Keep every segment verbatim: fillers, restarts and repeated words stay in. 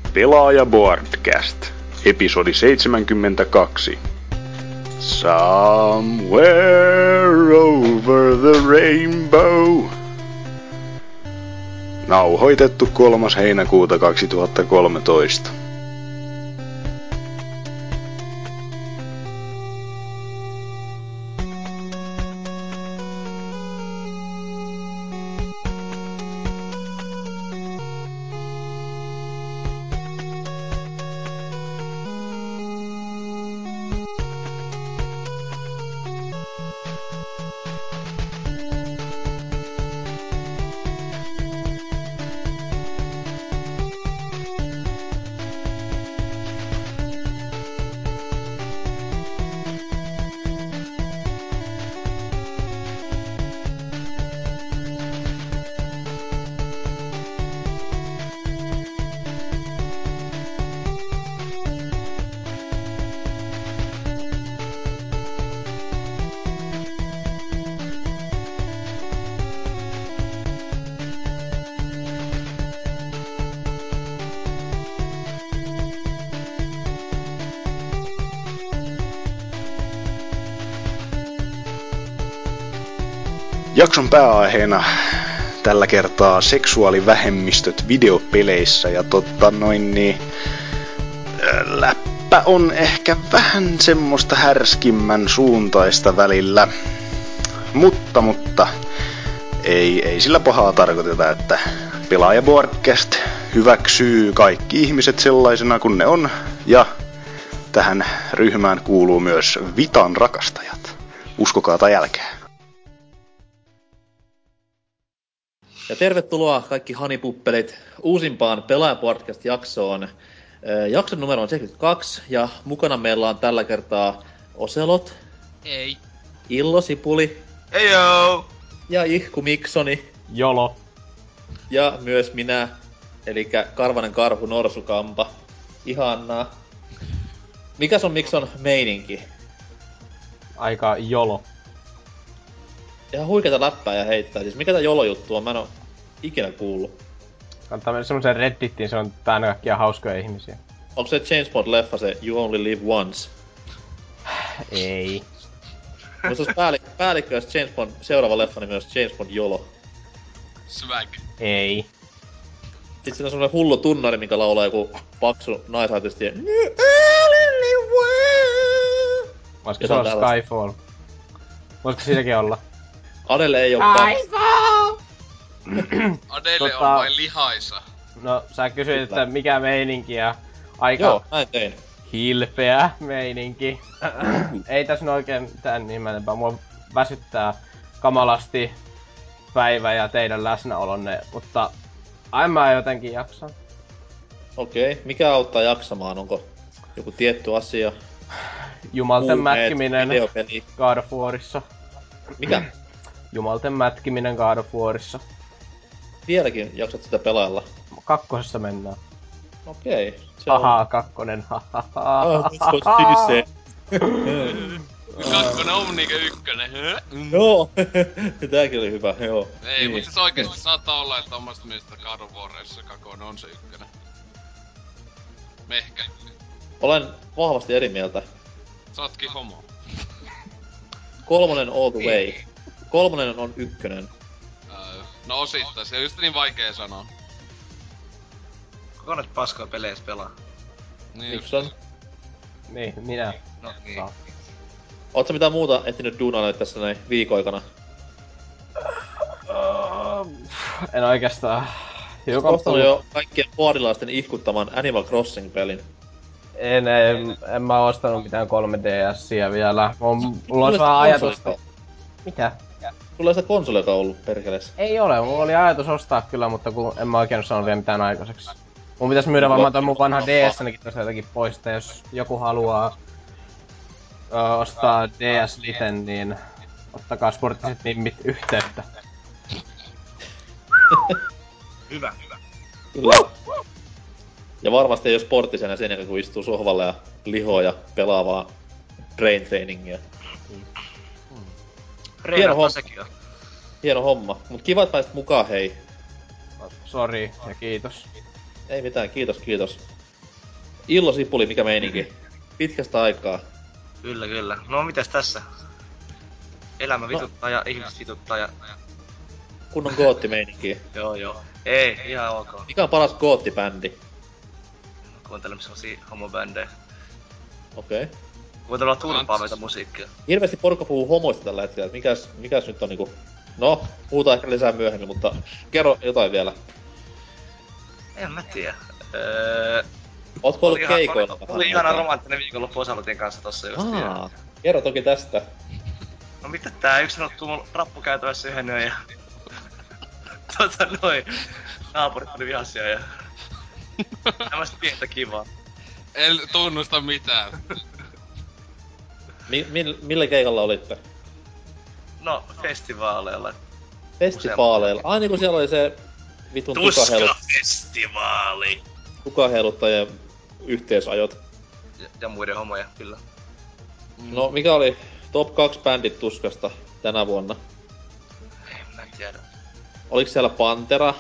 Pelaaja Boardcast, episodi seitsemänkymmentäkaksi. Somewhere over the rainbow. Nauhoitettu kolmas heinäkuuta kaksituhattakolmetoista. Jakson pääaiheena tällä kertaa seksuaalivähemmistöt videopeleissä ja totta noin niin läppä on ehkä vähän semmoista härskimmän suuntaista välillä. Mutta, mutta ei, ei sillä pahaa tarkoiteta, että Pelaaja Boardcast hyväksyy kaikki ihmiset sellaisena kuin ne on ja tähän ryhmään kuuluu myös Vitan rakastajat. Uskokaa tai älkää. Ja tervetuloa kaikki hanipuppelit uusimpaan Pelaaja-podcast-jaksoon. Jakson numero on seitsemänkymmentäkaksi ja mukana meillä on tällä kertaa Oselot. Ei. Illo Sipuli. Heijoo. Ja Ihku Miksoni. Jolo. Ja myös minä, elikkä Karvanen Karhu Norsukampa. Ihannaa. Mikäs on Mikson meininki? Aika jolo. Ihan huikeeta läppää ja heittää. Siis mikä tää jolo-juttu on? Mä en oo ikinä kuullut. Kannattaa mennä semmosen Reddittiin, se on täynnä kaikkia hauskoja ihmisiä. Onko se James Bond-leffa se You Only Live Once? Ei. Mutta jos päälli- päällikkö olisi James Bond, seuraava leffa, niin myös James Bond Jolo. Swag. Ei. Sitten siinä on semmonen hullu tunnari, minkä laulaa joku paksu naisartisti ja... Voisiko se olla Skyfall? Voisiko siinäkin olla? Adele ei oo Skyfall! Adele Tota- on vain lihaisa. No, sä kysyit, että mikä meininki ja aika Joo, näin tein. hilpeä meininki. Ei tässä nyt oikein tän nimenempää. Mua väsyttää kamalasti päivä ja teidän läsnäolonne, mutta aina mä jotenkin jaksan. Okei, okay. Mikä auttaa jaksamaan? Onko joku tietty asia? Jumalten Kuumeet, mätkiminen videopeli. God of Warissa. Mikä? Jumalten mätkiminen God of Warissa. Vieläkin jaksat sitä pelailla? Kakkosessa mennään. Okei. Okay. Haha, kakkonen, haha. Ah, that's se. Kakkonen on niinkö ykkönen. Joo, tääkin oli hyvä, joo. Ei, niin. mut siis oikeesti saattaa olla, että omasta mielestä God of Warissa kakkonen on se ykkönen. Mehkä. Olen vahvasti eri mieltä. Sä ootkin homo. Kolmonen all the way. Kolmonen on ykkönen. Öö, no osittain, se on just niin vaikea sanoa. Kuka nyt paskaa peleissä pelaa? Niin Mikson? Niin, minä. No niin. Saa. Oot sä mitään muuta ehtinyt duunailla tässä näin viikoikana? En oikeastaan. Joka Ostanut jo kaikkien boardilaisten ihkuttaman Animal Crossing-pelin. En, en, en mä ostanut mitään kolme D S:iä vielä. Mulla on Sulla vähän ei ajatus... sitä konsoli- Mitä? Sulla ei sitä konsoliakaan ollut perkeleessä. Ei ole, mulla oli ajatus ostaa kyllä, mutta kun en mä oikein saanut vielä mitään aikaiseksi. Mun pitäis myydä varmaan toi mun vanha D S:nikin tossa jotenkin pois, että jos joku haluaa ö, ostaa D S Liten, niin ottakaa sporttiset nimmit yhteyttä. Hyvä, hyvä. Kyllä. Ja varmasti ei oo sporttisena sen jälkeen, kun istuu sohvalle ja lihoo ja pelaa vaan brain trainingia. Hieno homma. Sekin on. Hieno homma. Mut kiva, että pääsit mukaan, hei. Sori ja kiitos. Ei mitään, kiitos, kiitos. Illo Sipuli, mikä meininki? Pitkästä aikaa. Kyllä, kyllä. No mitäs tässä? Elämä No. vituttaa ja ihmiset vituttaa ja... Kunnon gootti-meininki. Joo, joo. Ei, ihan ok. Mikä on paras gootti-bändi? Kuuntelemme semmosia homobändejä. Okei. Okay. Kuuntelemme turpaaveita musiikkia. Hirveesti porukka puhuu homoista tällä hetkellä, et mikäs, mikäs nyt on niinku... No, puhutaan ehkä lisää myöhemmin, mutta kerro jotain vielä. En mä tiedä. Öö... Ootko ollut Oli ihan- keikoilla Oli, vähän oli ihana aikaa? romanttinen viikonloppu Osalutin kanssa tossa just. Aa, kerro toki tästä. No mitä tää yksi sanottu mun rappukäytävässä yhden yön ja... tota noin. Naapurit oli vihaisia ja... Tämmöstä pientä kivaa. En tunnusta mitään. Mi- mi- millä keikalla olitte? No, festivaaleilla. Festivaaleilla. Ai niinku siellä oli se vitun tukaheilut, Tuska-festivaali! tukaheiluttajien yhteisajot. Ja, ja muiden homoja, kyllä. No, mikä oli top kaksi bändit Tuskasta tänä vuonna? En mä tiedä. Oliks siellä Pantera?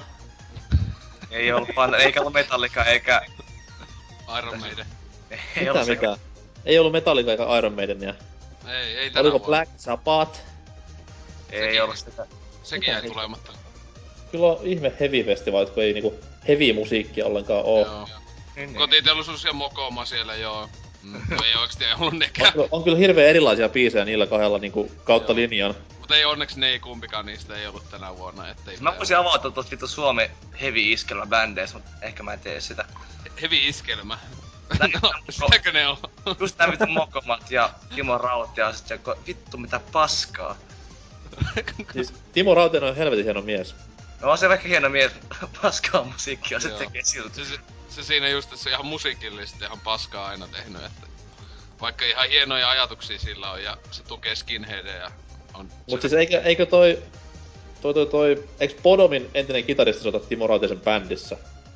Ei ollut pan... eikä ollut Metallica, eikä... Iron Maiden. Ei Mitä ollut mitä? Ei ollut Metallica eikä Iron Maidenia. Ei, ei tänä Oliko vuonna. Black Sabbath? Ei Sekin- ollut sitä. Sekin jäi tulematta. Kyllä on ihme heavy festivaalit, kun ei niinku heavy musiikkia ollenkaan oo. Joo. Niin, niin. Kotiteollisuus ja Mokoma siellä joo. Mm, no ei oikeesti ollut On, nekään. kyllä- on kyllä hirveän erilaisia biisejä niillä kahdella niinku kautta Joo. linjan. Mut ei onneksi ne ei kumpikaan niistä ei ollut tänä vuonna, ettei Mä voisin avata tuosta vittu Suomen heavy iskelmä bändeissä, mut ehkä mä en tee sitä. Heavy iskelmä. Nää- No, sitäkö ne on? Just nää vittu Mokomat ja Timo Rautia ja sit se, ko- vittu mitä paskaa. Siis Timo Rautinen on helvetin hieno mies. No on se vaikka hieno mies, paskaa musiikkia se Joo. tekee silti. Se, se, se siinä just, että se ihan musiikillisesti ihan paskaa aina tehnyt, että vaikka ihan hienoja ajatuksia sillä on ja se tukee skinheadia ja on... Mut siis eikö, eikö toi... Toi toi toi... Eiks Bodomin entinen kitaristi soita Timo Rautisen bändissä?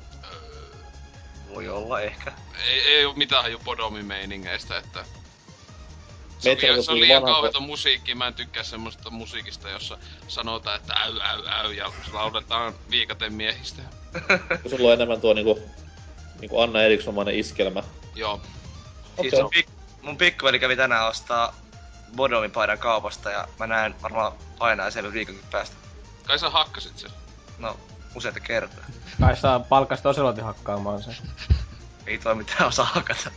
Voi olla ehkä. Ei, ei oo mitään haju Bodomin meiningeistä, että... Se on, Meitä liian, on se on kyllä liian vanha- kauheeta musiikkia, mä en tykkää semmoista musiikista, jossa sanotaan, että äy äy äy ja lauletaan viikaten miehistä. Kun sulla on enemmän tuo niinku... Niinku Anna Erikssomainen iskelmä. Joo. Siis Okei. mun, pik- mun pikkuveli kävi tänään ostaa Bodomin paidan kaupasta ja mä näen varmaan painaa siellä viikonkin päästä. Kai sä hakkasit sen. No, useita kertaa. Kai saa palkasta Oselotin hakkaamaan sen. Ei toi mitään osaa hakata.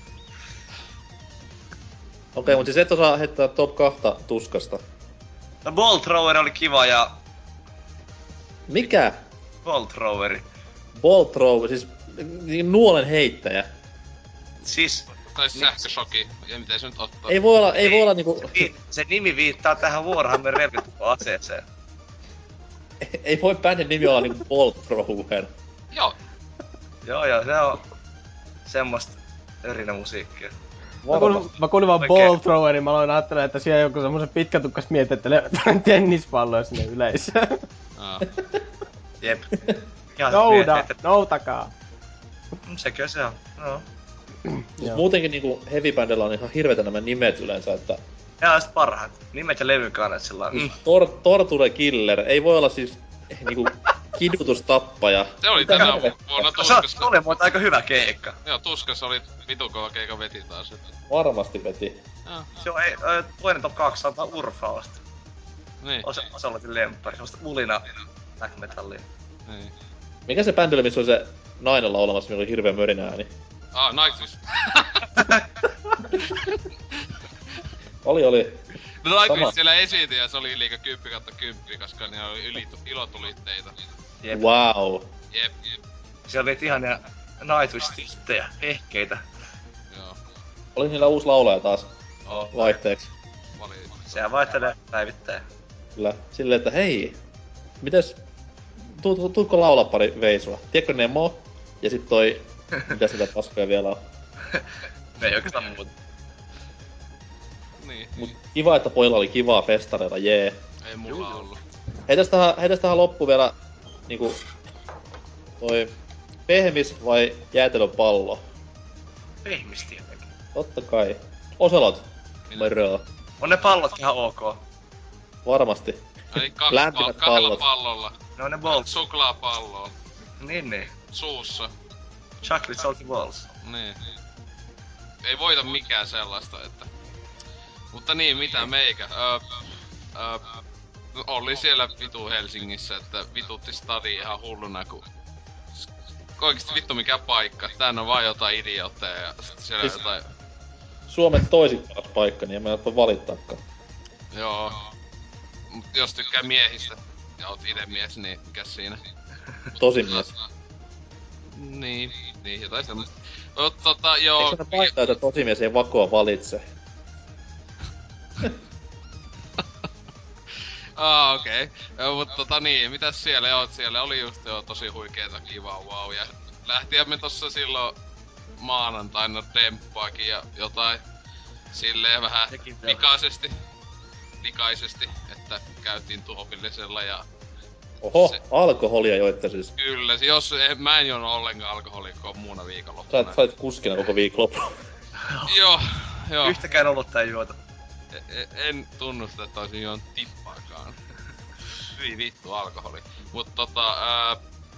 Okei, mut siis et osaa heittää top kahta Tuskasta. No Bolt Thrower oli kiva ja... Mikä? Bolt Throweri. Ball throw, siis niin nuolen heittäjä. Siis... Tai sähköshoki, ja miten se nyt ottaa. Ei voi olla, ei voi olla niinku... vi- se nimi viittaa tähän Warhammer Revitu-aseeseen. Ei voi bändin nimi olla niinku Ball thrower. Joo. Joo joo, se on semmoista örinä musiikkia. Mä kuulin, mä kuulin vaan Oikein. ball throwerin, mä aloin ajattelemaan, että siellä joku semmosen pitkätukkas mietittelee tennispalloja sinne yleisöön. Aa. Jep. Ihan Nouda, mietin, että noutakaa. mm, sekö se on. No. Mut Joo. muutenkin niinku heavy-bändillä on ihan hirveitä nämä nimet yleensä, että... Ja on sit parhaat. Nimet ja levykaanet sillä mm. Tor- Torture Killer, ei voi olla siis niinku kidutustappaja. Se oli Mitä tänä helvettiä? vuonna Se on, Tuskassa. oli muuten aika hyvä keikka. Joo, Tuskassa oli vitu kova keika veti taas. Että... Varmasti veti. Joo, Se on ei, ö, toinen top kaksi antaa Urfausta. niin, Osa, osaloitin lemppari, semmoista ulina black metallia. niin. Mikä se bändi oli, missä oli se nainen laulamassa, millä oli hirveä mörinä ääni? Ah, Nightwish. Oli, oli. No Nightwish Sama. siellä esiintyi ja se oli liikä kymppi kautta kymppi, koska niillä oli yli, ilotulitteita. Jep. Wow. Jep, jep, Siellä oli ihania Nightwish-tittejä, ehkeitä. joo. Oli niillä uusi laulaja taas Oh, vaihteeksi. vali. Sehän vaihtelee päivittäin. Kyllä. Silleen, että hei, mites... Tu, tu, tuutko laulaa pari veisua? Tiedätkö Nemo? Ja sit toi... Mitä sitä paskoja vielä on? Me ei oikeastaan muuta. Niin, Mut kiva, että pojilla oli kivaa festareilla, jee. ei mulla ollut. Heitäs tähän, heitäs tähän loppu vielä niinku... Toi... Pehmis vai jäätelöpallo? Pehmis tietenkin. Totta kai. Oselot. Minä. Moro. On ne pallot ihan ok. Varmasti. Eli kaksi Lämpimät pal- kahdella pallot. pallolla. Ne on ne balls. Suklaapalloa. Niin niin. Suussa. Chocolate salty balls. Niin. ei voita mikään sellaista, että... Mutta niin, mitä meikä? Öö, öö, oli siellä vitu Helsingissä, että vitutti stadi ihan hulluna, kun... Oikeesti vittu mikä paikka. Tän on vaan jotain idiootteja ja sit siellä Siis- jotain... Suomen toisin paras paikka, niin en mä voi valittaakaan. Joo. Mut jos tykkää miehistä ja oot ite mies, niin mikäs siinä? Tosi mies. Niin, niin jotain semmoista. Mut tota, joo... Eikö se paikkaa, että tosi mies ei vakoa valitse? Ah, okei. Okay. Mut tota niin, mitäs siellä oot? Siellä oli just jo tosi huikeeta kivaa, wow. Ja lähtiä me tossa silloin maanantaina demppaakin ja jotain silleen vähän Sekin vielä. pikaisesti. Pikaisesti, että käytiin tuhopillisella ja Oho, Se- alkoholia joitte siis. kyllä, jos en, mä en juonut ollenkaan alkoholia koko muuna viikonloppuna. Sait, sait kuskina koko viikonloppu. Joo, joo. Yhtäkään olutta ei juota. E- e- en tunnusta, että olisin juonut tippaakaan. Hyi vittu alkoholi. Mut tota, ää,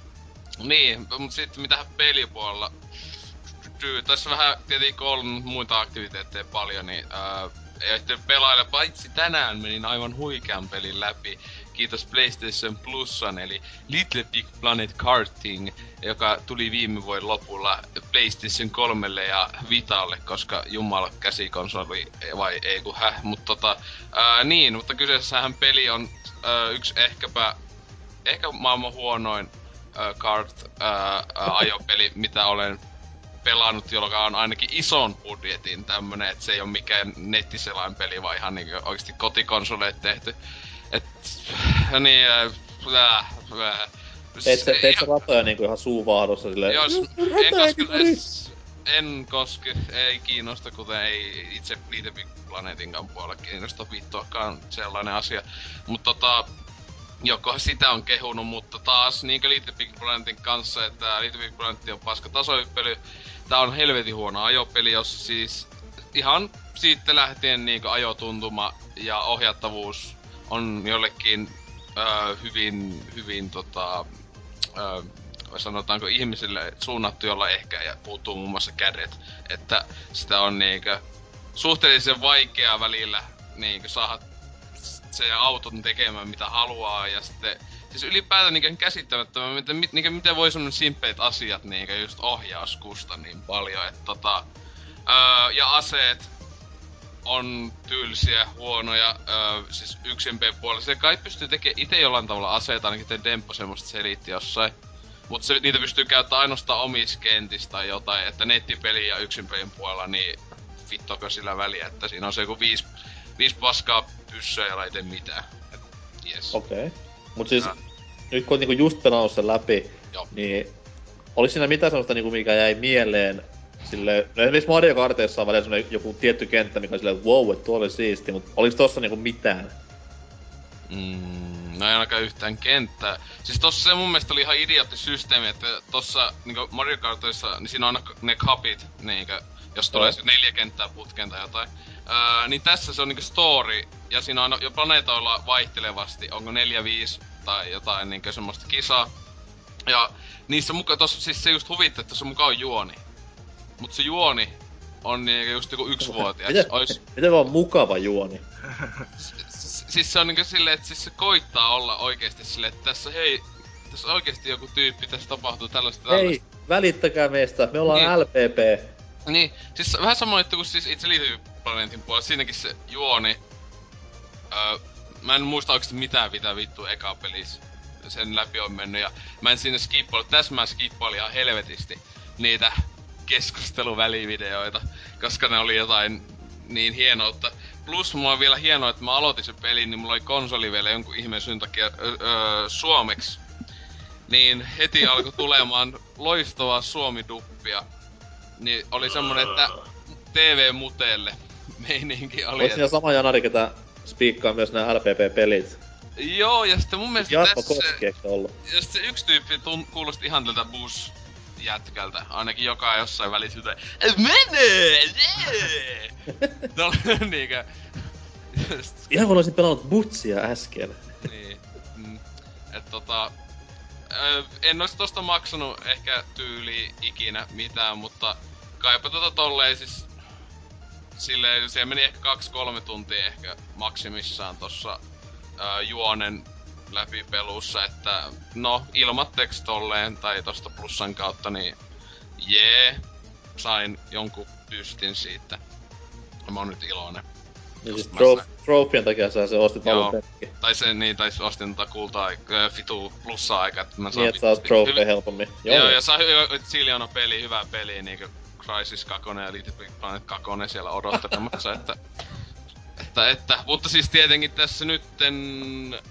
niin, mut sit mitä pelipuolella... Tyy, tässä vähän tietenkin on muita aktiviteetteja paljon, niin ää, ei ehtinyt pelailla, paitsi tänään menin aivan huikean pelin läpi. Kiitos PlayStation Plusan, eli Little Big Planet Karting, joka tuli viime vuoden lopulla PlayStation kolmelle ja Vitalle, koska jumala käsikonsoli, vai ei kun häh, mutta tota, ää, niin, mutta kyseessähän peli on ää, yksi ehkäpä, ehkä maailman huonoin ää, kart ää, ää, ajopeli, mitä olen pelannut, joka on ainakin ison budjetin tämmönen, että se ei oo mikään nettiselainpeli, vaan ihan niinku oikeesti kotikonsoleet tehty. Et, niin, äh, äh, Teit sä, teit sä ratoja niinku ihan suuvaahdossa silleen... Jos, en Ratoja, koske, Kituri! es, en koske, ei kiinnosta, kuten ei itse Little Big Planetinkaan puolella kiinnosta vittuakaan sellainen asia. Mut tota, joko sitä on kehunut, mutta taas niinkö Little Big Planetin kanssa, että Little Big Planet on paska tasohyppely. Tää on helvetin huono ajopeli, jossa siis ihan siitä lähtien niinkö ajotuntuma ja ohjattavuus on jollekin öö, hyvin, hyvin tota, öö, sanotaanko ihmisille suunnattu, jolla ehkä ja puuttuu muun muassa kädet. Että sitä on niinkö suhteellisen vaikeaa välillä niinkö saada se auton tekemään mitä haluaa ja sitten... Siis ylipäätään niinkö käsittämättömän, miten, niinkö, miten voi semmonen simpeet asiat niinkö just ohjaus kusta niin paljon, että tota... Öö, ja aseet on tylsiä, huonoja, öö, siis yksin puolella. Se kai pystyy tekemään ite jollain tavalla aseita, ainakin te Demppo semmoista selitti jossain. Mut se, niitä pystyy käyttämään ainoastaan omissa kentissä tai jotain, että nettipeli ja yksin pelin puolella, niin vittuako sillä väliä, että siinä on se joku viisi, viisi paskaa pyssyä ja ei tee mitään. Et, yes. Okei. Okay. Mut siis, Ja. nyt kun oot niinku just pelannut sen läpi, Joo. niin... Olis siinä mitään semmoista niinku, mikä jäi mieleen silleen... No esimerkiksi Mario Kartissa on välillä semmonen joku tietty kenttä, mikä on silleen, wow, et tuo oli siisti, mut oliks tossa niinku mitään? Mm, no ei ainakaan yhtään kenttää. Siis tossa se mun mielestä oli ihan idiootti systeemi, että tossa niinku Mario Kartissa, niin siinä on aina ne cupit, niinkö, jos tulee Joo. se neljä kenttää putkeen tai jotain. Öö, niin tässä se on niinku story, ja siinä on jo planeetoilla vaihtelevasti, onko neljä, viisi tai jotain niinkö semmoista kisaa. Ja niissä mukaan tossa siis se just huvittaa, että tossa mukaan on juoni. Mut se juoni on niinkö just joku yksivuotias. Miten, Ois... miten vaan mukava juoni? S- siis se on niinku silleen, että siis se koittaa olla oikeesti silleen, että tässä hei, tässä oikeesti joku tyyppi, tässä tapahtuu tällaista tällaista. Ei, välittäkää meistä, me ollaan Niin. L P P. Niin, siis vähän sama juttu kuin siis itse Little Planetin puolella, siinäkin se juoni. Öö, mä en muista oikeesti mitään mitä vittu eka pelissä sen läpi on mennyt ja mä en siinä skippaillut, tässä mä skippailin ihan helvetisti niitä keskusteluvälivideoita, koska ne oli jotain niin hienoutta. Plus mulla on vielä hienoa, että mä aloitin sen pelin, niin mulla oli konsoli vielä jonkun ihmeen syyn takia öö, öö, suomeksi. Niin heti alkoi tulemaan loistavaa suomiduppia. Niin oli semmonen, että T V-muteelle meininki oli. Olis siinä sama janari, ketä spiikkaa myös nää L P P-pelit? Joo, ja sitten mun mielestä Jarppo tässä... Koski, eikö se ollut? Ja sitten se yksi tyyppi tun- kuulosti ihan tältä bus-jätkältä. Ainakin joka jossain välissä jotain... Mene! Nee! No niinkö... Ihan kun olisin pelannut Butsia äsken. niin. Mm. Et tota... Ö, en ois tosta maksanut ehkä tyyli ikinä mitään, mutta kaipa tota tolleen siis... silleen, siellä meni ehkä kaksi kolme tuntia ehkä maksimissaan tossa ää, juonen läpipelussa, että no ilmatteeksi tolleen tai tosta plussan kautta, niin jee, sain jonkun pystin siitä. Mä oon nyt iloinen. Niin siis trof, trofien takia sä se ostit alun perin. Tai se niin, tai ostin tota kultaa äh, fitu plussaa aikaa, että mä saan... Niin, et saa trofeja helpommin. Joo, joo, ja saa hy- Zilliona peli, hyvää peliä, niinku Crysis kaksi ja Little Big Planet kaksi siellä odottelemassa, että... että, että... Mutta siis tietenkin tässä nytten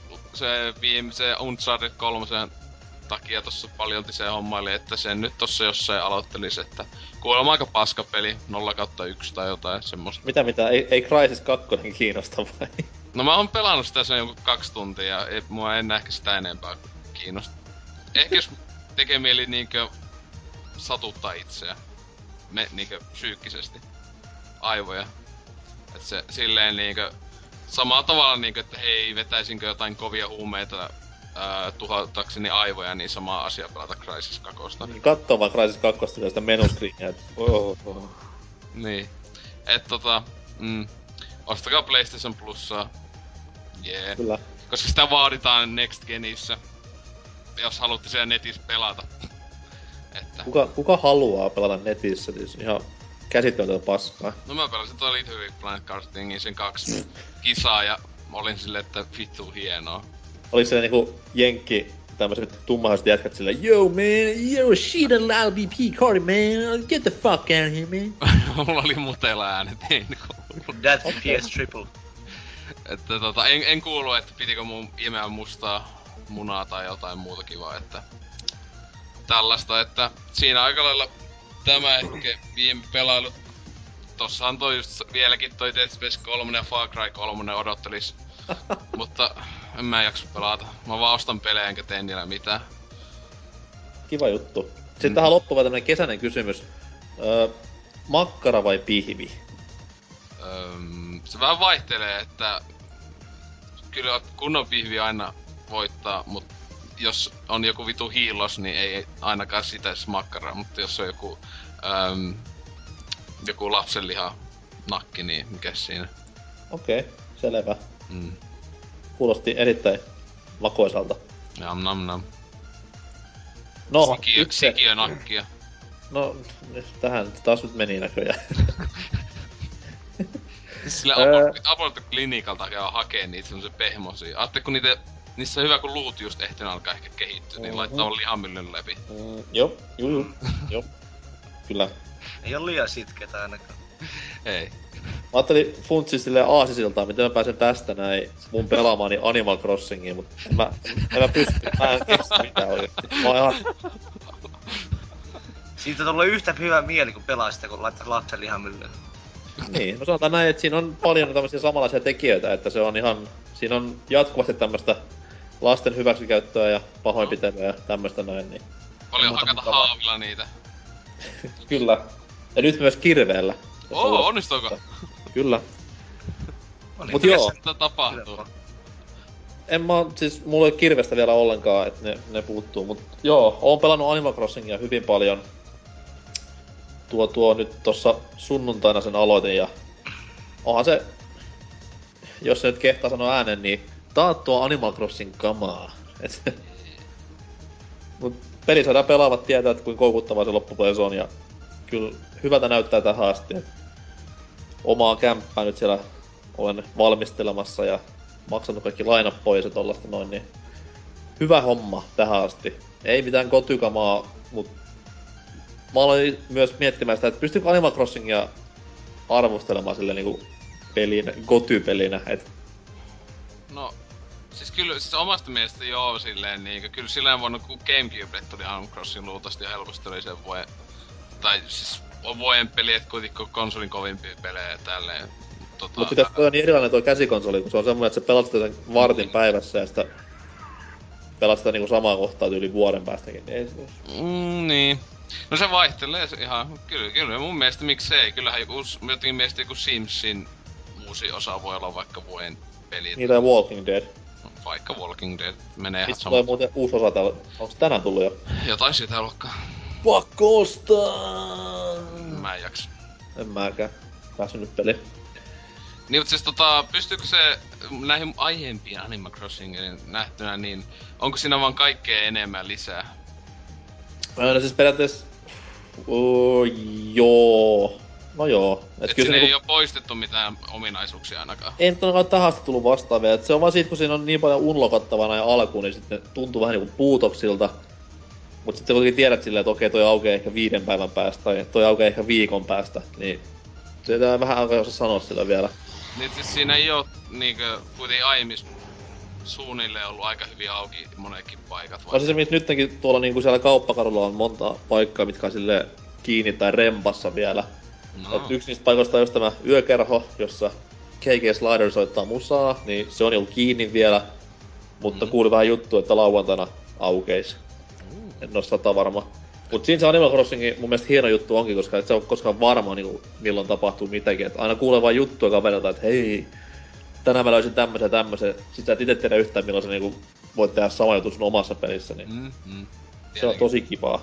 se viime, se Uncharted kolme takia tossa paljolti se hommaili, että sen nyt tossa jossain aloittelis, että kuulemma aika paska peli, nolla kautta yksi tai jotain semmoista. Mitä mitä, ei, ei Crysis kaksi kiinnosta vai? No mä oon pelannut sitä sen joku kaksi tuntia ja ei, mua en ehkä sitä enempää kiinnosta. Ehkä jos tekee mieli niinkö satuttaa itseä, me niinkö psyykkisesti, aivoja. Et se silleen niinkö samalla tavalla niinkö, että hei vetäisinkö jotain kovia huumeita ää, tuhotakseni aivoja, niin sama asia pelata Crysis kaksi. Niin kattoo vaan Crysis kaksi ja sitä menuskriiniä, että oh, oh. Niin. Et tota, mm, ostakaa PlayStation Plussaa. Jee. Yeah. Kyllä. Koska sitä vaaditaan Next Genissä, jos haluatte siellä netissä pelata. Että... Kuka, kuka haluaa pelata netissä? Siis ihan käsittämätöntä paskaa. No mä pelasin toi Little Big Planet Kartingin sen kaksi kisaa ja olin silleen, että vittu hienoa. Oliko siellä niinku jenkki tämmöset tummahaiset jätkät silleen yo man, yo shit and L B P Cardi man, get the fuck out of here man. Mulla oli mutela äänet, ei kuulu. That P S triple. Että tota, en, en kuulu, että pitikö mun imeä mustaa munaa tai jotain muuta kivaa, että... Tällaista, että siinä aika lailla tämä ehkä viime pelailut. Tossahan toi just vieläkin toi Dead Space kolme ja Far Cry kolme odottelis. Mutta en mä jaksa pelata. Mä vaan ostan pelejä enkä tee niillä mitään. Kiva juttu. Sitten mm. tähän loppuun vaan tämmönen kesäinen kysymys. Öö, makkara vai pihvi? Öö, se vähän vaihtelee, että... Kyllä kunnon pihvi aina voittaa, mut jos on joku vitu hiilos, niin ei ainakaan sitä edes makkaraa, mutta jos on joku öö, joku lapsenliha nakki, niin mikäs siinä? Okei, okay, selvä. Mm. Kuulosti erittäin makoisalta. Nam nam nam. No, Sikiö, itse... sikiö nakkia. No, tähän taas nyt meni näköjään. Sillä abort- aborttiklinikalta käy hakee niitä semmosia pehmosia. Aatte kun niitä, niissä on hyvä kun luut just ehtinyt alkaa ehkä kehittyä, mm-hmm. niin laittaa lihamyllyn läpi. Mm, joo, juu, juu, joo. Kyllä. Ei oo liian sitketä ainakaan. Ei. Mä ajattelin funtsia silleen aasisiltaan, miten mä pääsen tästä näin mun pelaamaani Animal Crossingiin, mut en mä, en mä pysty, mä en keksi mitään oikeesti. Mä oon ihan... Siitä tulee yhtä hyvä mieli, kun pelaa sitä, kun laittaa lapsen lihamyllyyn. Niin, no sanotaan näin, että siinä on paljon tämmöisiä samanlaisia tekijöitä, että se on ihan... Siinä on jatkuvasti tämmöstä lasten hyväksikäyttöä ja pahoinpitelyä ja tämmöstä näin, niin... Paljon hakata haavilla niitä. Kyllä. Ja nyt myös kirveellä. Oo, onnistuuko? Kyllä. Oli Mut joo. Mitä tapahtuu? En mä, siis mulla ei kirvestä vielä ollenkaan, että ne, ne puuttuu, mut joo, oon pelannut Animal Crossingia hyvin paljon. Tuo tuo nyt tossa sunnuntaina sen aloitin ja onhan se, jos se nyt kehtaa sanoa äänen, niin taattua Animal Crossing kamaa. Et, mut pelisadan pelaavat tietää, että kuinka koukuttavaa se loppupeleissä on ja kyllä hyvältä näyttää tähän asti. Et omaa kämppää nyt siellä olen valmistelemassa ja maksanut kaikki lainat pois ja tollasta noin, niin hyvä homma tähän asti. Ei mitään kotykamaa, mut mä aloin myös miettimään sitä, että pystyykö Animal Crossingia arvostelemaan silleen niinku pelin, goty-pelinä, et... No, siis kyllä, siis omasta mielestä joo silleen niinkö, kyllä silleen vuonna kun Gamecube tuli Animal Crossing luultavasti ja helposti oli sen vuoden, tai siis on vuoden peli, et kuitenkin konsolin kovimpia pelejä ja tälleen. Tota, Mut pitäis toi on niin erilainen toi käsikonsoli, kun se on semmoinen, että sä pelat sitä sen vartin päivässä ja sitä pelat sitä niinku samaa kohtaa yli vuoden päästäkin, niin ei se ois. Mm, niin. No se vaihtelee se ihan, kyllä, kyllä mun mielestä miksei. Kyllähän joku, jotenkin mielestä joku Simsin uusi osa voi olla vaikka vuoden peli. Niin tai Walking Dead. No, vaikka Walking Dead menee ihan Itse sama. tulee muuten uusi osa täällä, onks tänään tullu jo? Jotain siitä ollakaan. Pakko ostaa! Mä en jaksa. En mäkään. väsynyt peli. Niin, mutta siis tota, pystyykö se näihin aiempiin Animal Crossingin nähtynä, niin onko siinä vaan kaikkea enemmän lisää? No siis periaatteessa... Uh, joo. No joo. Et, et kyllä siinä niinku... ei oo poistettu mitään ominaisuuksia ainakaan. Ei nyt ainakaan tähän asti tullut vastaavia. Et se on vaan siitä, kun siinä on niin paljon unlokattavaa näin alkuun, niin sitten tuntuu vähän niinku puutoksilta. Mut sitten kuitenkin tiedät silleen, että okei, toi aukeaa ehkä viiden päivän päästä, tai toi aukeaa ehkä viikon päästä, niin... Se vähän alkaa osaa sanoa sillä vielä. Niin siis siinä ei oo niinkö kuitenkin aiemmin suunnilleen ollut aika hyvin auki monetkin paikat vai? No siis mit nyttenkin tuolla niinku siellä kauppakadulla on monta paikkaa, mitkä on silleen kiinni tai rempassa vielä. No. Et yksi niistä paikoista on just tämä yökerho, jossa K K Slider soittaa musaa, niin se on ollut kiinni vielä. Mutta mm. kuuli vähän juttu, että lauantaina aukeis. Mm. En oo sata varma. Mut siinä se Animal Crossingin mun mielestä hieno juttu onkin, koska et se on koskaan varma niinku, milloin tapahtuu mitäkin. Et aina kuulee vaan juttua kaverilta, että hei, tänään mä löysin tämmösen ja tämmösen. Sit sä et ite tiedä yhtään milloin sä niinku voit tehdä sama juttu sun omassa pelissä, niin Mm, mm. se on tosi kivaa.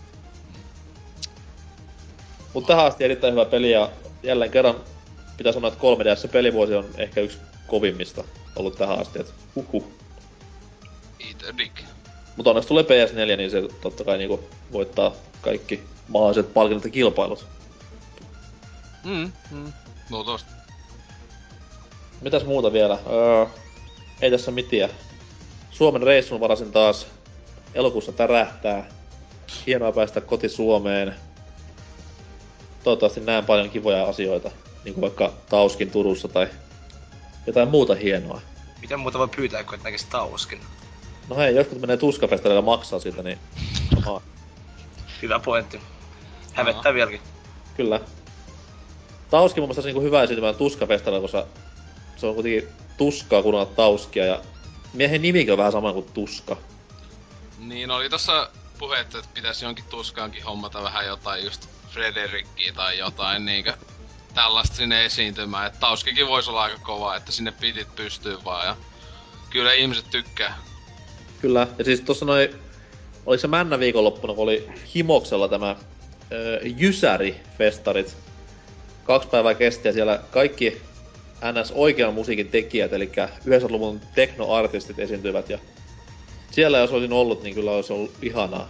Mut tähän asti erittäin hyvä peli ja jälleen kerran pitää sanoa, että kolme D S-pelivuosi on ehkä yksi kovimmista ollut tähän asti, et huhhuh. Eat a dick. Mut onneksi tulee P S neljä, niin se totta kai niinku voittaa kaikki mahdolliset palkinnot ja kilpailut. Mm, mm. No tosta. Mitäs muuta vielä? Öö, ei tässä mitiä. Suomen reissun varasin taas. Elokuussa tärähtää. Hienoa päästä koti Suomeen. Toivottavasti näen paljon kivoja asioita. Niinku vaikka Tauskin Turussa tai jotain muuta hienoa. Miten muuta voi pyytää, kun et näkis Tauskin? No hei, joskus menee tuskafestareilla maksaa siitä, niin... Aha. Hyvä pointti. Hävettää vieläkin. Kyllä. Tauskin mun mielestä on niinku hyvä esiintymään tuskafestareilla, koska se on kuitenkin tuskaa kuunnella Tauskia ja miehen nimikin on vähän sama kuin Tuska. Niin oli tossa puhetta, että pitäisi jonkin tuskaankin hommata vähän jotain just Frederikkiä tai jotain niinkö tällaista sinne esiintymään. Että Tauskikin voisi olla aika kova, että sinne pitit pystyy vaan ja kyllä ihmiset tykkää. Kyllä, ja siis tossa noi... Oliko se männä viikonloppuna, kun oli Himoksella tämä öö, Jysäri-festarit. Kaksi päivää kesti ja siellä kaikki N S oikean musiikin tekijät, eli yhdeksänkymmentäluvun teknoartistit esiintyivät ja siellä jos olisin ollut, niin kyllä olisi ollut ihanaa.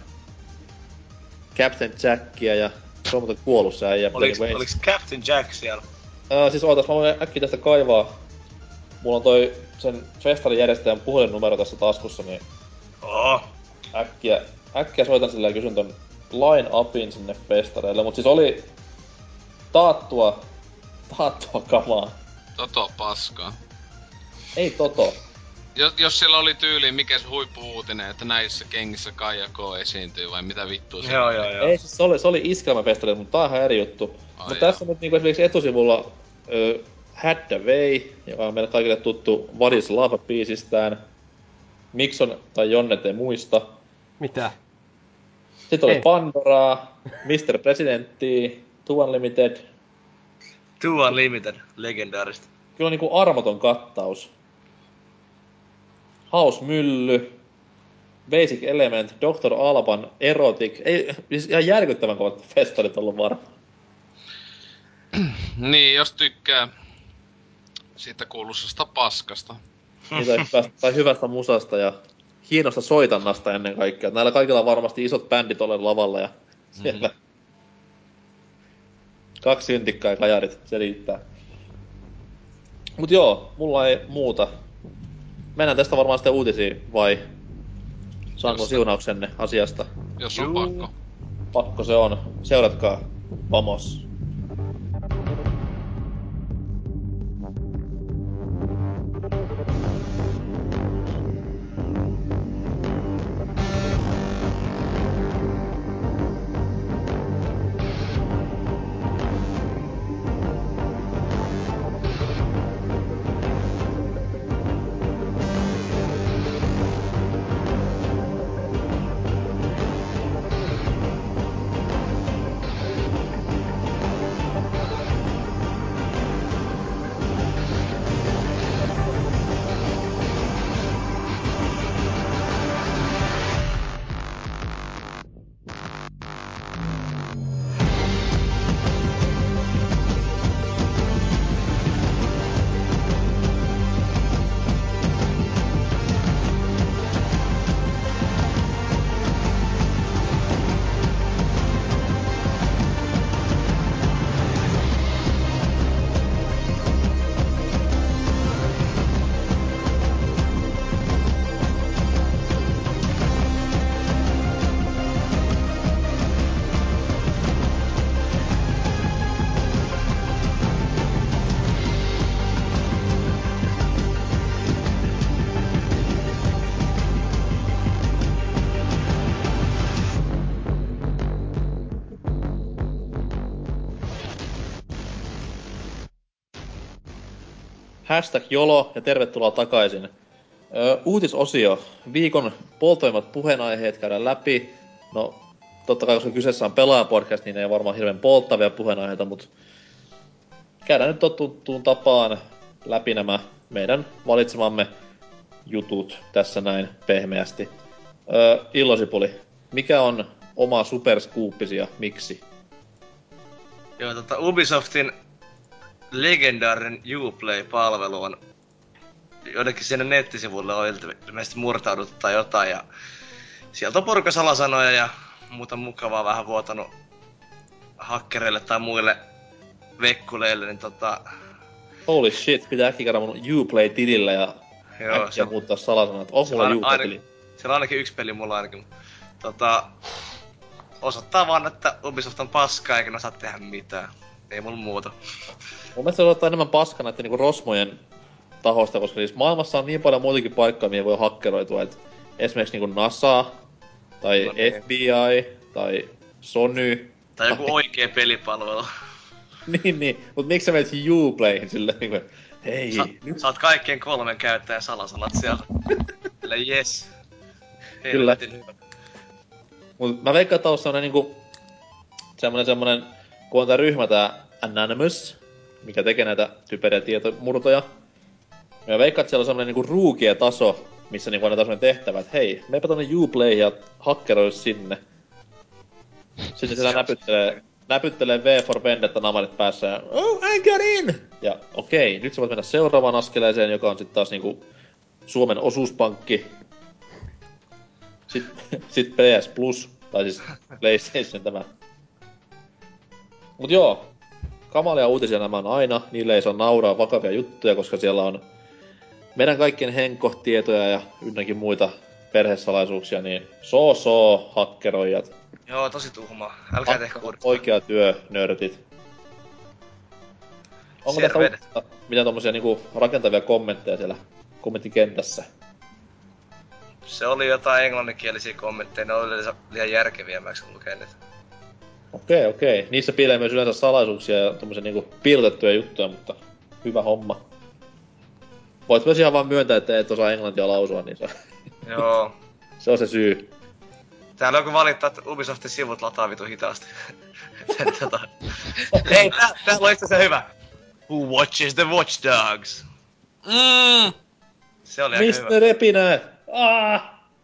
Captain Jackia ja se on muuten kuollut se äijä. Oliks, oliks Captain Jack siellä? Ää, siis ootas, mä voin äkkiä tästä kaivaa. Mulla on toi sen festarin järjestäjän puhelinnumero tässä taskussa, niin Oo. äkkiä, äkkiä soitan sillä ja kysyn ton line-upin sinne festareille. Mut siis oli taattua, taattua kamaa. Toto paskaa. Ei Toto. Jos, jos siellä oli tyyliin mikä se huippu-uutinen, että näissä kengissä Kaija K esiintyy vai mitä vittua se Joo oli? joo joo. Ei siis se oli, se oli Iskelmäfestari, mutta tää on ihan eri juttu. Ai Mutta tässä nyt niinku esimerkiksi etusivulla ö, Had the Way, joka on meille kaikille tuttu What is Love-biisistään. Mikson tai Jonnet ei muista. Mitä? Sitten oli Ei. Pandoraa, mister Presidentti, Two Unlimited. Two Unlimited, legendaarista. Kyllä on niinku armoton kattaus. House Mylly, Basic Element, doctor Alban, Erotic. Ei, siis ihan järkyttävän kovat festarit ollut varmaan. Niin, jos tykkää siitä kuuluisesta paskasta. Niin, tai, hyvästä, tai hyvästä musasta ja hienosta soitannasta ennen kaikkea. Näillä kaikilla on varmasti isot bändit ole lavalla ja siellä mm-hmm. kaksi syntikkaa ja kajarit, se riittää. Mut joo, mulla ei muuta. Mennään tästä varmaan sitten uutisiin, vai saanko Jos- siunauksenne asiasta? Jos on Juu. pakko. Pakko se on. Seuratkaa. Vamos. Hashtag jolo ja tervetuloa takaisin. Ö, uutisosio. Viikon poltoimmat puheenaiheet käydään läpi. No, totta kai koska kyseessä on pelaajapodcast, niin ei varmaan hirveän polttavia puheenaiheita, mutta käydään nyt totuttuun tapaan läpi nämä meidän valitsemamme jutut tässä näin pehmeästi. Öö, Illosipuli, mikä on oma superscoopisi ja miksi? Joo, tota Ubisoftin legendaarinen Uplay-palvelu on jotenkin sinne nettisivuille on ilmeisesti murtauduttu tai jotain ja sieltä on porukka salasanoja ja muuta mukavaa vähän vuotanut hakkereille tai muille vekkuleille, niin tota... Holy shit, pitää äkkiä käydä mun Uplay-tilillä ja Joo, äkkiä se... muuttaa salasanat. On mulla Uplay-tili. Siellä on ainakin yksi peli mulla ainakin. Tota... Osoittaa vaan, että Ubisoft on paskaa eikä ne osaa tehdä mitään. Ei mulla muuta. Mun mielestä se osoittaa enemmän paskaa näitten niinku rosmojen tahosta, koska siis maailmassa on niin paljon muitakin paikkoja, mihin voi hakkeroitua, et esimerkiksi niinku NASA, tai no niin. F B I, tai Sony. Tai joku oikee pelipalvelu. niin, niin. Mut miksi sä menet Uplayhin silleen niinku, hei. Sa- nyt... Saat kaikkien kolmen käyttäjän salasanat siellä. Kyllä jes. Kyllä. Mut mä veikkaan, että on semmonen niinku... Semmonen semmonen... Kun on tää ryhmä tää Anonymous, mikä tekee näitä typeriä tietomurtoja. Mä veikkaan, että siellä on semmonen niinku ruukie-taso, missä niinku annetaan semmonen tehtävä, että hei, meipä tonne Uplay ja hakkeroi sinne. Sitten siellä näpyttelee, näpyttelee V for Vendetta namarit päässä ja oh, I got in! Ja okei, nyt sä voit mennä seuraavaan askeleeseen, joka on sit taas niinku Suomen osuuspankki. Sitten sit P S Plus, tai siis PlayStation tämä. Mut joo, kamalia uutisia nämä on aina, niille ei saa nauraa vakavia juttuja, koska siellä on meidän kaikkien henkkotietoja ja ynnäkin muita perhesalaisuuksia, niin soo soo hakkeroijat. Joo, tosi tuhma. Älkää tehkö uudestaan. Oikea työ, nörtit. Onko tästä uutta, mitä tommosia niinku rakentavia kommentteja siellä kommenttikentässä? Se oli jotain englanninkielisiä kommentteja, ne oli liian järkeviä, mä eikö lukenut. Okei, okei. Niissä piilee myös yleensä salaisuuksia ja tommosia niinku piilotettuja juttuja, mutta hyvä homma. Voit myös ihan vaan myöntää, että et osaa englantia lausua, niin se, Joo. se on se syy. Täällä joku valittaa, että Ubisoftin sivut lataa vitu hitaasti. tota... Hei, tää, täällä on itse asiassa hyvä. Who watches the Watch Dogs? Mm. Se oli aika Mistä hyvä. ne repinää? Ah!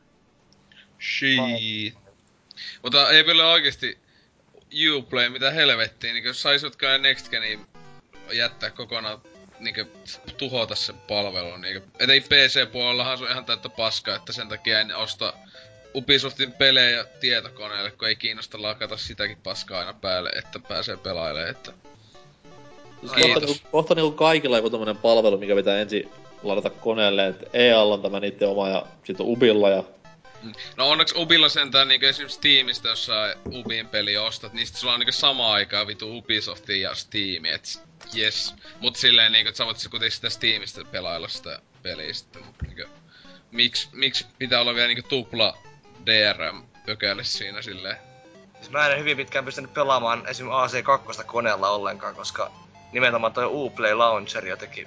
Shit. Mutta ei vielä oikeesti Uplay, mitä helvettiä, niin jos saisivatko Next Geniin jättää kokonaan niinkö tuhota sen palvelun niinkö. Et ei P C-puolellahan se on ihan täyttä paskaa, että sen takia en osta Ubisoftin pelejä tietokoneelle, kun ei kiinnosta lakata sitäkin paskaa aina päälle, että pääsee pelailemaan, että... Siis kohta, niinku, kohta niinku kaikilla joku tommonen palvelu, mikä pitää ensin ladata koneelle, että E A on tämä niitten oma ja sit on Ubilla ja... No onneksi Ubilla sentään niinku esimerkiksi Steamista, jos sä Ubin peli ostat, niin sit sulla on niinku samaan aikaan vitu Ubisoftin ja Steam, et jes. Mut silleen niinku, et sä voit kuitenkin sitä Steamista pelailla sitä peliä sitten, mut niinku... Miks, miks pitää olla vielä niinku tupla D R M-pökälle siinä silleen? Siis mä en hyvin pitkään pystynyt pelaamaan esim. A C kaksi koneella ollenkaan, koska nimenomaan toi Uplay Launcher jotenkin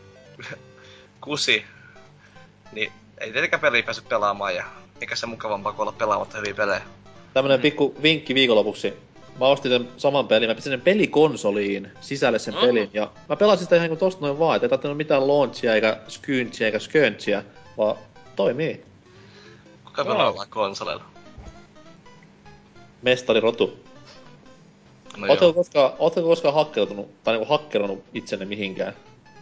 kusi. Niin ei tietenkään peliä päässyt pelaamaan ja mikä se mukavampaa kuin olla pelaamatta hyviä pelejä. Tämmönen pikku vinkki viikonlopuksi. Mä ostin sen saman pelin, mä pistin sen pelikonsoliin sisälle sen oh. pelin ja mä pelasin sitä ihan kuin tosta noin vaan, et ei tarttunut mitään launchia eikä skynchiä eikä skönchiä, vaan toimii. Kuka pelaa konsoleilla? Mestari Rotu. No Ootko koskaan, ootko koskaan hakkerotunut, tai niinku hakkeronut itsenne mihinkään?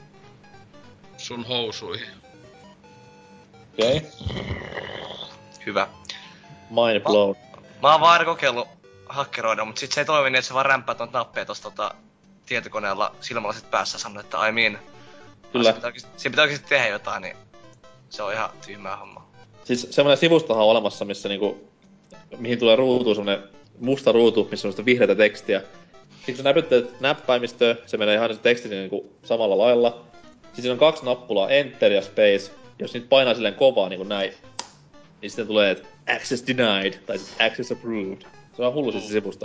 Sun housuihin. Okei. Okay. Hyvä. Mind blown. Mä, mä oon vaan aina kokeillut hakkeroida, mut sit se ei toimi niin, että se vaan rämpää tuon nappeja tosta tota, tietokoneella silmälasit päässä ja sanoo, että I mean. Kyllä. Siinä pitää oikeesti tehdä jotain, niin se on ihan tyhmää hommaa. Siis semmonen sivustohan on olemassa, missä niinku, mihin tulee ruutuun semmonen musta ruutu, missä on sitä vihreätä tekstiä. Sitten kun näpyttelet näppäimistöä, se menee ihan se teksti niinku samalla lailla. Sitten siinä on kaksi nappulaa, Enter ja Space. Jos niitä painaa silleen kovaa niinku näin, niin sitten tulee, että Access Denied, tai Access Approved. Se on hullu siis se sivusto.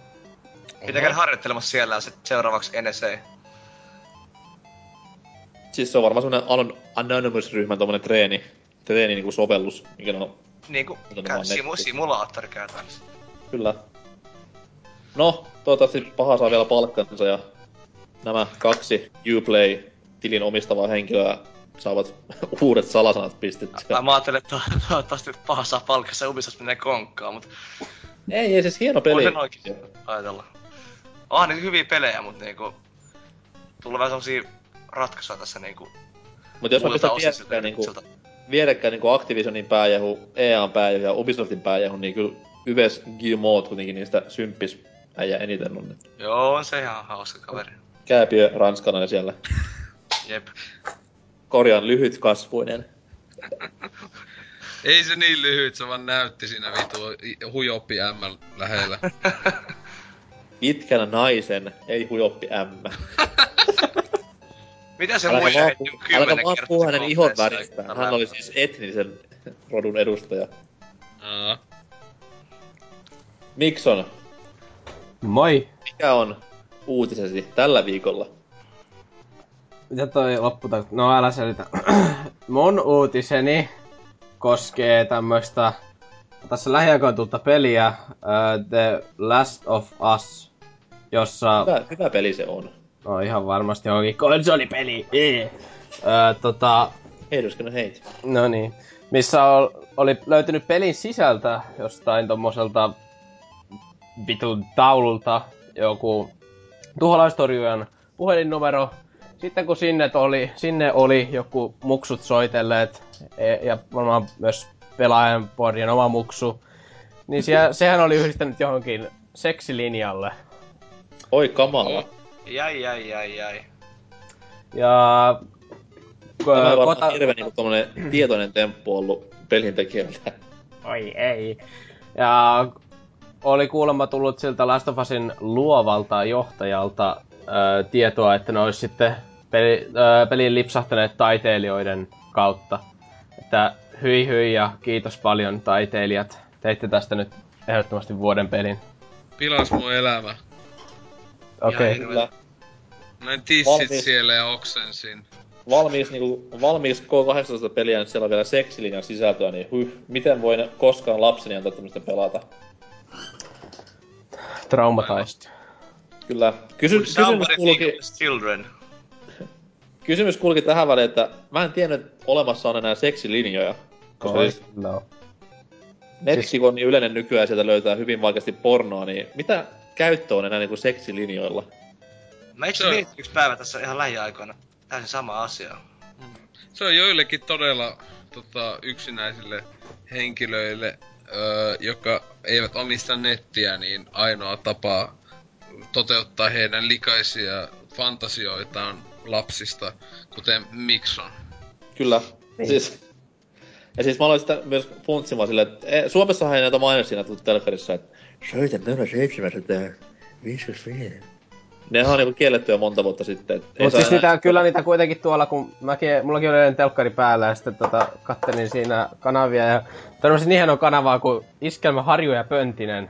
Pitää käydä harjoittelemassa siellä ja sit seuraavaksi N S A. Siis se on varmaan semmonen Anon- Anonymous-ryhmän tommonen treeni, treeni niinku sovellus, mikä ne on... Niinku, Mitä ne kä- vaan simu- nettiin. simulaattori käytännössä. Kyllä. No, toivottavasti paha saa vielä palkkansa ja nämä kaksi Uplay-tilin omistavaa henkilöä saavat uudet salasanat pistettyä. Mä ajattelin, että to- toivottavasti paha saa palkassa Ubisoft menee konkkaan, mut Ei, ei siis hieno peli. on sen oikein ajatella. Onhan niitä hyviä pelejä, mut niinku... Tullut vähän semmosia ratkaisuja tässä niinku... Mut jos mä muilta pistän osin siltä vierekkäin niinku, yritykseltä. vierekkäin niinku Activisionin pääjehu, E A:n pääjehu ja Ubisoftin pääjehu, niin kyllä Yves Guillemot kuitenkin niistä symppis äijä eniten on. Joo, on se ihan hauska kaveri. Kääpiö ranskalainen siellä. Jep. Korjaan lyhytkasvuinen. Ei se niin lyhyt, se vaan näytti siinä vitu hujoppi M lähellä. Pitkän naisen, ei hujoppi ämmä. Mitä se Älkää muija vaan, heitti pu- kymmenen älkää vaan kertaa puhua se hänen ihon konferenssi väristään. aikana Hän oli läppää. siis etnisen rodun edustaja. Aa. Mikson, Moi! mikä on uutisesi tällä viikolla? Mitä toi lopputa? No älä selitä. Mun uutiseni koskee tämmöstä tässä lähiaikoina tulta peliä uh, The Last of Us, jossa... Hyvä, hyvä peli se on. No ihan varmasti onkin konsolipeli. Ee. Uh, tota... Heiduskenut heitä. No niin. Missä ol, oli löytynyt pelin sisältä jostain tommoselta vitun taululta joku tuholaistorjujan puhelinnumero. Sitten kun sinne oli, sinne oli joku muksut soitelleet e- ja varmaan myös pelaajan podien oma muksu, niin siellä, sehän oli yhdistänyt johonkin seksilinjalle. Oi kamala. Jäi, jäi, jäi, jäi. Ja... Tämä on varmaan kota- hirveän niinku tommonen tietoinen temppu ollut pelintekijöiltä. Oi ei. Ja oli kuulemma tullut siltä Last of Usin luovalta johtajalta ö, tietoa, että ne olisi sitten peli, ö, peliin lipsahtaneet taiteilijoiden kautta. Että hyi hyi ja kiitos paljon taiteilijat. Teitte tästä nyt ehdottomasti vuoden pelin. Pilas mun elämä. Okei. Ihan Okay. hirveä. Näin tissit Valmis. siellä ja oksensin. Valmiiksi niinku, valmiiksi K kahdeksantoista peliä, nyt siellä on vielä seksilinjan sisältöä, niin hyh, miten voin koskaan lapseni antaa tämmöstä pelata? Traumatized. Kyllä. Kysy, Would kysymys, somebody think kulki, of the children? kysymys kulki tähän väliin, että mä en tiennyt, että olemassa on enää seksilinjoja. Koska Oi, siis no. netti on niin yleinen nykyään, sieltä löytää hyvin vaikeasti pornoa, niin mitä käyttö on enää niinku seksilinjoilla? Mä itse Se on- mietin yksi päivä tässä ihan lähiaikoina. Täysin sama asia. Se on joillekin todella tota, yksinäisille henkilöille, öö, jotka eivät omista nettiä, niin ainoa tapa toteuttaa heidän likaisia fantasioitaan lapsista, kuten Mikson. Kyllä. Siis, ja siis mä aloin sitä myös funtsimaan silleen, että e, Suomessahan ei näitä mainoksia tullut telkkarissa, että soita nolla seitsemän viisikymmentäviisi. Nehän on niinku kielletty jo monta vuotta sitten. et ei Mut saa siis enää- niitä, kyllä niitä kuitenkin tuolla, kun mäkin, mullakin oli eilen telkkari päällä ja sitten tota, kattelin siinä kanavia ja törmäsin niin hienoa kanavaa kuin Iskelmä, Harju ja Pöntinen.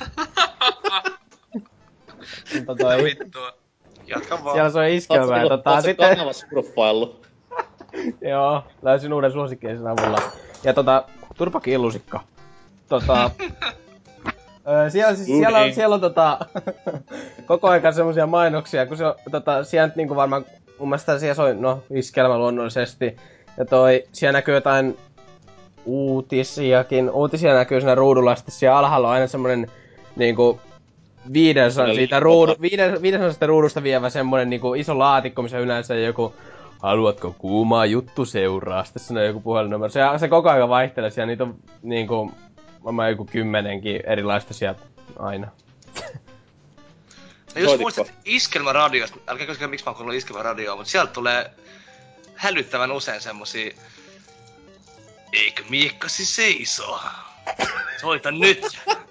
Mutta toi, Vittua. Jatka vaan. siellä soi Iskelmä ja Ootko- tota ootko sitten... kanava surffaillut? Joo, löysin uuden suosikkeen sen avulla. Ja tota, Turpakin illusikka. Tota... Öö, siellä, siis, siellä, on, siellä on tota, koko ajan semmosia mainoksia, kun se on, tota, siellä nyt niinku varmaan, mun mielestä siellä soi, no, Iskelmä luonnollisesti. Ja toi, siellä näkyy jotain uutisiakin, uutisia näkyy siinä ruudulla, sitten siellä alhaalla on aina semmonen niinku viidensan Eli siitä ruudu, viiden, viidensannasta ruudusta vievä semmonen niinku iso laatikko, missä yleensä joku haluatko kuumaa juttu seuraa? Sitten siinä on joku puhelinnumero. Se, se koko ajan vaihtelee siellä, niitä on niinku varmaan joku kymmenenkin erilaista sieltä aina. No jos Soititko? muistat Iskelmä radiosta, älkää koskaan miksi mä oon kuullut Iskelmä radioa, mutta sieltä tulee hälyttävän usein semmosia... Eikö miekkasi seisoo? Soita nyt!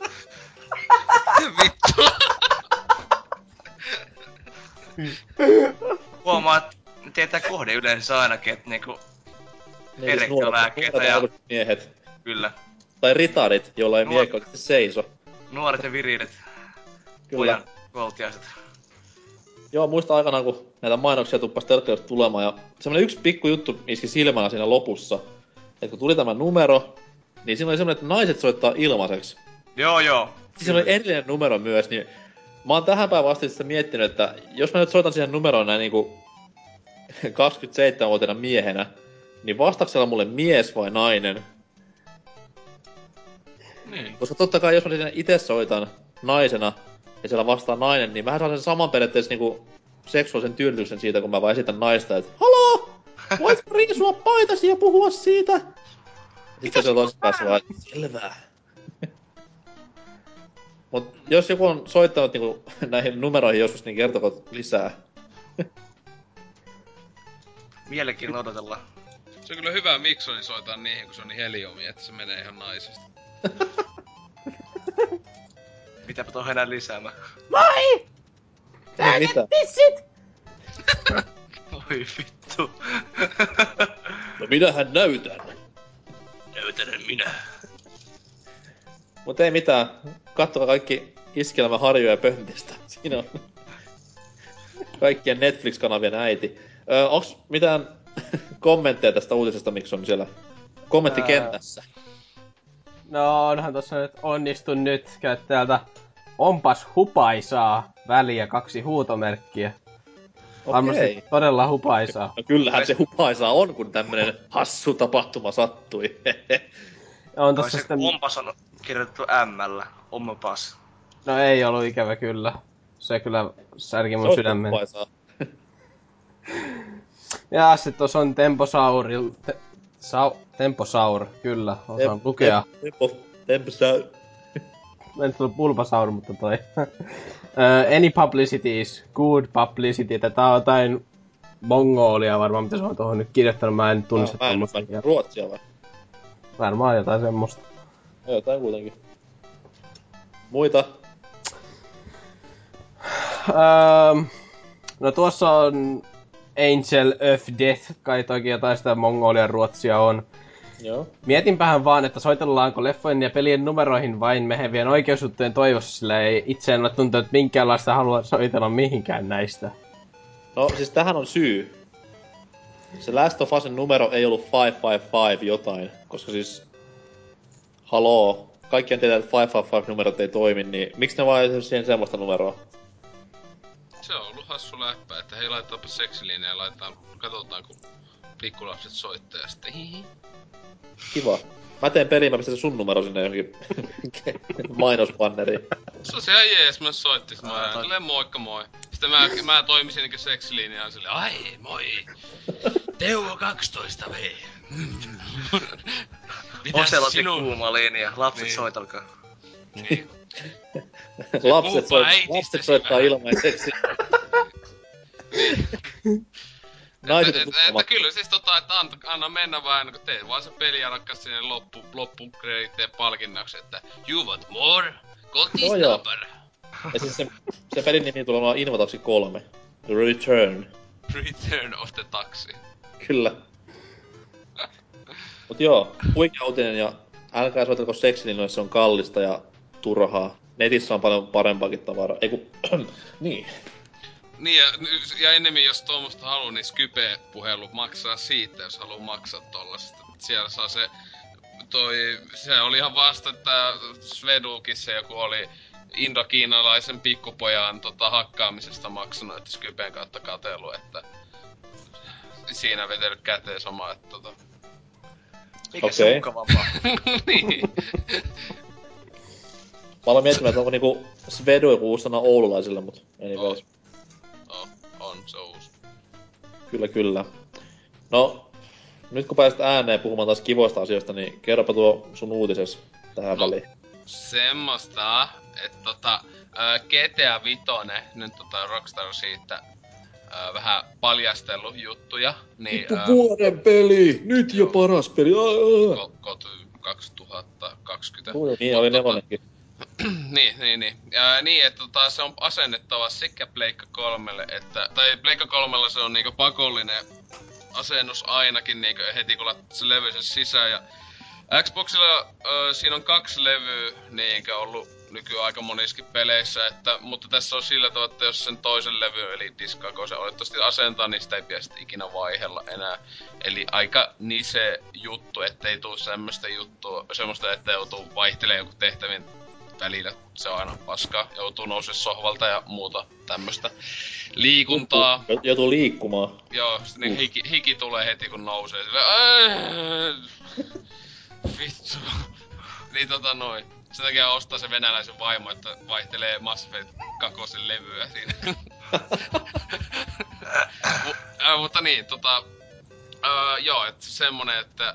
Vittu. Huomaa, että ne tietää kohde yleensä ainakin, että niinku... Niin, siis Erektiolääkkeitä nuoret- ja- nuoret miehet. Kyllä. Tai ritarit, joilla ei Nuor- miekka oikeesti seiso. Nuoret ja viriilit. Kyllä. Pojan koltiaiset. Joo, muista aikanaan, kun näitä mainoksia tuppas telkkarista tulemaan, ja semmonen yksi pikku juttu iski silmällä siinä lopussa. Että kun tuli tämä numero, niin siinä oli semmonen, että naiset soittaa ilmaiseksi. Joo, joo. Siinä oli erillinen numero myös, niin mä oon tähän päivään asti sitä miettinyt, että jos mä nyt soitan siihen numeroon näin niinku kaksikymmentäseitsemänvuotiaana miehenä, niin vastaako siellä mulle mies vai nainen? Niin. Koska totta kai jos mä sinne itse soitan naisena ja siellä vastaa nainen, niin mähän saan sen saman periaatteessa niinku seksuaalisen tyydytyksen siitä, kun mä vaan esitän naista, että haloo! Voitko riisua paitasi ja puhua siitä? Sitten se on toisessa päässä vaan, selvää. Mut jos joku on soittanut niinku näihin numeroihin joskus, niin kertoko lisää. Mielenkiinnolla odotellaan. Se on kyllä hyvä miksoni soittaa niihin, kun se on niin heliomi, että se menee ihan naisesta. Mitäpä tohon enää lisäämään? Moi! Ei mitään. Tissit! Oi vittu. No minähän näytän. Näytän minä. Mut ei mitään. Kattokaa kaikki Iskelmän Harju ja Pöntistä. Siinä on kaikkien Netflix-kanavien äiti. Öö, onks mitään kommentteja tästä uutisesta, miksi on siellä kommenttikentässä? No onhan tossa nyt onnistu nyt käyttäjältä onpas hupaisaa väliä kaksi huutomerkkiä. Varmasti Okei. todella hupaisaa. No kyllähän se hupaisaa on, kun tämmönen hassu tapahtuma sattui. On Kai tossa se sitten... onpas on kirjoitettu M-llä. Onpas. No ei ollut ikävä kyllä. Se kyllä särki mun sydämen. hupaisaa. Ja sit tossa on Temposauril... Te, sau, Temposaur, kyllä. Osaan lukea. Tempo, Temposaur. Mä en tullut Bulbasaur, mutta toi. uh, any publicity is good publicity. Tää on jotain mongolia varmaan, mitä se on tuohon nyt kirjoittanut. Mä en tunnista Mä en tommoista. ymmärrä. Ruotsia vai? Varmaan jotain semmoista. No jotain kuitenkin. Muita? Öö, no tuossa on Angel of Death, kai toikin jotain sitä mongolian ruotsia on. Joo. Mietinpähän vaan, että soitellaanko leffojen ja pelien numeroihin vain mehevien oikeusjuttujen toivossa, sillä ei itse en ole tuntunut minkäänlaista halua soitella mihinkään näistä. No siis tähän on syy. Se Last of Usin numero ei ollut viisi viisi viisi jotain, koska siis... Haloo. Kaikkien tietää, että viisi viisi viisi numerot ei toimi, niin miksi ne vaan ei siihen semmoista numeroa? Se on ollut hassu läppä, että hei laitetaanpa seksilinja ja laitetaan, katsotaan kun pikkulapset soittaa ja sitten hihi. Kiva. Mä teen peliin, mä pistän sun numero sinne johonkin mainosbanneriin. Se on se ihan jees, mä soittin, sit mä oon silleen moikka moi. Sitten mä, mä toimisin niinkö seksilinjaan silleen, ai moi, Teuvo kaksitoista V. On se läpi kuuma linja. Lapset Niin. soitelkaa. Niin. Lapset, soit, äitistä lapset soittaa vähän. ilmaiseksi. Naiset että, on että, että tutkamat. kyllä siis tota, että anna, anna mennä vaan, kun teet vaan se peli ja rakkas sinne loppu, loppukrediteen palkinnaksi, että you want more? Call this Joo, joo. number. Ja siis se, se pelin nimi tulee olemaan Invotaxi kolme. The Return. Return of the Taxi. Kyllä. Mut joo, huikea uutinen ja älkää soitelko seksilinnoissa, se on kallista ja turhaa. Netissä on paljon parempaakin tavaraa. Eiku, niin. Niin ja, ja ennemmin jos tuommoista haluu, niin Skype-puhelu maksaa siitä, jos haluu maksaa tollasta. Siellä saa se, toi, se oli ihan vasta, että Svedukissa joku oli indokiinalaisen pikkupojan tota, hakkaamisesta maksanut, että Skypen kautta katelu, että siinä vetellyt käteen sama, että tota... Mikä Okei. se mukavampaa? niin. Mä aloin miettimään, että onko niinku Svedu joku uusi sana oululaisille, mut anyways. On, on, se on uusi. Kyllä, kyllä. No, nyt kun pääset ääneen puhumaan taas kivoista asioista, niin kerropa tuo sun uutises tähän No. väliin. Semmosta, että tota, ää, G T A viisi, nyt tota Rockstar siitä ää, vähän paljastellut juttuja, niin ää, vuoden peli! Nyt jo paras peli! ko- koty kaksituhattakaksikymmentä. Niin oli nelonenkin. niin, niin, niin. Ja, niin, että tota, se on asennettava sekä Pleikka kolmelle, että, tai Pleikka kolmella se on niinku pakollinen asennus ainakin niinku heti kun laitat se levy sen sisään ja Xboxilla ö, siinä on kaksi levyä niinkö ollut nykyään aika moniskin peleissä, että, mutta tässä on sillä tavalla, että jos sen toisen levy eli diskakoisen olettavasti asentaa, niin sitä ei pidä sit ikinä vaihella enää. Eli aika nise juttu, ettei tuu semmoista juttua, semmoista, että joutuu vaihtelemaan jonkun tehtävin välillä. Se on aina paskaa. Joutuu nousee sohvalta ja muuta tämmöstä liikuntaa. Joutuu, joutuu liikkumaan. Joo, niin hiki, hiki tulee heti kun nousee. Silleen, vittu. Niin tota noin. Sen takia ostaa se venäläisen vaimo, että vaihtelee Mass Effect kakosen levyä siinä. M- äh, mutta niin, tota... Öö, joo, et semmonen, että...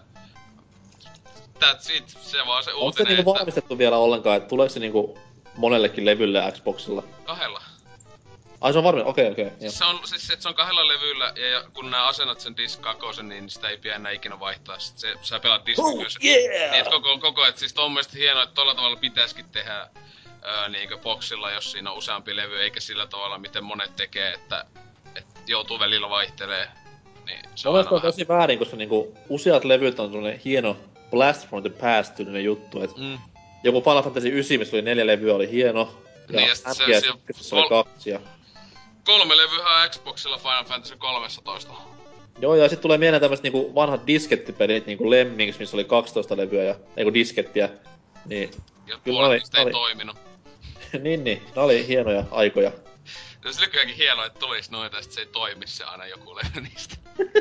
That's it, se vaan se Onko se uutinen, niinku että... varmistettu vielä ollenkaan, että tuleeko se niinku monellekin levylle Xboxilla? Kahdella. Ai se on varmi, okei okay, okei. Okay, siis se on, siis että se on kahdella levyllä, ja, ja kun nää asennat sen Disc kakosen, niin sitä ei pidä enää ikinä vaihtaa. Sit se, sä pelaat Disc Oh, yeah! Niin, koko, koko, et siis on mielestä hienoa, että tolla tavalla pitäisikin tehdä öö, niinkö boxilla, jos siinä on useampi levy, eikä sillä tavalla, miten monet tekee, että et joutuu välillä vaihtelee. Niin, se on, on tosi väärin, koska niinku useat levyt on semmonen hieno Blast from the Past-tyylinen juttu, et mm. joku Final Fantasy yhdeksän, missä oli neljä levyä, oli hieno. Ja niin, ja M se, G S se, yksi oli kol- kaksi ja... Kolme levyä on Xboxilla Final Fantasy kolmetoista. Joo, ja sit tulee mieleen tämmöset niinku vanhat diskettipelit, niinku Lemmings, missä oli kaksitoista levyä ja... Eiku diskettiä. Niin... Ja puolet niistä ei toiminut. niin, niin. Ne oli hienoja aikoja. Se olisi nykyäänkin hienoa, että tulis noita ja sit se ei toimi se aina joku levy niistä.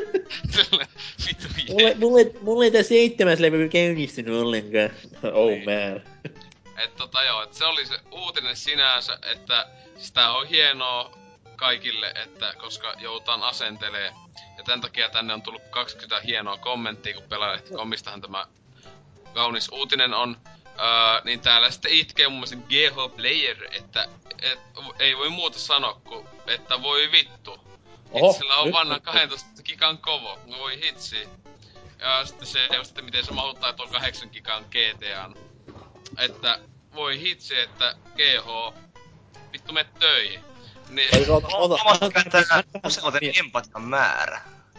Vittu mulle, mulle, mulle ei tää seitsemäs levy käynnistynyt ollenkaan. Oh niin. Man. Et tota joo, et se oli se uutinen sinänsä, että sitä on hienoa kaikille, että koska joutaan asentelee. Ja tän takia tänne on tullut kaksikymmentä hienoa kommenttia, kun pelaajalehti komistahan tämä kaunis uutinen on. Öö, niin täällä sitten itkee mun mielestä G H Player, että et, ei voi muuta sanoa kuin, että voi vittu. Hitsillä on vanha kaksitoista gigan kovo, voi hitsi. Ja sitten se just, että miten se mahuttaa tuon kahdeksan gigan G T A:n. Että voi hitsi, että G H, vittu me töihin. Niin. Omasta käyttää useamman empatian määrä.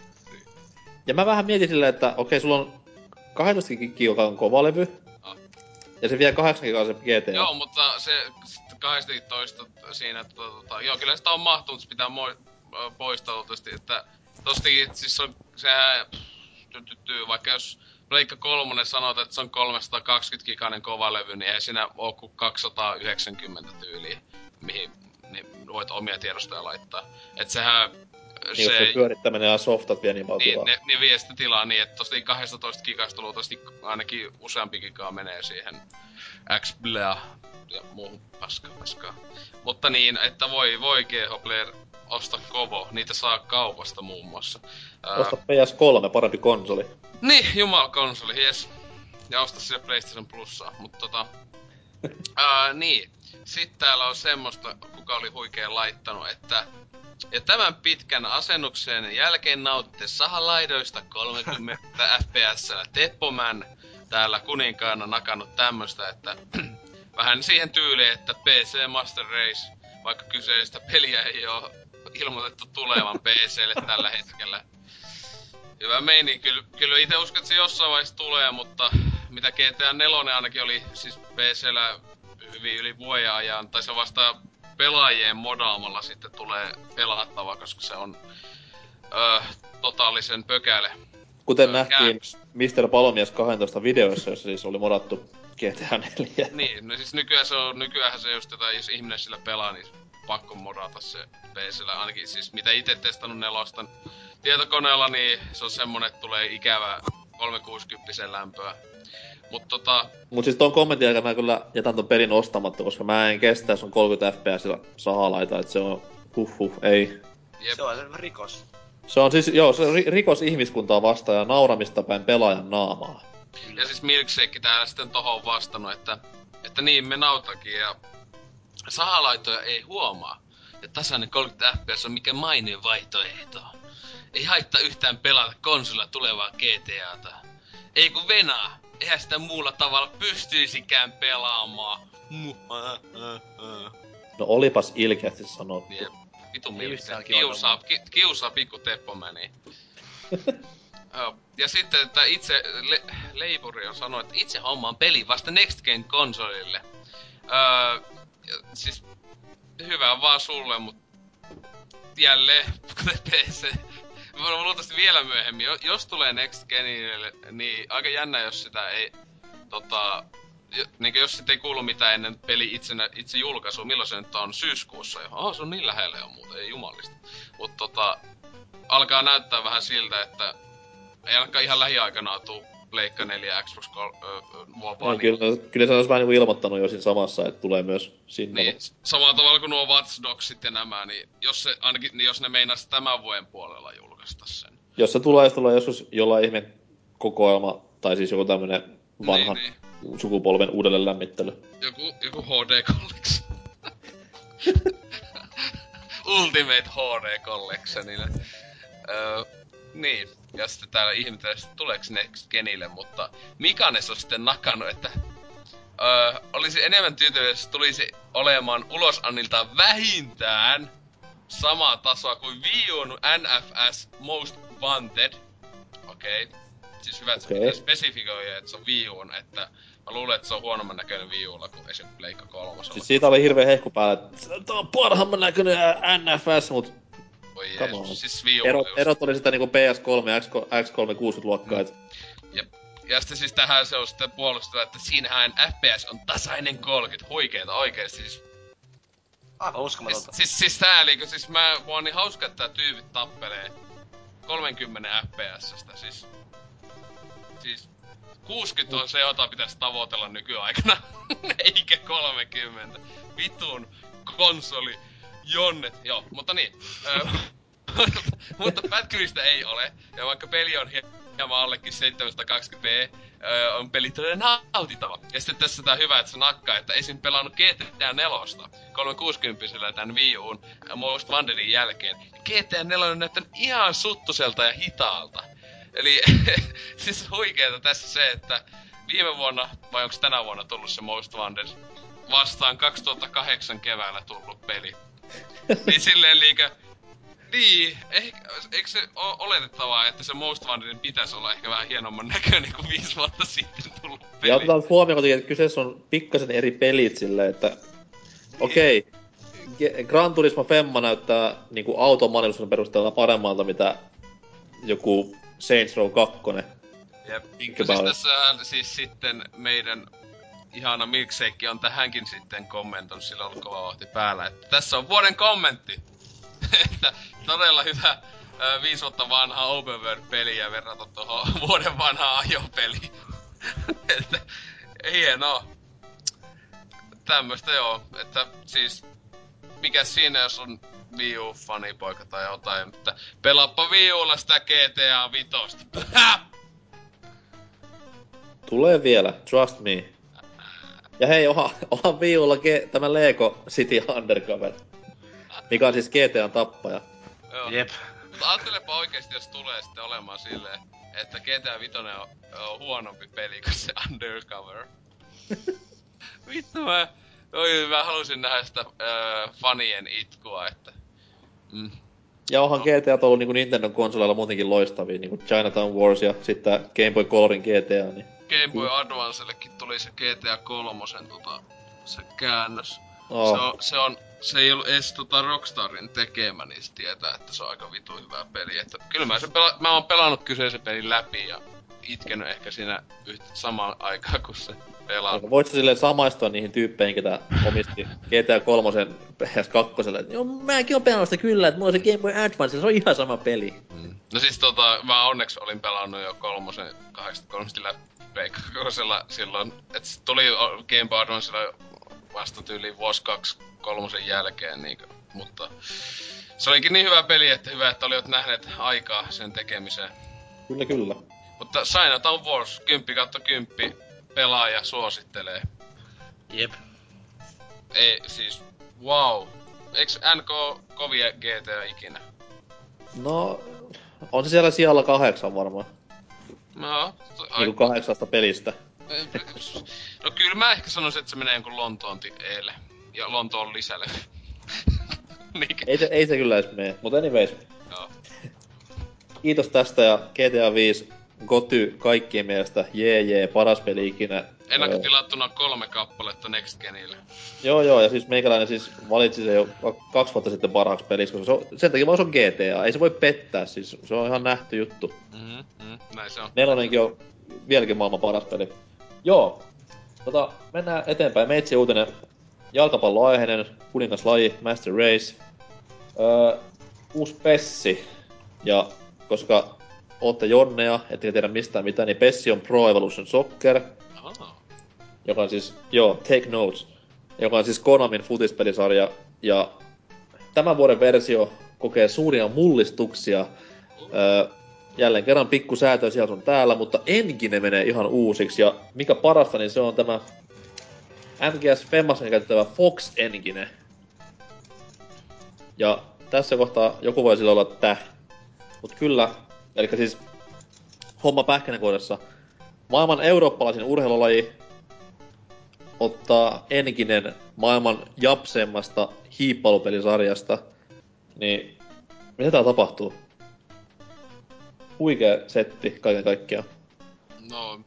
Ja mä vähän mietin silleen, että okei, sulla on kaksitoista gigan kova levy. Ah. Ja se vie kahdeksan gigan se G T A. Joo, mutta se kaksitoista siinä, tota, joo, kyllä sitä on mahtunut, se pitää mo- poistaa luultavasti, että tostakin, siis on, sehän, tytytyy, vaikka jos Pleikka kolmonen sanotaan, että se on kolmesataakaksikymmentä giganen kova levy, niin ei siinä oo kuin kaksisataayhdeksänkymmentä tyyliä, mihin niin voit omia tiedostoja laittaa. Et sehän... Niin, se, jos se pyörittäminen ja softat vie niin paljon niin, tilaa. Ne, ne vie sitä tilaa niin, että tosta kaksitoista gigasta luultavasti ainakin useampi gigaa menee siihen X-Blea ja muuhun paskaa paskaa. Mutta niin, että voi voi G H Player osta Kovo, niitä saa kaupasta muun muassa. Osta P S kolme, parempi konsoli. Niin, jumal konsoli, jes. Ja osta sille PlayStation Plusaa, mutta tota... ää, niin, sit täällä on semmoista, kuka oli huikeen laittanut, että... Ja tämän pitkän asennuksen jälkeen nautitte sahalaidoista kolmekymmentä F P S-llä Teppoman täällä kuninkaana nakannut tämmöstä, että vähän siihen tyyliin, että P C Master Race, vaikka kyseistä peliä ei oo ilmoitettu tulevan P C:lle tällä hetkellä. Hyvä meini, kyllä, kyllä ite uskon, että se jossain vaiheessa tulee, mutta mitä G T A neljä ainakin oli siis P C:llä hyvin yli vuoden ajan, tai se vasta pelaajien modaamalla sitten tulee pelattava, koska se on öö, totaalisen pökäle. Kuten öö, nähtiin mister Palomies kaksitoista videoissa, jossa siis oli modattu G T A neljä. Niin, no siis nykyään se on, nykyäänhän se just, että jos ihminen sillä pelaa, niin pakko modata se P C:llä. Ainakin siis mitä ite testannut nelostan tietokoneella, niin se on semmonen, että tulee ikävää kolmesataakuusikymmentä lämpöä. Mut tota... Mut siis ton kommentin aikana mä kyllä jätän ton pelin ostamatta, koska mä en kestä, jos on kolmekymmentä F P S sahalaita, et se on huh huh, ei. Jep. Se on rikos. Se on siis, joo, se on ri- rikos ihmiskuntaa vastaan ja nauramista päin pelaajan naamaa. Ja siis Milkshake täällä sitten tohon vastannut, että, että niin me nautakin ja sahalaitoja ei huomaa. Ja tasainen kolmekymmentä F P S on mikä maineen vaihtoehto. Ei haittaa yhtään pelata konsolilla tulevaa G T A:ta. Ei kun venaa. Eihän sitä muulla tavalla pystyisikään pelaamaan. No olipas ilkeästi sanottu. Jep. Vitun Milkshake. Kiusaa, ki, kiusaa pikku Teppomäni. ja sitten, että itse le, Leipuri on sanonut, että itse hommaan peli vasta Next Gen konsolille. Öö, siis hyvä vaan sulle, mut jälleen, kuten P C. Luultavasti vielä myöhemmin. Jos tulee Next Genille, niin aika jännä, jos sitä ei tota... Niinkö jos sit ei kuulu mitään ennen peli itsenä, itse julkaisua, milloin se nyt on syyskuussa jo? Oh, se on niin lähellä jo muuten, ei jumalista. Mut tota, alkaa näyttää vähän siltä, että ei ainakaan ihan lähiaikana tuu Pleikka neljä, Xbox kolme, One. Kyllä, kyllä se olisi vähän niinku ilmoittanut jo siinä samassa, että tulee myös sinne. Niin, samalla tavalla kuin nuo Watch Dogsit ja nämä, niin jos, se, ainakin, niin jos ne meinas tämän vuoden puolella julkaista sen. Jos se tulee, se tulee joskus jollain ihme kokoelma, tai siis joku tämmönen vanhan niin, niin. sukupolven uudelleen lämmittely. Joku, joku H D Collection. Ultimate H D Collectionille. Öö, niin, ja sitten täällä ihmetellään, että tuleeks Next Genille, mutta Mikanes on sitten nakannut, että öö, olisi enemmän tyytyväinen, jos tulisi olemaan ulosanniltaan vähintään samaa tasoa kuin Wii U:n N F S Most Wanted. Okei. Okay. Siis hyvä, että okay. Se spesifikoi, että se on Wii U:n, että mä luulen, että se on huonomman näköinen Wii U:lla kuin esim. Pleikka kolmosella. Siis siitä oli hirveen hehku päällä, että tää on parhaamman näköinen N F S, mut... Oi jeesus, siis Wii U erot, erot oli sitä niinku P S kolme ja X kolmesataakuusikymmentä-luokkaa, mm. Ja, ja sitten siis tähän se on sitten puolustettu, että siinähän F P S on tasainen kolmekymmentä, huikeeta oikeesti siis. Aivan uskomatonta. Siis, siis, siis sääliikö, siis mä, mua on niin hauska, että tää tyypit tappelee kolmekymmentä F P S:stä, siis... Siis... kuusikymmentä on se, jota pitäis tavoitella nykyaikana, eikä kolmekymmentä. Vitun konsoli, jonnet, joo, mutta niin. Mutta pätkymistä ei ole, ja vaikka peli on hieman allekin seitsemänsataakaksikymmentä p, öö, on peli todella nautitava. Ja sitten tässä tää hyvä, että se nakkaa, että esim. Pelannut G T A neljä kolmesataakuusikymmentä tän Wii U:n Most Wantedin jälkeen. G T A neljä on näyttänyt ihan suttuselta ja hitaalta. Eli siis huikeeta tässä se, että viime vuonna, vai onko tänä vuonna tullut se Most Wanted vastaan kaksituhattakahdeksan keväällä tullut peli. Niin silleen liikä... Niin, ehkä, eikö se ole oletettavaa, että se Most Wantedin pitäisi olla ehkä vähän hienomman näköinen kuin viisi vuotta sitten tullut peli. Ja otetaan huomioon, että kyseessä on pikkasen eri pelit silleen, että... Okei, okay, Gran Turismo Femma näyttää niinku automaanilusten perusteella paremmalta, mitä joku Saints Row kaksi. Jep. Siis tässä siis sitten meidän ihana Milkshake on tähänkin sitten kommentoinut, sillä on ollut kova vauhti päällä, että tässä on vuoden kommentti. Että todella hyvä äh, viisi vuotta vanha open world-peliä verrata tuohon vuoden vanhaan ajopeliin. Että hienoa. Tämmöstä joo, että siis mikä siinä jos on Wii U-fanipoika tai jotain, että pelaappa Wii Ulla sitä G T A viitosta. Tulee vielä, trust me. Ja hei, onhan, onhan Wii Ulla G- tämä Lego City Undercover, mikä on siis G T A:n tappaja. Joo. Jep. Mutta ajattelepa oikeesti, jos tulee sitten olemaan silleen, että G T A viisi on, on huonompi peli kuin se Undercover. Vittu mä... Oi, mä halusin nähdä sitä äh, fanien itkua, että... Mm. Ja onhan no. G T A ollut niinku Nintendon konsoleilla muutenkin loistavia, niinku Chinatown Wars ja sitten Game Boy Colorin G T A, niin... Game Boy Advancellekin tuli se G T A kolme tota, se käännös. Oh. Se on, se on, se ei ollut edes tota Rockstarin tekemä, niin se tietää, että se on aika vitu hyvä peli. Että kyllä mä, sen pela- mä oon pelannut kyseisen pelin läpi ja itkenyt ehkä siinä yhtä samaan aikaan, kun se pelaa. No, voit sä silleen samaistua niihin tyyppeihin, ketä omisti G T A kolme P S kaksi, että joo, mäkin oon pelannut sitä kyllä, että mulla on se Game Boy Advance, se on ihan sama peli. Mm. No siis tota, mä onneksi olin pelannut jo kolmosen kahdeksankymmentäkolme läpi silloin, että se tuli Game Boy Advancella vasta tyyliin vuosi kaksi kolmosen jälkeen, niin, mutta se olikin niin hyvä peli, että hyvä, että olivat nähneet aikaa sen tekemiseen. Kyllä, kyllä. Mutta Chinatown Wars kymmenen kautta kymmenen pelaaja suosittelee. Jep. Ei, siis, wow. Eiks N K kovia G T A ikinä? No, on se siellä sijalla kahdeksan varmaan. No, to- niinku kahdeksasta pelistä. No kyllä mä ehkä sanoisin, että se menee jonkun Lontoon eelle. Ja Lontoon lisälle. ei, se, ei se kyllä edes mene, mutta anyways. Joo. Kiitos tästä ja G T A viisi Goty kaikkien mielestä jee jee, paras peli ikinä. Ennakkotilattuna kolme kappaletta Next Genille. Joo joo, ja siis meikäläinen siis valitsi se jo kaksi vuotta sitten parhaaksi peliksi, koska se on, sen takia vaan se on G T A. Ei se voi pettää, siis se on ihan nähty juttu. Mhm, mm, näin se on. Nelonenkin on vieläkin maailman paras peli. Joo. Tota, mennään eteenpäin. Meitsi uutinen. Jalkapalloaiheinen, kuningaslaji, Master Race. Öö, uusi Pessi. Ja koska ootte Jonneja, ettekä tiedä mistään mitään, niin Pessi on Pro Evolution Soccer. Oh. Joka on siis, joo, take notes. Joka on siis Konamin futispelisarja. Ja tämän vuoden versio kokee suuria mullistuksia. Öö, jälleen kerran pikku säätöä siellä sun täällä, mutta engine menee ihan uusiksi. Ja mikä parasta, niin se on tämä M G S Femmassa käytettävä Fox Engine. Ja tässä kohtaa joku voi sillä olla täh. Mut kyllä, eli siis homma pähkinänkuoressa. Maailman eurooppalaisin urheilulaji ottaa Enginen maailman japseimmasta hiippailupelisarjasta. Niin, mitä täällä tapahtuu? Huikee setti kaiken kaikkiaan. No...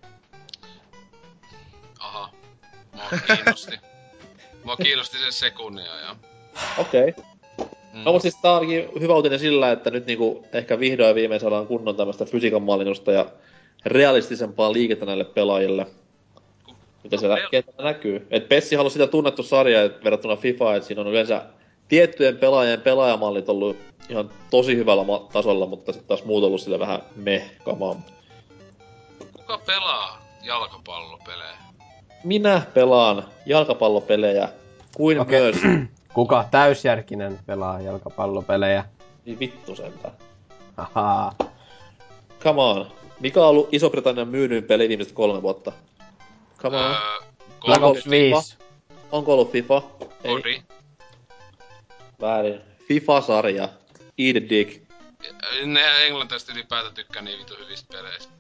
Aha. Mua kiinnosti. Mua kiinnosti sen sekunnia ja... Okei. Okay. Mm. No mut siis tää onkin hyvä uutinen sillä, että nyt niinku ehkä vihdoin ja viimein saadaan kunnon tämmöstä fysiikan mallinnusta ja realistisempaa liikettä näille pelaajille. Mitä No, siellä pel- kentällä näkyy. Et Pessi on sitä tunnettu sarja et verrattuna FIFAan, että siinä on yleensä tiettyjen pelaajien pelaajamallit ollut ihan tosi hyvällä ma- tasolla, mutta sitten taas muut ollut sille vähän meh kamaa. Kuka pelaa jalkapallopelejä? Minä pelaan jalkapallopelejä kuin Okei. myös... Kuka täysjärkinen pelaa jalkapallopelejä? Niin vittu sentään. Haha. Come on. Mikä on ollut Iso-Britannian myydyin peli viimeiset kolme vuotta? Come on. Öö, Black Onko Ops viisi. Onko ollut FIFA? Ei. Kodi. Väärin. FIFA-sarja. Eat a dick. Ne englantilaiset ylipäätään tykkää niin vitu hyvistä peleistä.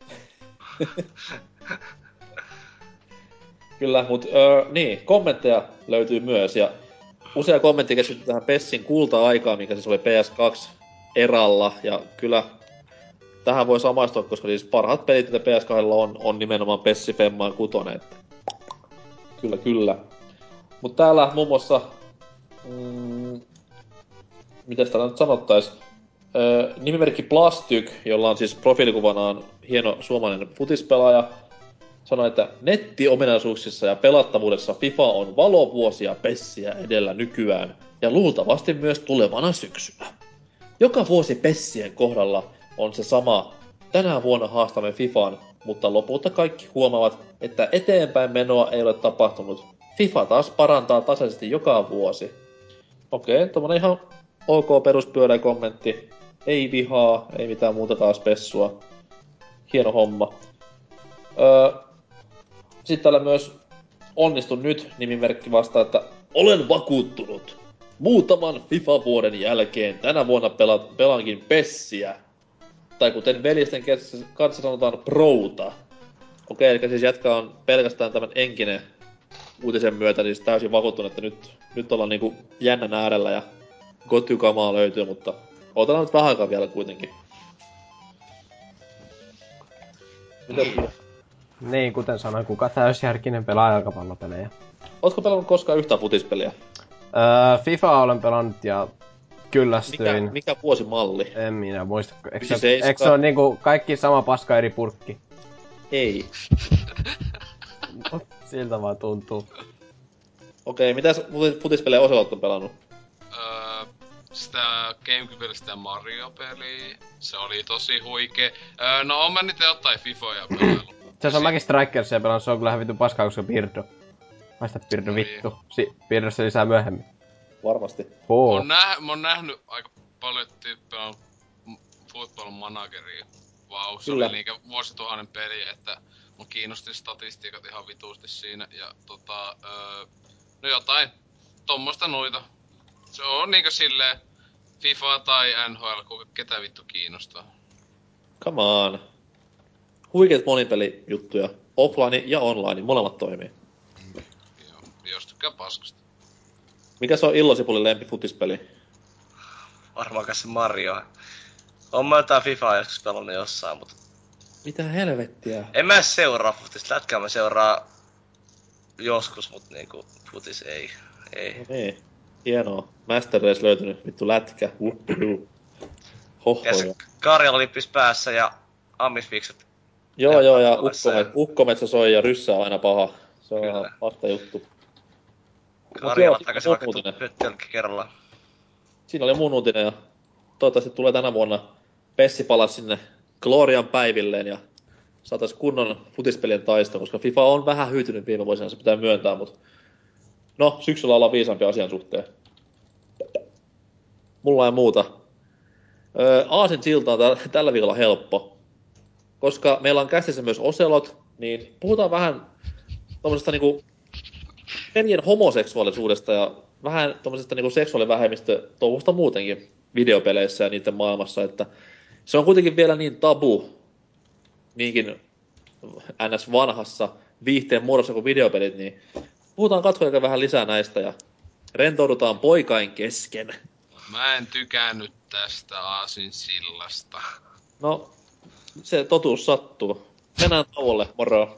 Kyllä, mut öö, niin, kommentteja löytyy myös, ja usea kommentti keskittyy tähän Pessin kulta-aikaan, mikä siis oli P S kaksi eralla, ja kyllä tähän voi samaistua, koska siis parhaat pelit, mitä P S kaksi on, on nimenomaan Pessi, Femma ja Kutonen, että kyllä, kyllä. Mut täällä muun muassa, mm, mitäs täällä nyt sanottais, öö, nimimerkki Plastyk, jolla on siis profiilikuvanaan hieno suomalainen futispelaaja, sanoi, että nettiominaisuuksissa ja pelattavuudessa FIFA on valovuosia Pessiä edellä nykyään ja luultavasti myös tulevana syksynä. Joka vuosi Pessien kohdalla on se sama. Tänä vuonna haastamme FIFAan, mutta lopulta kaikki huomaavat, että eteenpäin menoa ei ole tapahtunut. FIFA taas parantaa tasaisesti joka vuosi. Okei, tommonen ihan ok peruspyörä kommentti. Ei vihaa, ei mitään muuta taas pessua. Hieno homma. Öö, Sitten täällä myös onnistu nyt nimimerkki vastaa, että olen vakuuttunut. Muutaman FIFA-vuoden jälkeen tänä vuonna pela- pelaankin Pessiä. Tai kuten veljesten kanssa sanotaan Prouta. Okei, eli siis jätkä on pelkästään tämän Enkinen uutisen myötä siis täysin vakuuttunut, että nyt, nyt ollaan niinku jännän äärellä ja Goty-kamaa löytyy, mutta odotellaan nyt vähän aikaa vielä kuitenkin. Mitä? Niin, kuten sanoin, kuka täysjärkinen pelaa jalkapallopelejä? Ootko pelannut koskaan yhtään futispeliä? Öö, FIFA olen pelannut ja kyllästyin. Mikä, mikä vuosimalli? En minä muista. Eikö se, yhdeksänkymmentäseitsemän? eikö se ole niinku kaikki sama paska eri purkki? Ei. No, siltä vaan tuntuu. Okei, mitäs futispelejä Oselot on pelannut? Öö, sitä Gamecubella sitä Mario-peliä. Se oli tosi huikee. Öö, no on mä nyt jotain Fifoja pelailu. Se on mäkin Strikersia pelannut, se on kyllä vittu paskaa, koska Birdo. Maista Birdo Niin. vittu. Si- Birdo se lisää myöhemmin. Varmasti. Hoo. Mä oon, näh- mä oon nähnyt aika paljon tyyppejä on Football Manageria. Vau, se Kyllä. oli niinkä vuosituhannen peli, että mun kiinnosti statistiikat ihan vituusti siinä. Ja tota, öö, no jotain tommosta noita. Se on niinkö silleen FIFA tai N H L, kuka ketä vittu kiinnostaa. Come on. Huikeet monipelijuttuja. Offline ja online, molemmat toimii. Joo, jos tykkää paskasta. Mikä se on Illosipulin lempifutispeli? Varmaan kai se Mario. On mä jotain FIFAa joskus pelannut jossain, mutta Mitä helvettiä? En mä seuraa futista, lätkää mä seuraa joskus, mut niinku futis ei. Ei. No niin. Hienoa. Master Race löytynyt, vittu lätkä. Uhuhu. Hohhoja. Ja Karjala lippis päässä ja ammisfikset. Joo joo, ja Puolessa ukkomet, ukkometsä soi ja ryssä on aina paha. Se on ihan vasta juttu. Karjala joo, takaisin mun vaikka uutinen. höttölkki kerrallaan. Siinä oli mun uutinen ja toivottavasti tulee tänä vuonna Pessi palaa sinne Glorian päivilleen ja saatais kunnon futispelien taisto, koska FIFA on vähän hyytynyt viime vuosina, se pitää myöntää, mutta no, syksyllä ollaan viisaampi asian suhteen. Mulla ei muuta. Öö, Aasin silta on täl- tällä viikolla helppo. Koska meillä on käsissä myös Oselot, niin puhutaan vähän tommosesta niinku pelien homoseksuaalisuudesta ja vähän tommosesta niinku seksuaalivähemmistö-touhusta muutenkin videopeleissä ja niiden maailmassa, että se on kuitenkin vielä niin tabu niinkin ns. Vanhassa viihteen muodossa kuin videopelit, niin puhutaan katsojalle vähän lisää näistä ja rentoudutaan poikain kesken. Mä en tykännyt tästä aasinsillasta. No, se totuus sattuu. Mennään tauolle, moro.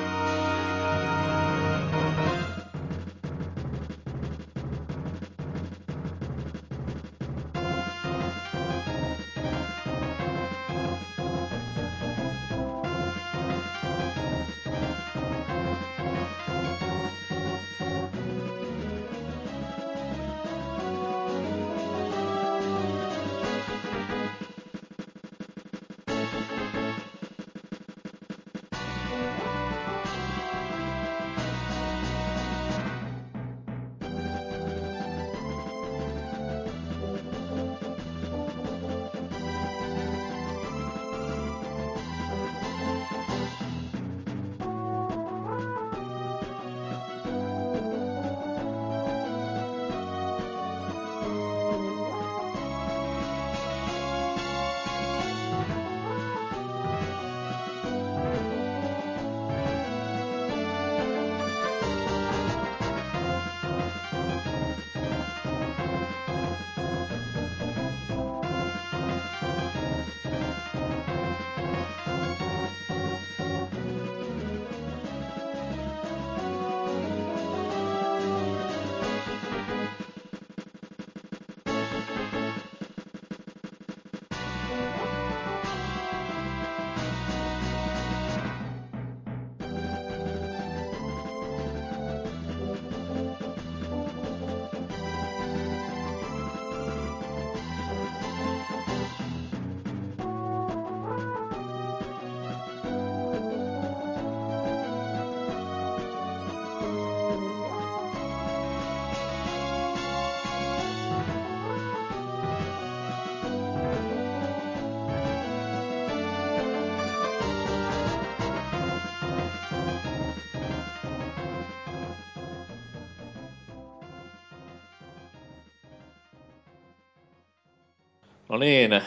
No niin,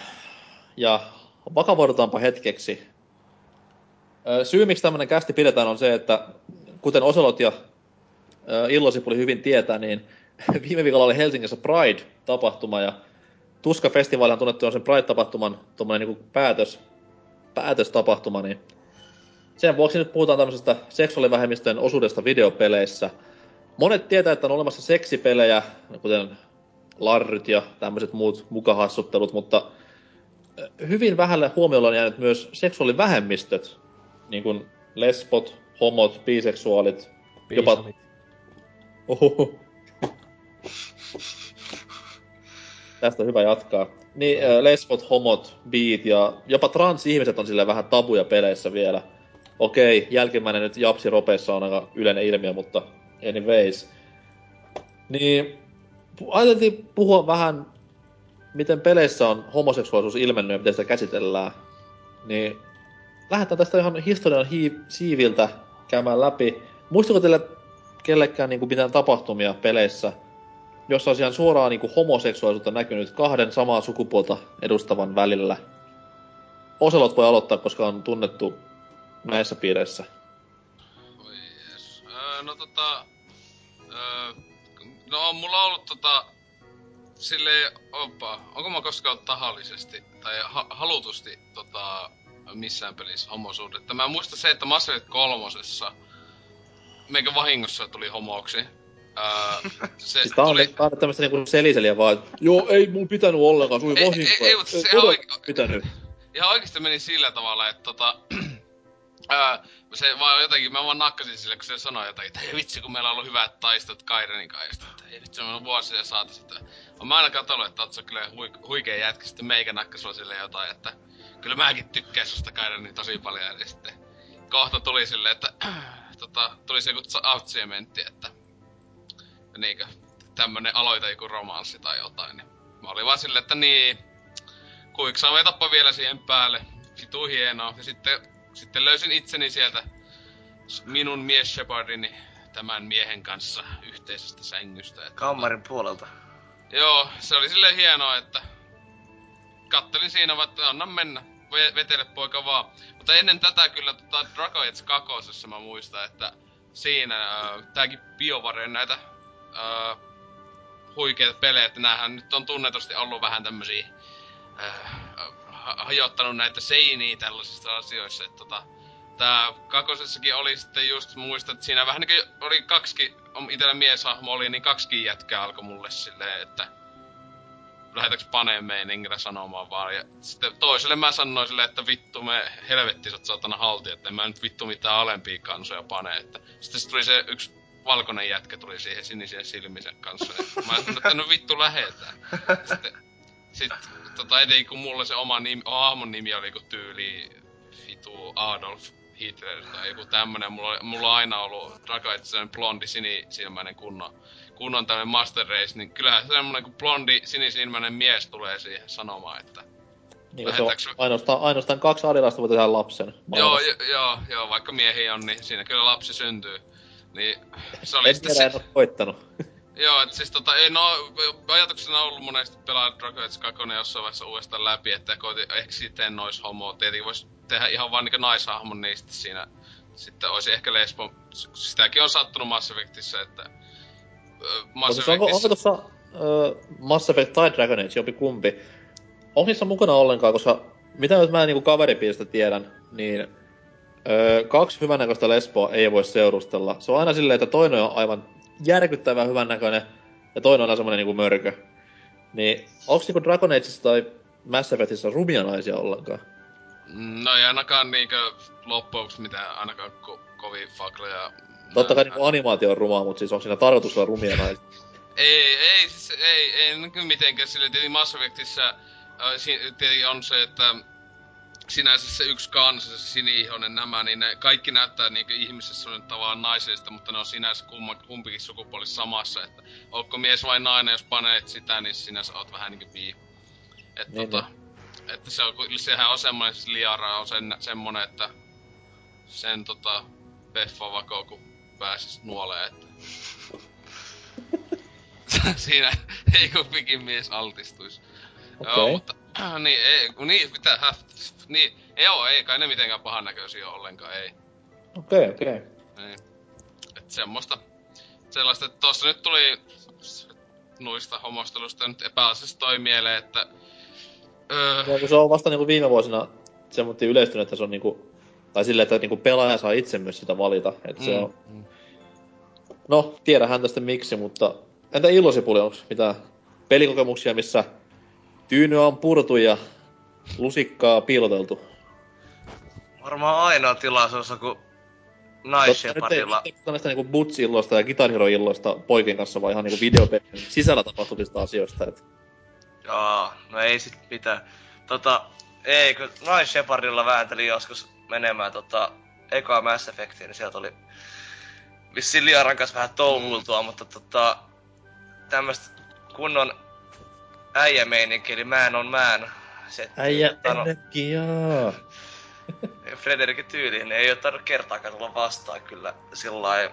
ja vakavoidutaanpa hetkeksi. Ö, Syy, miksi tämmönen kästi pidetään, on se, että kuten Oselot ja ö, Illosipuli hyvin tietää, niin viime viikolla oli Helsingissä Pride-tapahtuma, ja Tuska-festivaalihan tunnettu on sen Pride-tapahtuman tommonen niinku päätös, päätöstapahtuma, niin sen vuoksi nyt puhutaan tämmöisestä seksuaalivähemmistöjen osuudesta videopeleissä. Monet tietää, että on olemassa seksipelejä, kuten larryt ja tämmöiset muut mukahassuttelut, mutta hyvin vähälle huomiolle on jäänyt myös seksuaalivähemmistöt, niin kuin lesbot, homot, biseksuaalit, jopa... Piisalit. Ohoho. Tästä on hyvä jatkaa. Niin, äh, lesbot, homot, biit ja jopa transihmiset on silleen vähän tabuja peleissä vielä. Okei, jälkimmäinen nyt japsi ropeessa on aika yleinen ilmiö, mutta anyways. Niin, pu- ajateltiin puhua vähän, miten peleissä on homoseksuaalisuus ilmennyt ja miten sitä käsitellään. Niin, lähdetään tästä ihan historian hiiv- siiviltä käymään läpi. Muistuuko teille kellekään niinku mitään tapahtumia peleissä, jossa olisi ihan suoraan niinku homoseksuaalisuutta näkynyt kahden samaa sukupuolta edustavan välillä? Oselot voi aloittaa, koska on tunnettu näissä piireissä. Oi jees. Öö, no tota... Öö, no on mulla ollut tota... Silleen, opa, onko mä koskaan ollut tahallisesti tai ha- halutusti tota... missään pelissä homosuhdetta. Mä muistan se, että Mass Effect kolmosessa meikä vahingossa tuli homoksi. Öö, se siis tää on, tuli... tää on tämmöstä niinku seliseliä vaan, että joo, ei mun pitänyt ollenkaan, sui ei, vahinkoa. Ei, ei, mutta se ihan oike... pitänyt. Ihan oikeesti meni sillä tavalla, että tota... öö, se vaan jotenkin, mä vaan nakkasin sille, kun se sanoi jotakin, että hei vitsi, kun meillä on ollut hyvät taistot Kairenin kanssa, että hei vitsi, on vuosia saatu sitä. Mä aina katsoin, että Tatsu on kyllä hui- huikea jätkä, sitten meikä nakkas vaan sille jotain, että kyllä mäkin tykkään susta Kairenin tosi paljon, ja sitten kohta tuli silleen, että tota, tuli se joku outsiementti, että niinkö tämmönen aloita joku romanssi tai jotain, niin mä olin vaan silleen, että niin, kuiksavetappa vielä siihen päälle, vitu hienoa, ja sitten, sitten löysin itseni sieltä minun mies Shepardini tämän miehen kanssa yhteisestä sängystä. Että Kammarin puolelta. Joo, se oli silleen hienoa, että kattelin siinä vaan, että anna mennä, vetele poika vaan. Mutta ennen tätä kyllä tota Dragon Age kakosessa mä muistan, että siinä äh, tääkin BioWare näitä äh, huikeita pelejä, että näähän nyt on tunnetusti ollut vähän tämmösiä äh, hajottanut näitä seiniä tällaisissa asioissa, että tota tää kakosessakin oli sitten just, muistan, että siinä vähän niinku oli kaksikin, itellä mieshahmo oli, niin kaksikin jätkää alkoi mulle silleen, että lähetäks paneen meiningillä sanomaan vaan. Ja sitten toiselle mä sanoin silleen, että vittu me helvettisot saatana halti, että en mä nyt vittu mitään alempia kansoja panee. Että sitten sit tuli se yksi valkoinen jätkä tuli siihen sinisen silmisen kanssa. Ja mä sanoin, että no vittu lähetään. Sitten sit, tota etenkin kun mulla se oma nimi, hahmon nimi oli joku tyyli vitu Adolf Hitler tai joku tämmönen. Mulla, mulla on aina ollut rakaitsen blondi sinisilmäinen kunnon, kunnon tämmönen Master Race, niin kyllähän semmonen kun blondi sinisilmäinen mies tulee siihen sanomaan, että niin, se on ainoastaan, ainoastaan kaksi adilasta voi tehdä lapsen. Joo, jo, joo, joo, vaikka miehiä on, niin siinä kyllä lapsi syntyy. Niin se oli en sitten tiedä, se... en oo koittanut. Joo, et siis tota, ei no, ajatuksena on ollut monesti pelaa Dragon Age kaksi jossain vaiheessa uudestaan läpi, että koitin, ehkä sitten nois homo, tietenkin vois tehdä ihan vaan niinku naishahmon, niin sitten siinä sitten olisi ehkä lesbo, sitäkin on sattunut Mass Effectissä, että Mass Effectissä... Onko, onko tossa uh, Mass Effect tai Dragon Age, jopi kumpi, onko niissä mukana ollenkaan, koska mitä nyt mä niinku kaveripiiristä tiedän, niin öö, kaksi hyvännäköistä lesboa ei voi seurustella. Se on aina silleen, että toinen on aivan järkyttävän hyvännäköinen ja toinen on aina semmonen niinku mörkö. Niin onks niinku Dragon Ageissa tai Mass Effectissä rumia naisia ollenkaan? No ei ainakaan niinkö loppuksi mitään ainakaan ko- kovin fakleja. Totta kai niinku animaatio on rumaa, mut siis onko siinä tarkoitus olla rumia naisia? ei, ei, siis ei, ei kyllä mitenkään silleen. Tietenkin Mass Effectissä äh, si- tietenkin on se, että sinänsä se yksi kanssa, se siniihonen nämä, niin ne kaikki näyttää niinku ihmisessä on tavallaan naisellista, mutta ne on sinänsä kumma, kumpikin sukupuolissa samassa, että ootko mies vai nainen, jos paneet sitä, niin sinänsä oot vähän niinku bi. Et niin, tota, niin. Että se on, sehän on semmonen, siis Liara on sen, semmonen, että sen tota, Beffa vako, kun pääsis nuoleen, että siinä ei kumpikin mies altistuis. Okay. Joo, mutta niin, ei, niin, mitä häftis. Niin, joo, ei kai ne mitenkään pahan näköisiä ollenkaan, ei. Okei, okay, okei. Okay. Niin. Et semmoista, sellaista, että tossa nyt tuli noista homostelusta nyt epäasiassa toi mieleen, että öö... no, se on vasta niinku viime vuosina semmoinen yleistynyt, että se on niinku, tai silleen, että niinku pelaaja saa itse myös sitä valita, että mm. se on... Mm. No, tiedähän tästä miksi, mutta entä Illosipuli, onks mitään pelikokemuksia, missä tyynyä on purtu ja lusikkaa piiloteltu? Varmaan ainoa tilaisuus on, kun Naisshepardilla... Nyt ei näistä niinku Butch-illoista ja Guitar Hero-illoista poikien kanssa, vaan ihan niinku videopelin sisällä tapahtuvista asioista, et... Jaa, no ei sit mitään. Tota, ei, kun Naisshepardilla väänteli joskus menemään tota ekaa Mass Effectiin, niin sieltä oli vissiin Liaran kanssa vähän touhultua, mm. mutta tota... tämmöstä kunnon äijämeininki, eli man on man. Äijä energiaa! Frederikin tyyliin, ei oo tarvitse kertaakaan tulla vastaan kyllä sillai...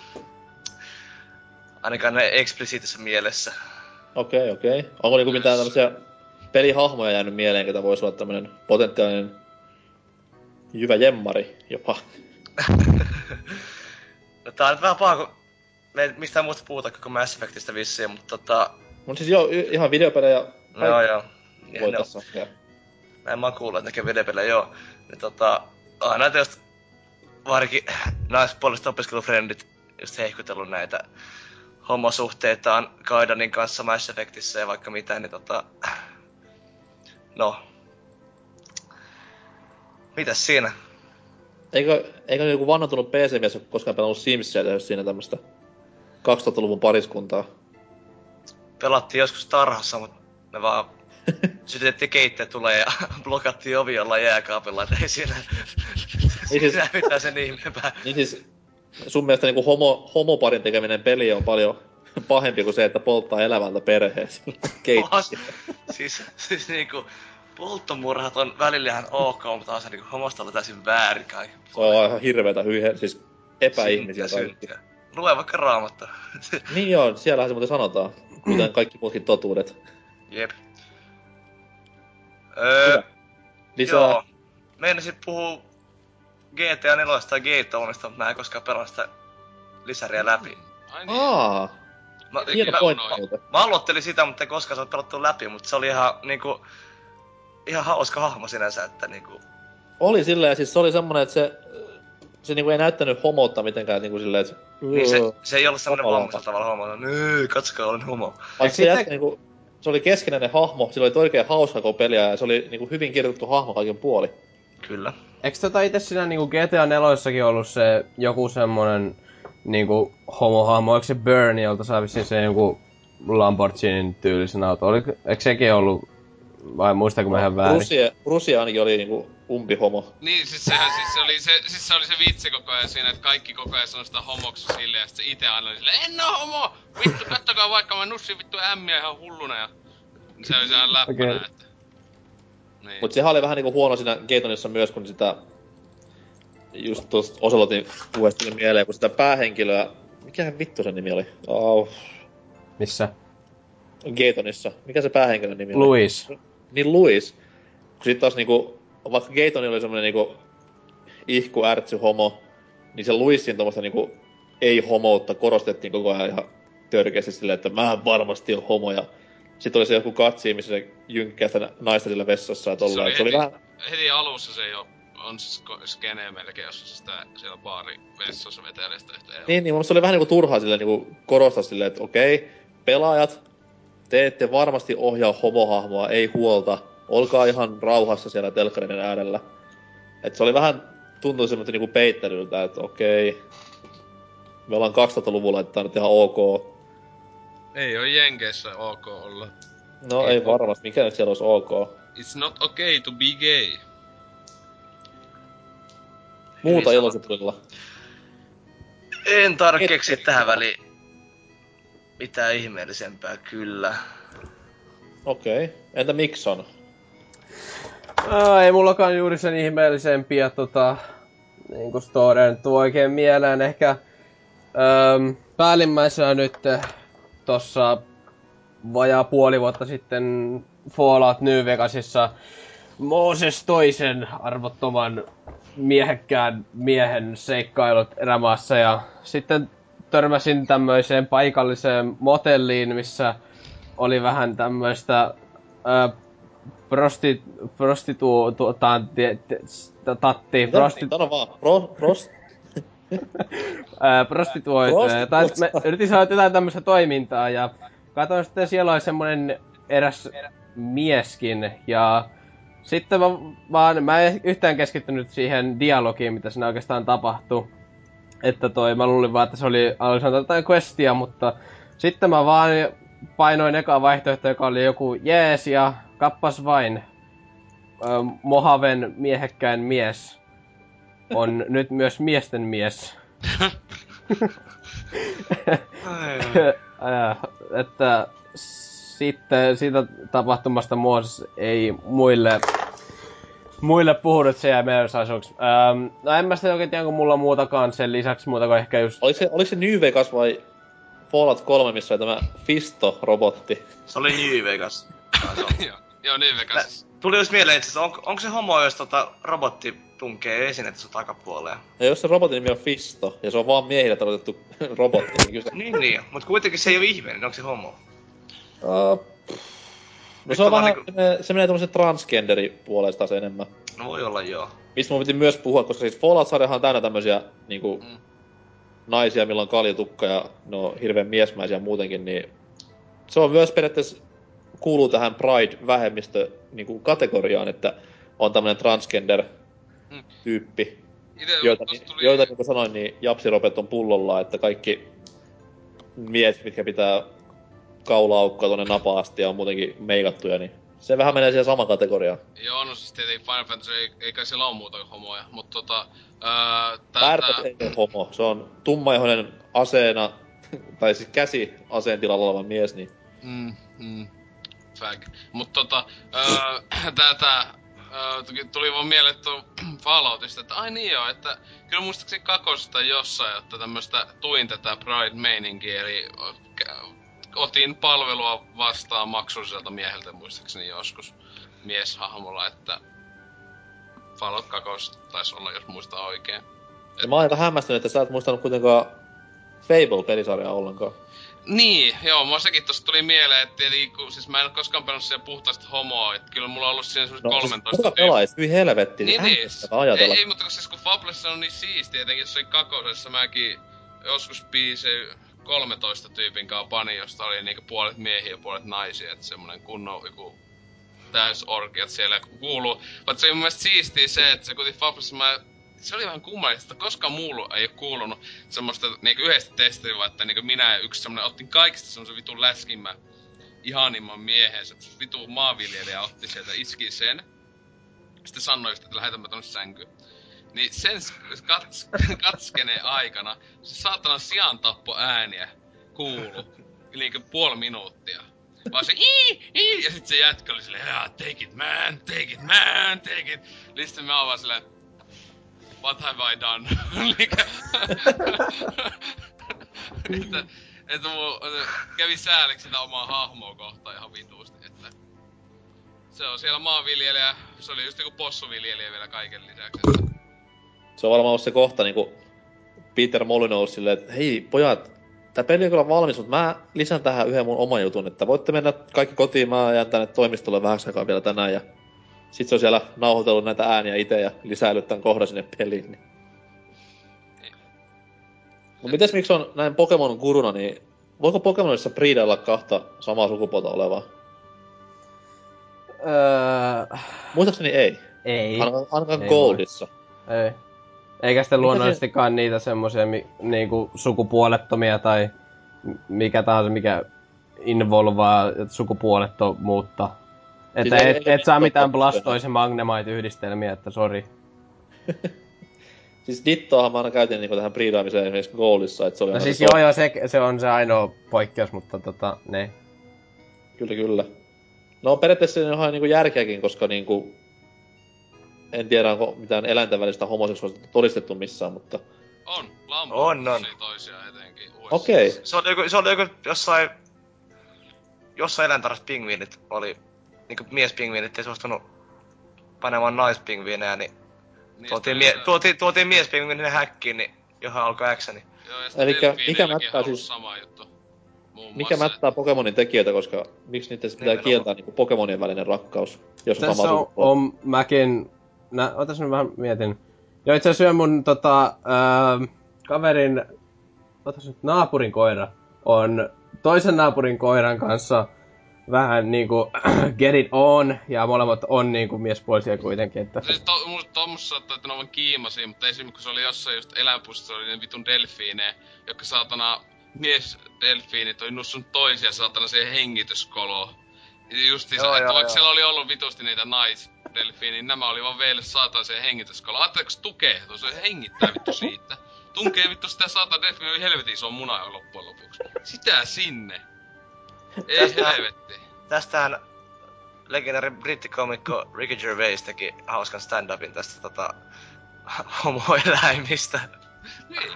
ainakaan ne eksplisiittisessä mielessä. Okei, okay, okei. Okay. Onko niinku mitään tämmösiä pelihahmoja jäänyt mieleen, ketä vois olla tämmönen potentiaalinen jyvä jemmari jopa? No tää on nyt vähän paha, kun me ei mistään muusta puhuta kuin Mass Effectistä vissiin, mutta tota... Mut siis joo, y- ihan videopelejä... Joo, joo. Voi tässä. Mä en mä kuullut, että nekee videopelejä, joo. Niin tota, on näitä just varsinkin naispuoliset opiskelufrendit just hehkutellut näitä homosuhteitaan Kaidanin kanssa Mass Effectissä ja vaikka mitä, niin tota... No. Mitäs siinä? Eikö, eikö joku vannotunut P C-mies ole koskaan pelannut Simsia ja tehnyt siinä tämmöstä kaksituhattaluvun pariskuntaa? Pelattiin joskus tarhassa, mutta me vaan sytytettiin keittiö tulee ja blokattiin ovi jollain jääkaapilla, et ei siinä... Ei siis... siinä mitään sen ihmeempää. Niin siis... Sun mielestä niinku homo, homoparin tekeminen peli on paljon pahempi kuin se, että polttaa elävältä perheessä keittiö. siis, siis niinku... Polttomurhat on välillä ihan ok, mutta taas niinku homosta on täysin väärin kaiken. Se on ihan hirveetä hyhe, siis epäihmisiä kaikki. Lue vaikka Raamatta. Niin joo, siellähän se muuten sanotaan. Kuten kaikki muutkin totuudet. Jep. Öö, Lisää. Joo. Meinasin puhua G T A neljä tai G-Townista, mutta mä en koskaan pelannut sitä lisäriä läpi. Ai niin. Aa! Mä, Hieno mä, pointti. mä aloittelin sitä, mutta en koskaan se on pelattu läpi, mutta se oli ihan niinku... Ihan hauska hahmo sinänsä, että niinku... Oli silleen, siis se oli semmonen, että se... Se niinku ei näyttänyt homoutta mitenkään niinku silleen, että... Niin se, se ei ollut semmonen Homolla. vammaisella tavalla homo. Nöö, katsokaa, olen homo. Vaikka se jätti niinku... Se oli keskinäinen hahmo, sillä oli oikein hauska koko peliä ja se oli niinku hyvin kirjoitettu hahmo kaiken puoli. Kyllä. Eiks tota ite siinä niinku G T A nelossakin ollut se joku semmonen niinku homohahmo, oliko se Burn, jolta saa vissiin se joku Lamborghinin tyylisen auto, oliko, eikö sekin ollut, vai muistaako mä ihan väärin? Rusia, Rusia ainakin oli niinku umpihomo. Niin, siis sehän siis se oli se, siis se oli se vitsi koko ajan siinä, että kaikki koko ajan sanoi sitä homoksu silleen, ja sit se ite aina oli silleen, en oo homo! Vittu, kattokaa vaikka mä nussin vittu ämmiä ihan hulluna, ja se oli sehän läppänä, Okei. että... Niin. Mut sehän oli vähän niinku huono siinä Gatonissa myös, kun sitä... Just tosta Oselotin puheesta tuli mieleen, kun sitä päähenkilöä... Mikähän vittu sen nimi oli? Oh. Missä? Gatonissa. Mikä se päähenkilön nimi oli? Louis. Niin Louis. Kun sit taas niinku... Vaikka Gatoni oli semmonen niinku... Ihku, ärtsy, homo. Niin se Louisin tommoista niinku... Ei-homoutta korostettiin koko ajan ihan törkeästi silleen, että mä varmasti on homo ja... Sitten oli se joku katsi, missä se jynkkää sitä naista sillä vessassa ja tolleen. Se, Se oli heti, vähän... heti alussa se jo on siis skenee melkein, jos se sitä siellä baari vessassa vetelee sitä yhtä EU. Niin, niin, mutta se oli vähän niinku turhaa silleen niinku korostaa silleen, että okei, pelaajat, te ette varmasti ohjaa homohahmoa, ei huolta. Olkaa ihan rauhassa siellä telkkarinen äärellä. Et se oli vähän, tuntui semmoista niinku peittelyltä, että okei, me ollaan kaksituhattaluvulla, että tää on nyt ihan ok. Ei oo Jenkeissä ok olla. No ei, ei varmasti, mikä nyt siellä olisi ok. It's not okay to be gay. Muuta ilosipulilla. En tarvitse keksiä tähän väliin mitään ihmeellisempää, kyllä. Okei, entä Mikson? Aa, ei mullakaan juuri sen ihmeellisempiä tota... Niinku storia nyt tuu oikein mieleen. Ehkä... Öö, päällimmäisenä nyt tossa... Vajaa puoli vuotta sitten Fallout New Vegasissa Moses toisen arvottoman miehekkään miehen seikkailut erämaassa ja sitten törmäsin tämmöiseen paikalliseen motelliin, missä oli vähän tämmöistä ää, prosti, prostituutaan tatti, prosti... Sano vaan, pro, prost... ää, prostituoituja. Tai me yritin saada jotain tämmöistä toimintaa ja katoin sitten siellä oli semmonen eräs mieskin ja sitten mä vaan, mä en yhtään keskittynyt siihen dialogiin, mitä siinä oikeastaan tapahtui. Että toi, mä luulin vaan, että se oli, aloin sanoa jotain questia, mutta sitten mä vaan painoin eka vaihtoehto, joka oli joku jees ja kappas vain. Ö, Mohaven miehekkäin mies on nyt myös miesten mies. Että sitten siitä tapahtumasta Mooses ei muille muille puhunut, se jäi mielensaisuuksi. Öm, no en mä sitä oikein tiedä, kun mulla on muutakaan sen lisäksi muuta kuin ehkä just... Oliko se, oliko se New Vegas vai Fallout kolme, missä oli tämä Fisto-robotti? Se oli New Vegas. Joo, joo, New Vegas. Tuli just mieleen itse asiassa, on, onko se homo, jos tota robotti tunkee esinettä sun takapuoleen? Ja jos se robotin nimi on Fisto, ja se on vaan miehille tarkoitettu robotti, niin kyllä se... Niin, niin. Mut kuitenkin se ei oo ihminen, niin onko se homo? Uh, no se on vähän, niinku... se menee tommosen transgenderi puolesta se enemmän. No voi olla joo. mistä mun piti myös puhua, koska siis Fallout-sarjahan on täynnä tämmösiä niinku Mm. naisia, millä on kaljutukka ja ne on hirveen miesmäisiä muutenkin, niin se on myös periaatteessa kuuluu tähän Pride-vähemmistö niinku kategoriaan, että on tämmönen transgender-tyyppi, Ite joita, tosta tuli... joita niin kuin sanoin, niin japsiropet on pullolla, että kaikki miehet, mitkä pitää kaula-aukkoa tonne napaasti ja on muutenkin meikattuja, niin se vähän menee siihen samaan kategoriaan. Joo, no siis tietenkin Final Fantasy ei, ei kai siellä oo muuta kuin homoja, mut tota... Öö, tää, Pärpät tää... ei ole homo, se on tummaihoinen aseena, tai siis käsi aseen tilalla oleva mies, niin... Mm, mm. Fag. Mut tota, öö, tää tää... Öö, tuli vaan mieleen tuo Falloutista, että ai niin joo, että kyllä muistaakseni kakosesta jossain, että tämmöstä tuin tätä Pride-meininkiä, eli otin palvelua vastaan maksulliselta mieheltä muistaakseni joskus mieshahmolla, että Fallout kaksi taisi olla, jos muistaa oikein. Ja mä oon aika hämmästynyt, että sä et muistanut kuitenkaan Fable-pelisarjaa ollenkaan. Niin, joo, mua sekin tosta tuli mieleen, että tietenkin, kun, siis mä en oo koskaan pelannut siellä puhtaasti homoa, että kyllä mulla on ollut siinä semmoset No kolmetoista siis pelais, hyi helvetti, Niin, niin. ajatella. Ei, ei, mutta kun siis kun Fablessa on niin siistiä, etenkin jossain kakosessa mäkin joskus biisei kolmetoista tyypin kanssa pani, josta oli niinku puolet miehiä ja puolet naisia, että semmonen kunnon joku täysorgiat siellä kuuluu. Mutta se on mun mielestä siistiä se, että se kuitenkin Fablessa mä... Se oli vähän kummallista, koska muulu ei oo kuulunut semmoista niinku yhdesti testiä, että niinku minä ja yksi semmonen otin kaikista semmosen vitun läskimmän ihanimman miehen, se vitun maanviljelijä otti sieltä, iski sen. Sitten sanoi just, että lähetän mä tonne sänkyyn. Niin sen kats, katskeneen aikana se saatana sian tappo ääniä kuulu niinku puoli minuuttia. Vaan se ii, ii, ja sit se jätkä oli silleen, yeah, take it man, take it man, take it. Niin sitten mä oon vaan silleen, what have I done? että, että mun kävi sääliksi sitä omaa hahmoa kohtaan ihan vituusti, että se on siellä maanviljelijä, se oli just joku possuviljelijä vielä kaiken lisäksi. Että... Se on varmaan ollut se kohta niinku Peter Molyneux silleen, että hei pojat, tää peli on kyllä valmis, mutta mä lisään tähän yhden mun oman jutun, että voitte mennä kaikki kotiin, mä jään tänne toimistolle vähäksi aikaa vielä tänään ja sit se on siellä nauhoitellut näitä ääniä ite ja lisäillyt tän kohdan sinne peliin. Niin. Mut mites miksi on näin Pokemon guruna, niin voiko Pokemonissa breedalla kahta samaa sukupuolta olevaa? Öö... Muistaakseni ei. Ei. Ainakaan, ainakaan Ei Goldissa. Ei. Eikä sitten luonnollisestikaan se... niitä semmosia mi, niinku sukupuolettomia tai mikä tahansa, mikä involvaa sukupuolettomuutta. Että siis et, ei, et saa mitään Blastoise Magnemite-yhdistelmiä, että sori. Siis Dittoahan mä aina käytin niinku tähän breedaamiseen esimerkiksi Goldissa, et se oli... No siis joo joo, se, se on se ainoa poikkeus, mutta tota, ne. Kyllä kyllä. No periaatteessa siinä on ihan niinku järkeäkin, koska niinku... En tiedä, onko mitään eläinten välistä homoseksuaalisuutta todistettu missään, mutta... On, lampu on, on. toisiaan etenkin U S A. Okei. Okay. Se oli joku, se oli joku jossain... Jossain eläintarhassa pingviinit oli... Niinku miespingviinit ei suostunut panemaan naispingviinejä, niin... niin tuotiin, mie- tuotiin, tuotiin miespingviininen häkkiin, niin johon alkoi X, niin... Joo, ja elikkä mikä mättää siis... sama juttu. Muun mikä muassa, mättää Pokemonin tekijöitä, koska miksi niitä pitää nimenomaan kieltää niinku Pokemonien välinen rakkaus, jos on tässä sama on, on mäkin... Nä, otas nyt vähän mietin. Joo, itse asiassa mun tota... Öö, kaverin... Otas nyt, naapurin koira on toisen naapurin koiran kanssa vähän niinku get it on, ja molemmat on niinku miespuolisia kuitenkin, että... Siis to, musta tommossa saattaa, että ne on vaan kiimasia, mutta esimerkiksi kun se oli jossain just eläinpuistossa, oli ne vitun delfiineja, jotka saatana mies-delfiinit oli nussunut toisia saatana siihen hengityskoloon. Justiinsa, että vaikka joo. Siellä oli ollut vitusti niitä naisdelfiiniä, niin nämä oli vaan veille saatana siihen hengityskoloon. Ajatteleeko se tukee? Se hengittää vittu siitä. Tunkee vittu sitä saatana delfiiniä, oli helvetin iso muna jo loppujen lopuksi. Sitä sinne. Ei tästä, helvetti. Tästähän legendaari brittikomikko Ricky Gervais teki hauskan stand-upin tästä tota... homoeläimistä. Niin.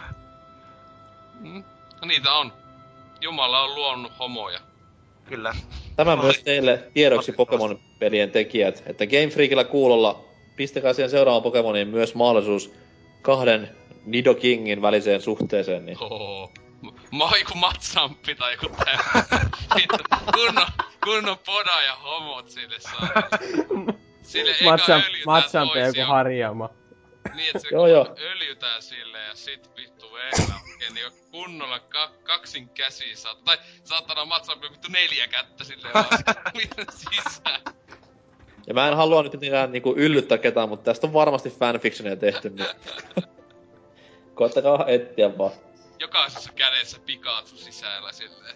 Mm. No niitä on. Jumala on luonut homoja. Kyllä. Tämä myös teille tiedoksi Pokemon-pelien tekijät, että Game Freakillä kuulolla pistäkää siihen seuraavaan Pokemoniin myös mahdollisuus kahden Nidokingin väliseen suhteeseen. Niin... Oho. Mä oon joku Matsampi tai joku tää. kunnon, kunnon poda ja homot sille saa. Sille eka öljytään Matsampi joku Harjama. Niin, et se Joo, joo. öljytään silleen ja sit vittu veellä oikein niinku kunnolla ka- kaksin käsiin saat. Tai saatana matsaa vittu neljä kättä silleen vaan sisään. Ja mä en halua nyt mitenkään niinku yllyttää ketään, mutta tästä on varmasti fanfictionia tehty, niin... Koettakaa etsiä vaan. Jokaisessa kädessä Pikachu sisällä silleen.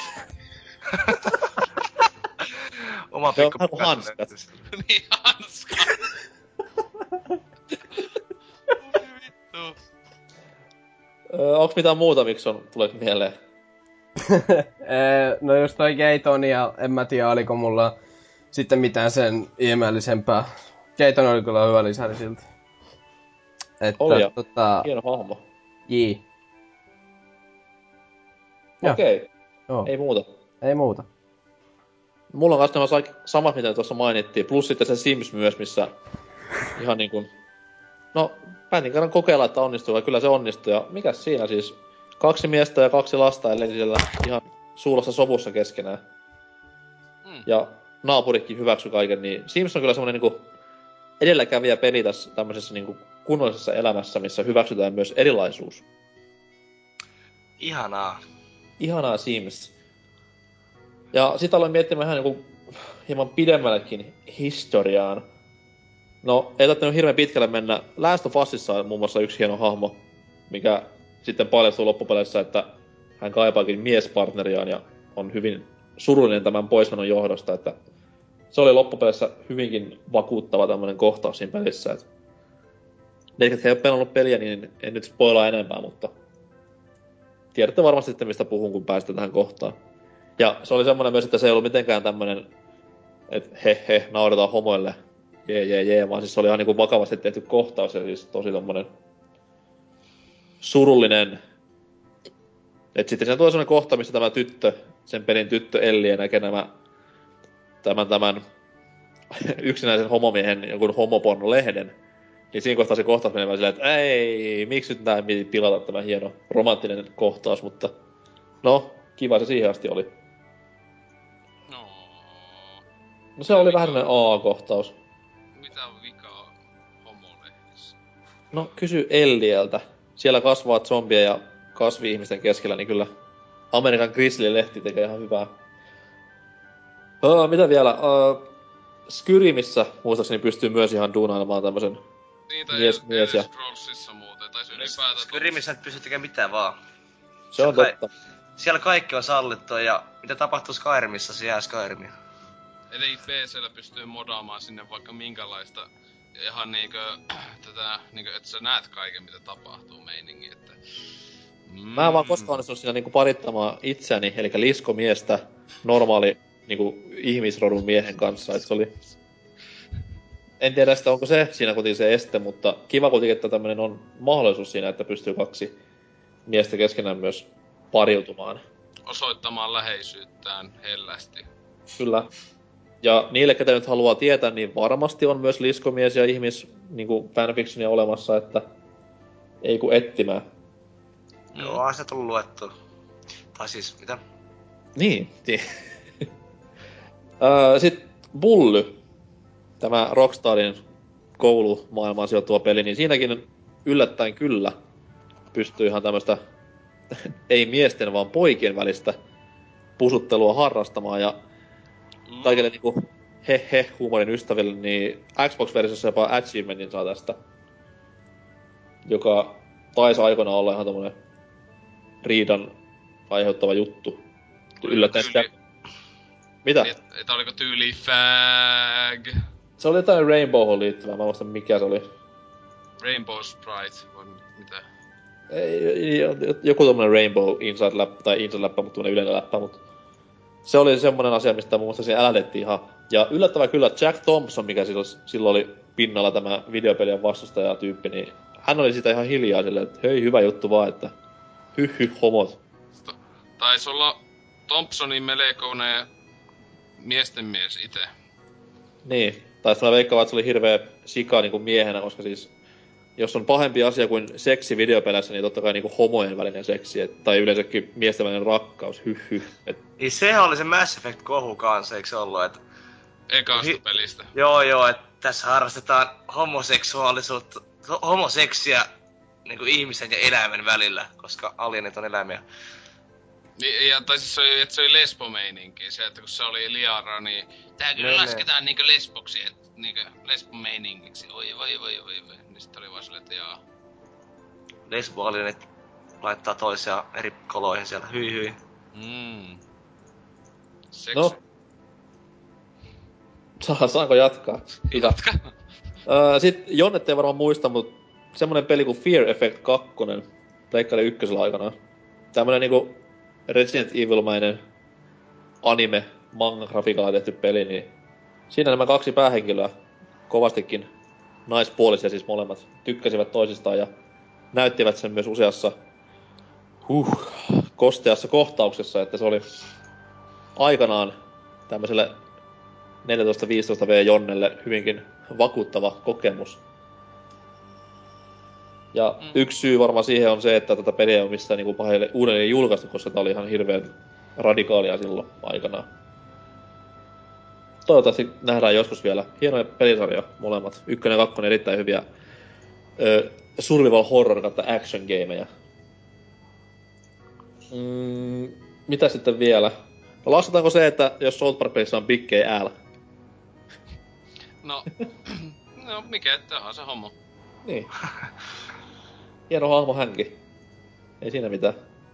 Oma Se on pikku vähän kuin hanskat. Niin, hanska. Oi vittu. Öö, onks mitään muuta, miksi on tulee mieleen? no just toi Keiton ja en mä tiedä oliko mulla sitten mitään sen ihmeellisempää. Keiton oli kyllä hyvä lisäri silti. Että Oli ja. tota... Hieno hahmo. Jii. Okei. Okay. Joo. Ei muuta. Ei muuta. Mulla on kanssa nämä samat, mitä tuossa mainittiin. Plus sitten se Sims myös, missä ihan niinku... No, päätin kerran kokeilla, että onnistuu, ja kyllä se onnistui. Ja mikäs siinä siis? Kaksi miestä ja kaksi lasta eli siellä ihan suulassa sovussa keskenään. Mm. Ja naapurikin hyväksyi kaiken, niin Sims on kyllä semmonen niinku edelläkävijä peli tässä tämmöisessä niinku kunnollisessa elämässä, missä hyväksytään myös erilaisuus. Ihanaa. Ihanaa Sims. Ja sit aloin miettimään ihan niinku hieman pidemmällekin historiaan. No, ei tarvinnut hirveän pitkälle mennä. Last of Usissa on muun muassa yksi hieno hahmo, mikä sitten paljastuu loppupeleissä, että hän kaipaakin miespartneriaan ja on hyvin surullinen tämän poismenon johdosta, että se oli loppupeleissä hyvinkin vakuuttava tämmönen kohtaus siinä pelissä, että ne, jotka ei ole pelannut peliä, niin en nyt spoilaa enempää, mutta tiedätte varmasti sitten, mistä puhun, kun päästään tähän kohtaan. Ja se oli semmonen myös, että se ei ollut mitenkään tämmönen, että he he, nauretaan homoille, jee jee jee, vaan siis se oli ihan niinku vakavasti tehty kohtaus ja siis tosi tommonen surullinen. Et sitten siinä tulee semmonen kohta, missä tämä tyttö, sen pelin tyttö Ellie näkee nämä tämän tämän yksinäisen homomiehen jonkun homoporno-lehden. Niin siinä kohtaa se kohtaus menee silleen, että ei, miksi nyt näin piti pilata tämä hieno romanttinen kohtaus, mutta no, kiva se siihen asti oli. No. No se oli vähän semmonen A-kohtaus. Mitä on vikaa homolehdissä? No, kysy Ellieltä. Siellä kasvaa zombia ja kasvi-ihmisten keskellä, niin kyllä Amerikan Grizzly-lehti tekee ihan hyvää. Uh, mitä vielä? Uh, Skyrimissä muistaakseni pystyy myös ihan duunailemaan tämmösen niin, tai mies, mies ja... Scrollsissa muuten, tai se ylipäätään... Skyrimissä et pysty tekemään mitään vaan. Se on siellä totta. Ka- siellä kaikki on sallittua ja mitä tapahtuu Skyrimissa, se jää Skyrimia. Eli P C:llä pystyy modaamaan sinne vaikka minkälaista ihan niinkö tätä niinkö että sä näet kaiken mitä tapahtuu meiningi, että mm. Mä en vaan koskaan onnistunut siinä niinku parittamaan itseäni, eli liskomiestä normaali niinku ihmisrodun miehen kanssa, et se oli... En tiedä sitä, onko se siinä kuitenkin se este, mutta kiva kuitenkin, että tämmönen on mahdollisuus siinä, että pystyy kaksi miestä keskenään myös pariutumaan. Osoittamaan läheisyyttään hellästi. Kyllä. Ja niille, ketä nyt haluaa tietää, niin varmasti on myös liskomies ja ihmis niinku fanfictionia olemassa, että ei ku etsimään. Mm. Joo, se tullut luettu. Tai siis, mitä? Niin. Sitten Bully. Tämä Rockstarin koulumaailmaan sijoittuva peli, niin siinäkin yllättäen kyllä pystyy ihan tämmöstä ei miesten vaan poikien välistä pusuttelua harrastamaan ja kaikille niinku he he huumorin ystäville, niin Xbox-versiossa jopa achievementin saa tästä, joka taisi aikoinaan olla ihan tommonen riidan aiheuttava juttu. Yllättäen sitä... Mitä? Et, et oliko tyyli fag? Se oli jotain Rainbowhon liittyvää, mä muistan mikä se oli. Rainbow Sprite, vai mitä? Ei, joku tommonen Rainbow Inside läppä, tai Inside läppä, mutta tommonen yleinen läppä, mut... Se oli semmonen asia, mistä mun mielestä siinä älätettiin ihan. Ja yllättävää kyllä, Jack Thompson, mikä silloin, silloin oli pinnalla tämä videopelien vastustaja-tyyppi, niin hän oli sitä ihan hiljaa silleen, että hei, hyvä juttu vaan, että hyh hyh homot. Taisi olla Thompsonin melkoinen miesten mies ite. Niin, taisi mä veikkaa, että se oli hirveä sika niinku miehenä, koska siis jos on pahempi asia kuin seksi videopeleissä, niin totta kai niinku homojen välinen seksi, et, tai yleensäkin miesten välinen rakkaus, hyh hyh. Et... Niin sehän oli se Mass Effect-kohu kanssa, eikö se ollut, et... Ekasta Hi- pelistä. Joo joo, et tässä harrastetaan homoseksuaalisuutta homoseksiä niinku ihmisen ja eläimen välillä, koska alienit on eläimiä. Niin, ja tai siis se oli, että se oli lesbomeininki. Se, että kun se oli Liara, niin tää kyllä Ne, ne. lasketaan niinkö lesboksi, et niinkö lesbomeiningiksi. Oi, voi, voi, voi, voi. Niin sit oli vaan silleen, että jaa. Lesboalienit laittaa toisia eri koloihin siellä, hyi hyi. Mm. Seks... No. Saa, saanko jatkaa? Hyvä. Jatka. Öö, sit Jonnet ei varmaan muista, mut semmonen peli kuin Fear Effect kaksi, Pleikkari ykkösellä aikanaan. Tämmönen niinku Resident Evil-mäinen anime, manga-grafiikalla tehty peli, niin siinä nämä kaksi päähenkilöä kovastikin naispuolisia siis molemmat tykkäsivät toisistaan ja näyttivät sen myös useassa huh, kosteassa kohtauksessa, että se oli aikanaan tämmöiselle neljätoista viisitoista vuotiaalle Jonnelle hyvinkin vakuuttava kokemus. Ja mm. yksi syy varmaan siihen on se, että tätä peliä ei ole missään niinku paheille uudelleen julkaistu, koska tää oli ihan hirveen radikaalia silloin aikanaan. Toivottavasti nähdään joskus vielä. Hienoja pelisarjoja molemmat. Ykkönen ja kakkonen erittäin hyviä ö, survival horror kautta action gameja. Mm, mitä sitten vielä? No lasketaanko se, että jos South Park-pelissä on Big K L? No, no mikä ettei se homma. Niin. Hieno hahmo hänkin. Ei siinä mitään.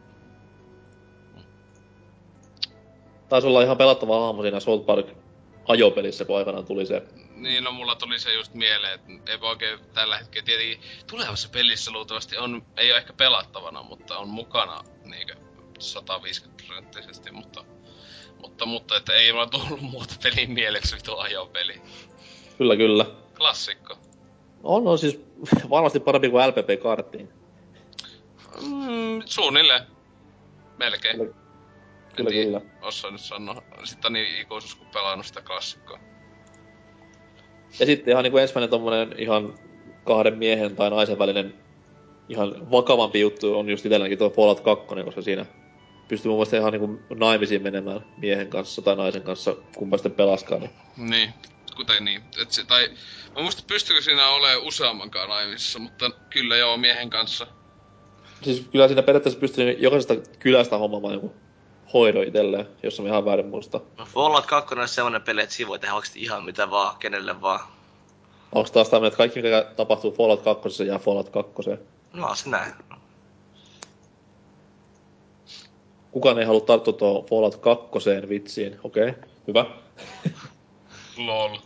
Taisi olla ihan pelattava hahmo siinä South Park ajopelissä, kun aikanaan tuli se. Niin, no mulla tuli se just mieleen, että ei oikein tällä hetkellä tietenkin tulevassa pelissä luultavasti on, ei ole ehkä pelattavana, mutta on mukana niinkö sata viisikymmentä prosenttisesti, mutta mutta, mutta että ei mulla tullut muuta pelin mieleksi tuo ajopeli. Kyllä, kyllä. Klassikko. On, on siis varmasti parempi kuin L P P Karting. Mm, suunnilleen. Melkein. Kyllä, kyllä. kyllä. Osaa nyt sanoa. Sitten on niin ikuisuus kun pelannut sitä klassikkoa. Ja sitten ihan niinku ensimmäinen tommonen ihan kahden miehen tai naisen välinen ihan vakavampi juttu on just itselläkin tuo Fallout kaksi, koska siinä pystyy mun mielestä ihan niinku naimisiin menemään miehen kanssa tai naisen kanssa, kumpa sitten pelaskaan. Niin. Niin, kuten niin. Et se, tai mä muista pystyykö siinä olemaan useammankaan naimisissa, mutta kyllä joo miehen kanssa. Siis kyllä siinä periaatteessa pystyy jokaisesta kylästä hommaamaan joku hoidon itselleen, jos on ihan väärin muista. No Fallout kaksi on semmonen peli, että siinä voi tehdä oikeesti ihan mitä vaan, kenelle vaan. Onks taas tämmönen, että kaikki mikä tapahtuu Fallout kaksi jää Fallout kaksi? No se näin. Kukaan ei halua tarttua tuohon Fallout kaksi vitsiin. Okei, okay, hyvä. Lol.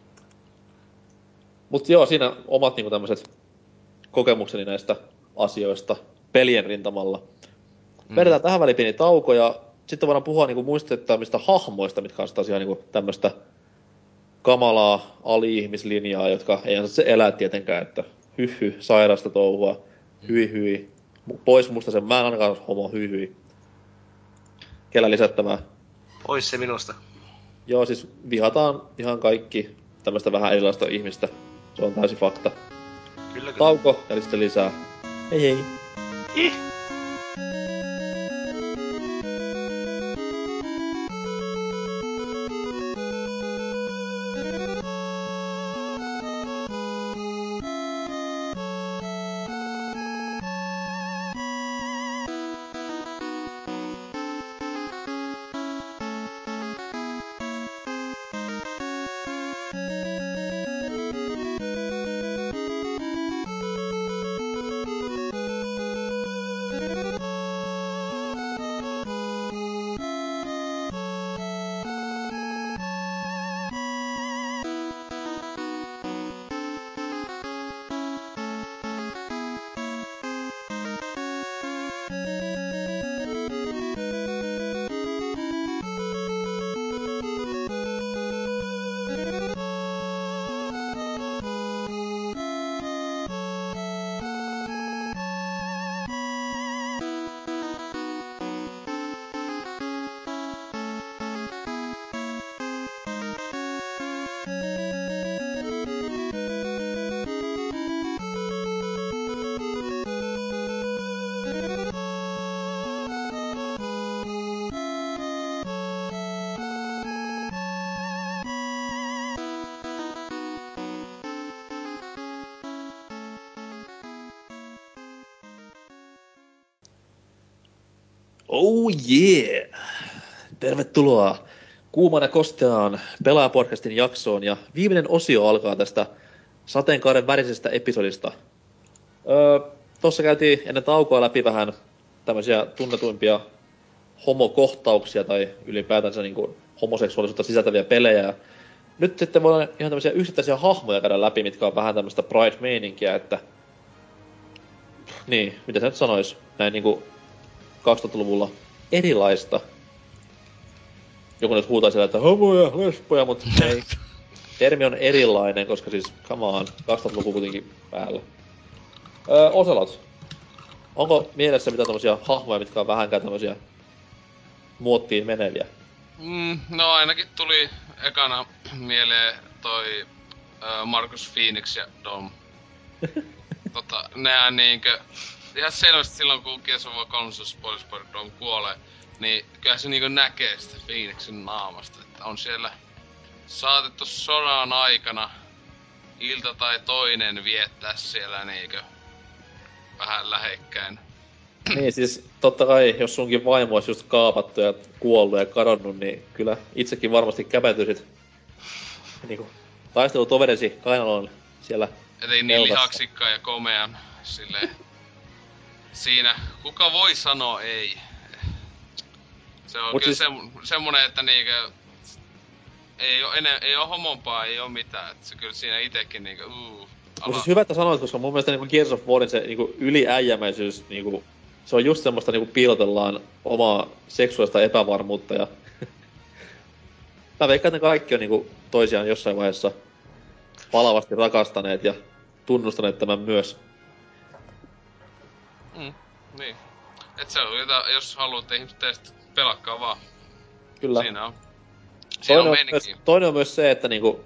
Mut joo, siinä omat niinku tämmöset kokemukseni näistä asioista pelien rintamalla. Mm. Vedetään tähän väliin pieni tauko ja sitten voidaan puhua niinku muistettavista hahmoista, mitkä on taas ihan niinku tämmöstä kamalaa ali-ihmislinjaa, jotka ei ansa se elää tietenkään, että hyh hyh, sairasta touhua, hyi hyi. Pois musta sen, mä en ainakaan homo, hyi hyi. Kellä lisättävää? Pois se minusta. Joo, siis vihataan ihan kaikki tämmöstä vähän erilaista ihmistä. Se on täysin fakta. Kyllä, kyllä. Tauko ja sitten lisää. Hei hei. Ih. Oh yeah! Tervetuloa kuuman ja kosteaan Pelaaja-podcastin jaksoon ja viimeinen osio alkaa tästä sateenkaaren värisestä episodista. Öö, tossa käytiin ennen taukoa läpi vähän tämmöisiä tunnetuimpia homokohtauksia tai ylipäätänsä niinku homoseksuaalisuutta sisältäviä pelejä. Nyt sitten voidaan ihan tämmöisiä yksittäisiä hahmoja käydä läpi, mitkä on vähän tämmöistä Pride-meininkiä, että... Niin, mitä sä nyt sanois? Näin niinku kaksituhattaluvulla erilaista. Joku nyt huutaa siellä, että homoja, lesboja, mut ei. Termi on erilainen, koska siis, come on, kaksituhattaluku kuitenkin päällä. Öö, Oselot. Onko mielessä mitään tommosia hahmoja, mitkä on vähänkään tämmösiä muottiin meneviä? Mm, no ainakin tuli ekana mieleen toi äh, Marcus Phoenix ja Dom. tota, nehän niinkö... Ihan selvästi silloin, kun Gears of War kolme spoilers Dom kuolee, niin kyllä se niinkö näkee sitä Phoenixin naamasta, että on siellä saatettu sodan aikana ilta tai toinen viettää siellä niinkö vähän lähekkäin. Niin siis totta kai, jos sunkin vaimo olisi just kaapattu ja kuollut ja kadonnut, niin kyllä itsekin varmasti käpätyisit niinku taistelutoverisi kainaloon siellä. Ettei niin lihaksikkaa ja komean silleen. Siinä kuka voi sanoa ei. Se on Mut kyllä siis... se, semmonen, että niinkö ei oo, ene, ei oo homompaa, ei oo mitään. Et se kyllä siinä itekin niinkö uu. Mut siis hyvä, että sanoit, koska mun mielestä niinku Gears of Warin se niinku yliäijämäisyys niinku... Se on just semmoista niinku piilotellaan omaa seksuaalista epävarmuutta ja... Mä veikkaan, että ne kaikki on niinku toisiaan jossain vaiheessa palavasti rakastaneet ja tunnustaneet tämän myös. Mm, niin. Et se on jotain, jos haluatte ihmiset teistä, pelakkaa vaan. Kyllä. Siinä on. Siinä toinen on on, myös, toinen on myös se, että niinku...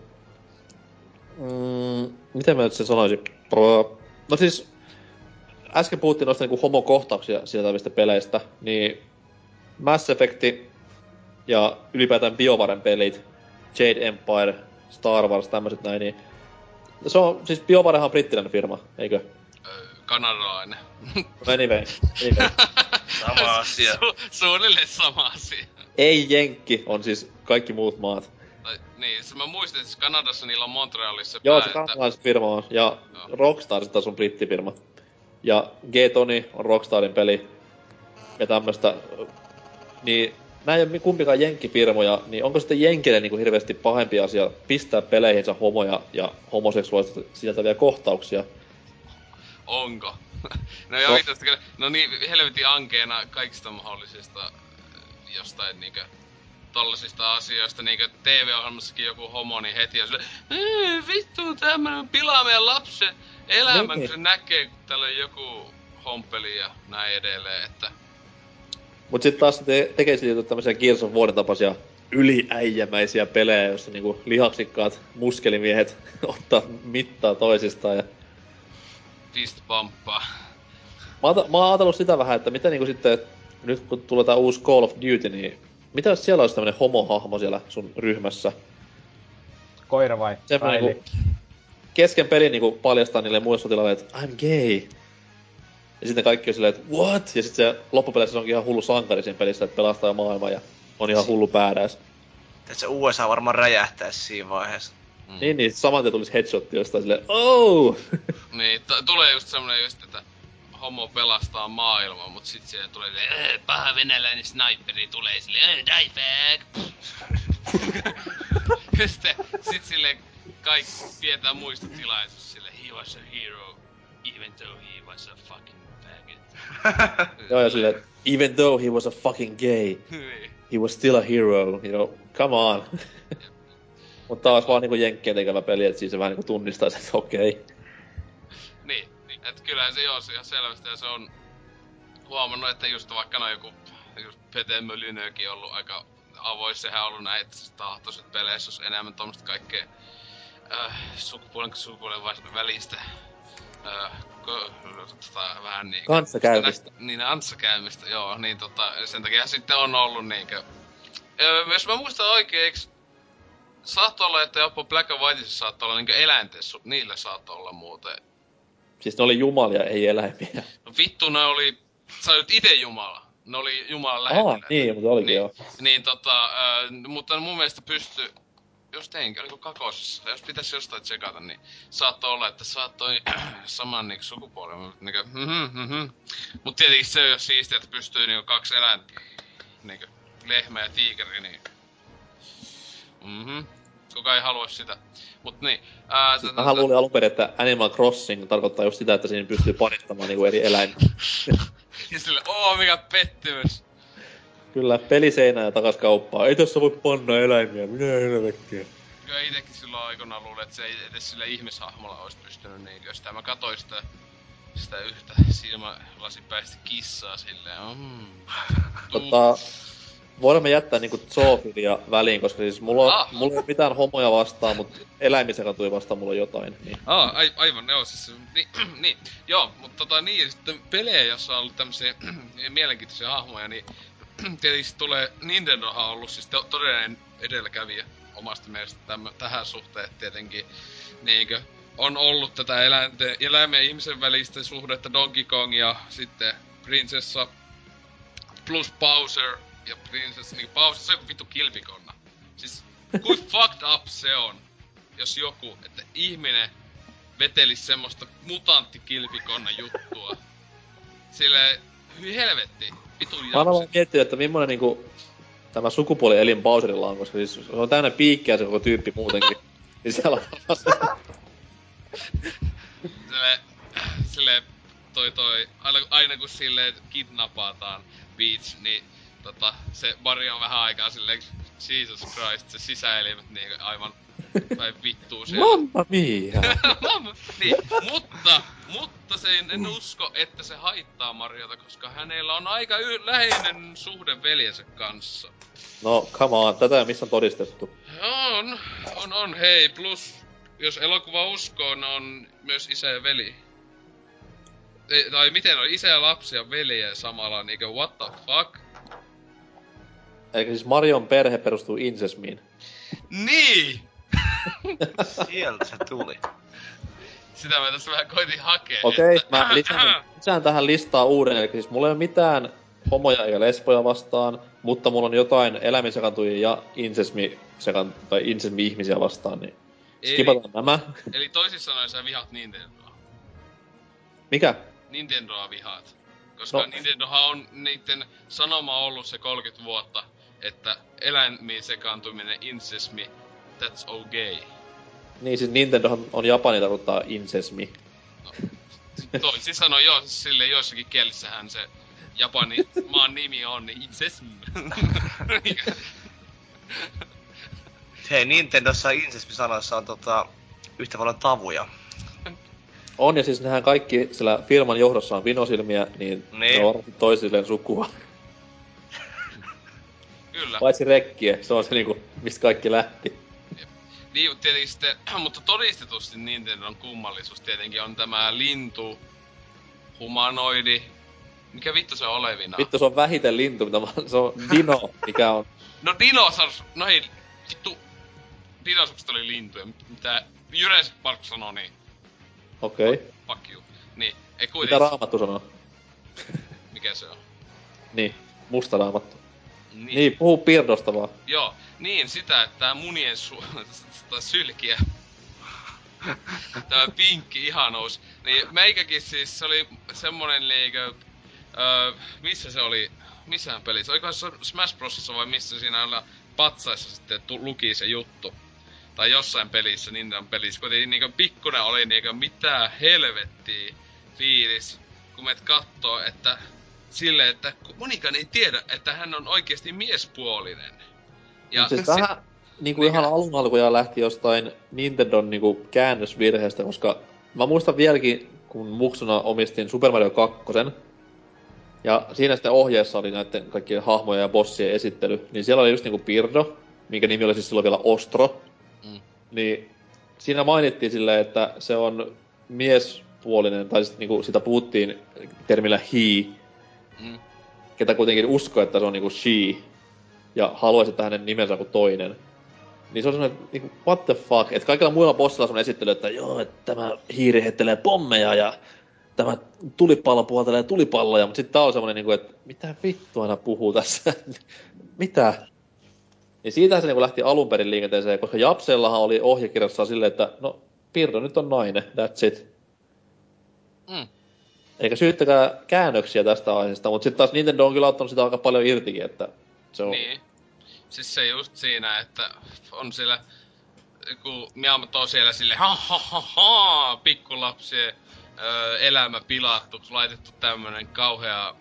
Mm, miten mä nyt sen sanoisin? No siis... Äsken puhuttiin noista niinku homokohtauksia sieltävistä peleistä, niin... Mass Effect ja ylipäätään BioWaren pelit, Jade Empire, Star Wars, tämmöset näin, niin... Se on, siis BioWarehan on brittiläinen firma, eikö? Öö, kanadalainen. No anyway, anyway. Sama asia. Su- suunnilleen sama asia. Ei jenkki, on siis kaikki muut maat. Tai, niin, se mä muistin, että siis Kanadassa niillä on Montrealissa Joo, pää, se että... kanadalainen firma on, ja Joo. Rockstar se taas on brittifirma. Ja G-Tony on Rockstarin peli, ja tämmöstä... Niin, nää ei oo kumpikaan jenkkifirmoja, niin onko sitten jenkille niinku hirveästi pahempi asia pistää peleihinsä homoja ja homoseksuaalista sisältäviä kohtauksia? Onko? no joo, No. itse kyllä, no niin helvetin ankeena kaikista mahdollisista äh, jostain niinkö tollasista asioista, niinkö T V-ohjelmassakin joku homo, niin heti on silleen, "Ee, vittu tämmönen pilaa meidän lapsen elämän, Niin. kun se näkee, kun täällä on joku hompeli ja näin edelleen, että... Mut sit taas te- tekee siitä tämmösiä Gears of Warin tapaisia yliäijämäisiä pelejä, jossa niinku lihaksikkaat muskelimiehet ottaa mittaa toisistaan ja... Fist pumppaa. Mä oon, mä oon ajatellut sitä vähän, että mitä niinku sitten, nyt kun tulee tää uusi Call of Duty, niin mitä jos siellä olisi tämmönen homohahmo siellä sun ryhmässä? Koira vai? Semmonen Raili? niinku kesken pelin niinku paljastaa niille muille sotilaille, että I'm gay. Ja sitten kaikki on silleen, että what? Ja sit se loppupeleissä se onkin ihan hullu sankari siinä pelissä, että pelastaa maailman ja on ihan hullu badass. Et se U S A varmaan räjähtäis siinä vaiheessa. Mm. Niin, niin saman tien tulisi headshotti jostain silleen, oh! Niin, t- tulee just semmonen just, että homo pelastaa maailman, mut sit siellä tulee silleen, paha venäläinen sniperi tulee silleen, die back! Ja sitten, sit silleen kaikki pidetään muistotilaisuus silleen, he was a hero, even though he was a fucking faggot. Joo, ja silleen, even though he was a fucking gay, Niin. he was still a hero, you know, come on. Mutta taas vaan niinku jenkkien tekemällä peli, et siis se vähän niinku tunnistaisi, että okei. Okay. Niin, et kyllähän se joo, se ihan selvästi, ja se on huomannut, että just vaikka no joku, just Pete Molyneuxkin ollut aika avois, sehän on ollut näin, että se tahtoisi, että peleissä olisi enemmän tommoista kaikkea äh, sukupuolen sukupuolen välistä äh, ko, tota, vähän niinku... Kanssakäymistä. Nä, niin, kanssakäymistä, joo, niin tota, sen takia sitten on ollut niinkö... Öö, jos mä muistan oikein, eiks saattoi olla, että jopa Black and Whiteissa saattoi olla niinkö eläinten, niillä saattoi olla muuten. Siis ne oli jumalia, ei eläimiä. No vittu, ne oli... Sä olet ite jumala. Ne oli Jumalan Ah, lähettäneet. niin, mutta olikin niin, joo. Niin tota, äh, mutta mun mielestä pystyi, jos teinkin, oliko kakosessa, jos pitäisi jostain tsekata, niin saattoi olla, että saattoi saman niinku sukupuolen, niinku, mhm, mhm. Mut tietenkin se on jo siistiä, että pystyy niinku kaksi eläintä, niinku lehmä ja tiikeri, niin mhm. Kuka ei halua sitä. Mut niin. Ää, Siis t- mähän t- luulin alun perin, että Animal Crossing tarkoittaa just sitä, että siinä pystyy parittamaan niinku eri eläimiä. Ja sille, oo mikä pettymys. Kyllä, peliseinää ja takas kauppaa. Ei tässä voi panna eläimiä, minä helvettiä. Kyllä itekin silloin aikoinaan luulin, että se ei edes sillä ihmishahmolla olisi pystynyt niinkö. Sitä mä katsoin sitä, sitä yhtä silmälasipäistä kissaa silleen. Mm. Tota, voidaan me jättää niinku zoofilia väliin, koska siis mulla on, Ah. mulla ei ole mitään homoja vastaan, mutta eläimisekantui vastaan mulla on jotain. Niin. Aa, ai, aivan, joo, siis, niin, niin, joo, mutta tota niin, sitten pelejä, jossa on ollut tämmösiä mielenkiintoisia hahmoja, niin tietysti tulee, Nintendohan on ollut siis to- todellinen edelläkävijä omasta mielestä tämmö, tähän suhteen, tietenkin, niinkö, on ollut tätä eläinten, eläimen ja ihmisen välistä suhdetta Donkey Kong ja sitten prinsessa plus Bowser ja prinsessa, niin Bowser, se on vittu kilpikonna. Siis, kui fucked up se on, jos joku, että ihminen vetelis semmoista mutanttikilpikonna juttua. Silleen, hyi helvetti, vitun Mä oon vaan japsi. miettinyt, että millainen niinku tämä sukupuolielin Bowserilla on, koska siis se on täynnä piikkiä se koko tyyppi muutenkin. Niin siellä on Silleen, silleen, toi toi, aina, aina kun silleen kidnapataan Peach, niin tota, se Mario on vähän aikaa silleen, Jesus Christ, se sisäelimet niin aivan päin vittuu siellä. Mamma mia! Mamma, niin, mutta, mutta se en, en usko, että se haittaa Mariota, koska hänellä on aika y- läheinen suhde veljensä kanssa. No, come on, tätä ei missään todistettu. On, on, on, hei, plus, jos elokuva uskoo, ne on myös isä ja veli. Ei, tai miten on, isä ja lapsi ja veljeä samalla, niinkö, what the fuck? Eli siis Marion perhe perustuu insesmiin. Niin! Sieltä se tuli. Sitä mä tässä vähän koitin hakea. Okei, että- mä lisään, lisään tähän listaan uuden, eli siis mulla ei ole mitään homoja eikä lesboja vastaan, mutta mulla on jotain eläimisekantujia ja insesmi sekan, tai insesmi-ihmisiä vastaan, niin Eli- skipataan nämä. Eli toisin sanoen sä vihaat Nintendoa. Mikä? Nintendoa vihaat. Koska No. no. Nintendohan on niitten sanoma ollut se kolmekymmentä vuotta, että eläimiin sekaantuminen, insesmi, that's okay. Niin siis Nintendohan on Japani tarkoittaa insesmi. Toisin sanoen joo, siis silleen joissakin kielissähän se Japani maan nimi on niin insesm. Hei, Nintendossa Insesmi-sanoissa on tota, yhtä paljon tavuja. On, ja siis nehän kaikki sillä firman johdossa on vinosilmiä, niin, Niin. ne on varmasti toisilleen sukua. Kyllä. Paitsi rekkiä, se on se niinku, mistä kaikki lähti. Niin, mut tietenkin sitten, mutta todistetusti Nintendon kummallisuus tietenkin on tämä lintu, humanoidi. Mikä vittu se on olevina? Vittu, se on vähiten lintu, mitä vaan, se on dino, mikä on. No dinosaurus, no ei, vittu, dinosaurukset oli lintuja, mit- mitä Jurassic Park sanoo niin, Okei. Okay. fuck you. Niin, ei Mitä kuitenkin, Raamattu sanoo? mikä se on? Niin, musta Raamattu. Niin, Niin, puhu Pirdosta vaan. joo, niin sitä, että tää munien su... tai sylkiä. Tämä pinkki ihanous. Niin meikäkin siis se oli semmonen liikö... Öö, missä se oli? Missään pelissä? Oikohan se Smash Brosissa vai missä siinä olla patsaissa sitten tu- luki se juttu? Tai jossain pelissä, Nintendon pelissä. Kuitenkin niinkö pikkunen oli niinkö mitä helvettiä fiilis. Kun meet kattoo, että... Silleen, että monikaan ei tiedä, että hän on oikeesti miespuolinen. Ja Siis si- vähän niinku Mikä? ihan alun alkujaan lähti jostain Nintendon niinku käännösvirheestä, koska mä muistan vieläkin, kun muksuna omistin Super Mario kaksi. Ja siinä sitten ohjeessa oli näiden kaikkien hahmojen ja bossien esittely. Niin siellä oli just niinku Pirdo, minkä nimi oli siis silloin vielä Ostro. Mm. Niin siinä mainittiin silleen, että se on miespuolinen, tai siis niinku sitä puhuttiin termillä he, Mm. ketä kuitenkin uskoo, että se on niinku she, ja haluaisi, että hänen nimensä kuin toinen. Niin se on semmonen, niinku, what the fuck, että kaikilla muilla bossilla on esittely, että joo, että tämä hiiri heittelee pommeja, ja tämä tulipallo puhaltelee tulipalloja, mutta sitten tää on semmonen niinku, että mitä vittua aina puhuu tässä? Mitä? Niin siitähän se niinku lähti alun perin liikenteeseen, koska Japsellahan oli ohjekirjassa silleen, että no, Pirdo nyt on nainen, that's it. Mm. Eikä syyttäkään käännöksiä tästä aiheesta, mutta sitten taas Nintendo on kyllä ottanut sitä aika paljon irtikin, että se on... Niin. Siis se just siinä, että on siellä... Kun Miyamoto on siellä silleen ha ha ha ha pikkulapsien öö, elämä pilattu, laitettu tämmönen kauhea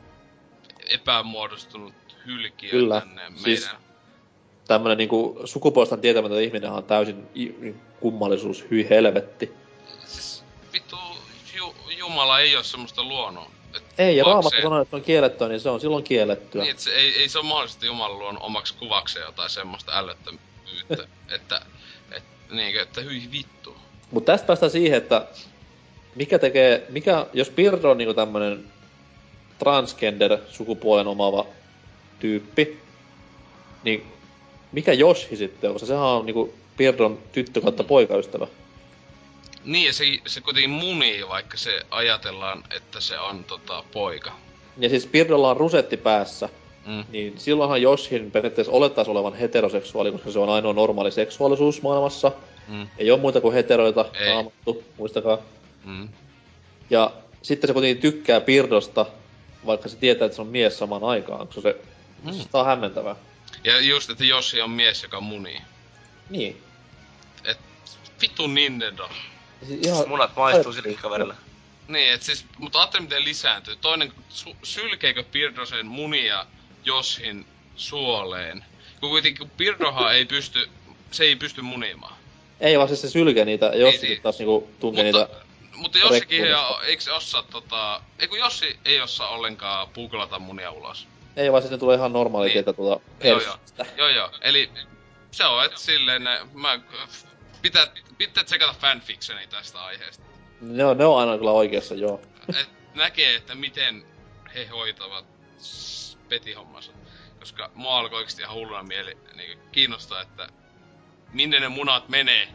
epämuodostunut hylkiö Kyllä. tänne meidän... Siis tämmönen niinku sukupuolestaan tietämätön ihminenhän on täysin i- kummallisuus, hyi helvetti. Siis vittu, ju, Jumala ei oo semmoista luonnoa. Ei, ja Raamattu sanoo, että se on kiellettyä, niin se on silloin kiellettyä. Niin, et se, ei, ei se ole mahdollista Jumalan luonut omaksi kuvakseen jotain semmoista ällöttömyyttä, että... Et, niinkö, että hyi vittu. Mut tästä päästään siihen, että mikä tekee, mikä, jos Pirdo on niinku tämmönen transgender sukupuolen omaava tyyppi, niin mikä Yoshi sitten on, koska sehän on niinku Pirdon tyttö kautta poikaystävä. Niin, ja se, se kuitenkin munii, vaikka se ajatellaan, että se on tota poika. Ja siis Pirdolla on rusetti päässä, Mm. niin silloinhan Yoshin periaatteessa olettaisi olevan heteroseksuaali, koska se on ainoa normaali seksuaalisuus maailmassa. Mm. Ei oo muita kuin heteroita, Ei. Raamattu, muistakaa. Mm. Ja sitten se kuitenkin tykkää Pirdosta, vaikka se tietää, että se on mies samaan aikaan, koska se, Mm. se on hämmentävää. Ja just, että Yoshi on mies, joka munii. Niin. Et vittu Nintendo. Siis ihan... Munat maistuu sillekin kaverille. Niin, et siis, mutta ajattele miten lisääntyy. Toinen, su, sylkeekö Pirdosen munia Yoshin suoleen? Kun kuitenkin Pirdohan ei pysty, se ei pysty munimaan. Ei vaan siis se sylkee niitä, ja Jossi niin. taas niinku tunkee Mutta, niitä... mutta Jossikin ei, rekkuudesta. eikö se osaa tota... Ei kun Jossi ei osaa ollenkaan puukulata munia ulos. Ei vaan siis ne tulee ihan normaali Niin. tietä tuota Joo joo. persistä. Joo joo. Eli se on, et silleen ne, mä... Pitää, pitää tsekata fanfictioni tästä aiheesta. Ne on, ne on aina kyllä oikeassa, joo. Et näkee, että miten he hoitavat s- petihommansa. Koska mua alkoi oikeesti ihan hulluna mieli niin kiinnostaa, että minne ne munat menee.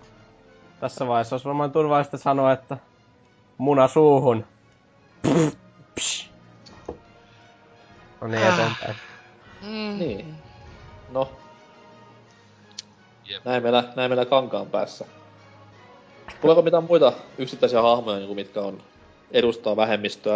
Tässä vaiheessa olisi varmaan turvallista sanoa, että muna suuhun. Psh. No niin, eteenpäin. Mm. Niin. No, Jep. näin meillä, näin meillä kankaan päässä. Tuleeko mitään muita yksittäisiä hahmoja, niin kuin mitkä on edustaa vähemmistöä?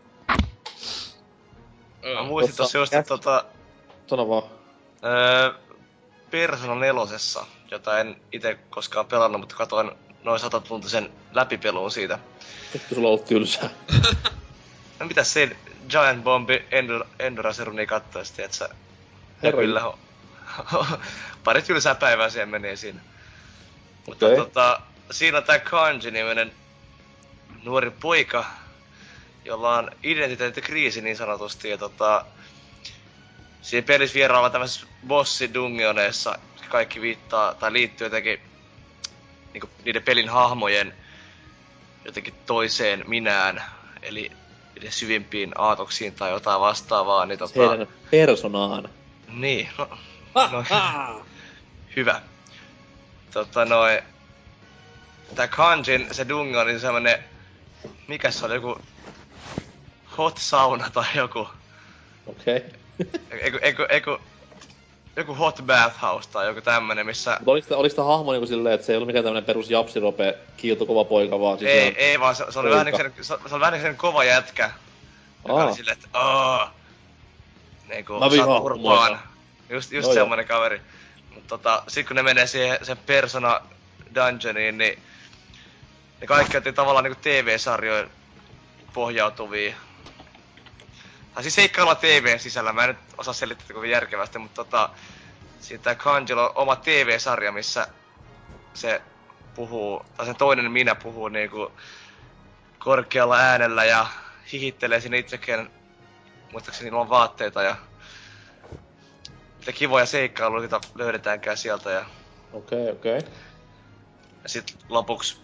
Öö. Mä muistin Tossa tossa just, että käs- tota... Sano vaan. Öö, Persona nelosessa, jota en ite koskaan pelannut, mutta katoin noin satatuntisen läpipeluun siitä. Vittu sulla on ollut tylsää. No mitäs se Giant Bombi Endor, Enduraceruni kattoisi, et sä... Ja Herra kyllä, ho, ho, pari tylsää päivää siihen meni siinä. Mutta Okei. tota, siinä on tää Kanji-niminen nuori poika, jolla on identiteettikriisi niin sanotusti, ja tota... Siinä pelissä vieraillaan tämmöisessä bossi-dungeoneissa kaikki viittaa, tai liittyy jotenkin niinku niiden pelin hahmojen jotenkin toiseen minään, eli niiden syvimpiin aatoksiin tai jotain vastaavaa, niin tota... Heidän personaan. Niin, no, no hyvä. Tota noin... Tää Kanjin, se dungeon, niin semmonen... Mikäs se oli, joku... Hot sauna tai joku... Okei. Okay. Eiku, eiku, eiku... Joku hot bathhouse tai joku tämmönen, missä... Mutta oliks, oliks tää hahmo niinku silleen, että se ei ollut mikään tämmönen perus japsirope, kiiltokova poika, vaan siis Ei, ihan... ei vaan se, se oli poika. vähän niinku se, se oli vähän niinku sen kova jätkä. Joka Aa. oli silleen, että aah. Niinku, Mä vihaan saat turpaan. homoja. Just, just Joo, semmonen kaveri. Mut tota, sit kun ne menee siihen sen Persona dungeoniin, niin... Ne kaikki otti tavallaan niinku T V-sarjojen pohjautuvia. Tai siis seikkailua T V:n sisällä, mä en nyt osaa selittää kovin järkevästi, mutta tota... Siinä tää Kanjilla on oma T V-sarja, missä se puhuu, tai sen toinen minä puhuu niinku korkealla äänellä ja hihittelee sinne itsekin. Muistaakseni niillä on vaatteita ja mitä kivoja seikkailuita löydetäänkään sieltä ja, Okei, okay, okei. Okay. ja sit lopuksi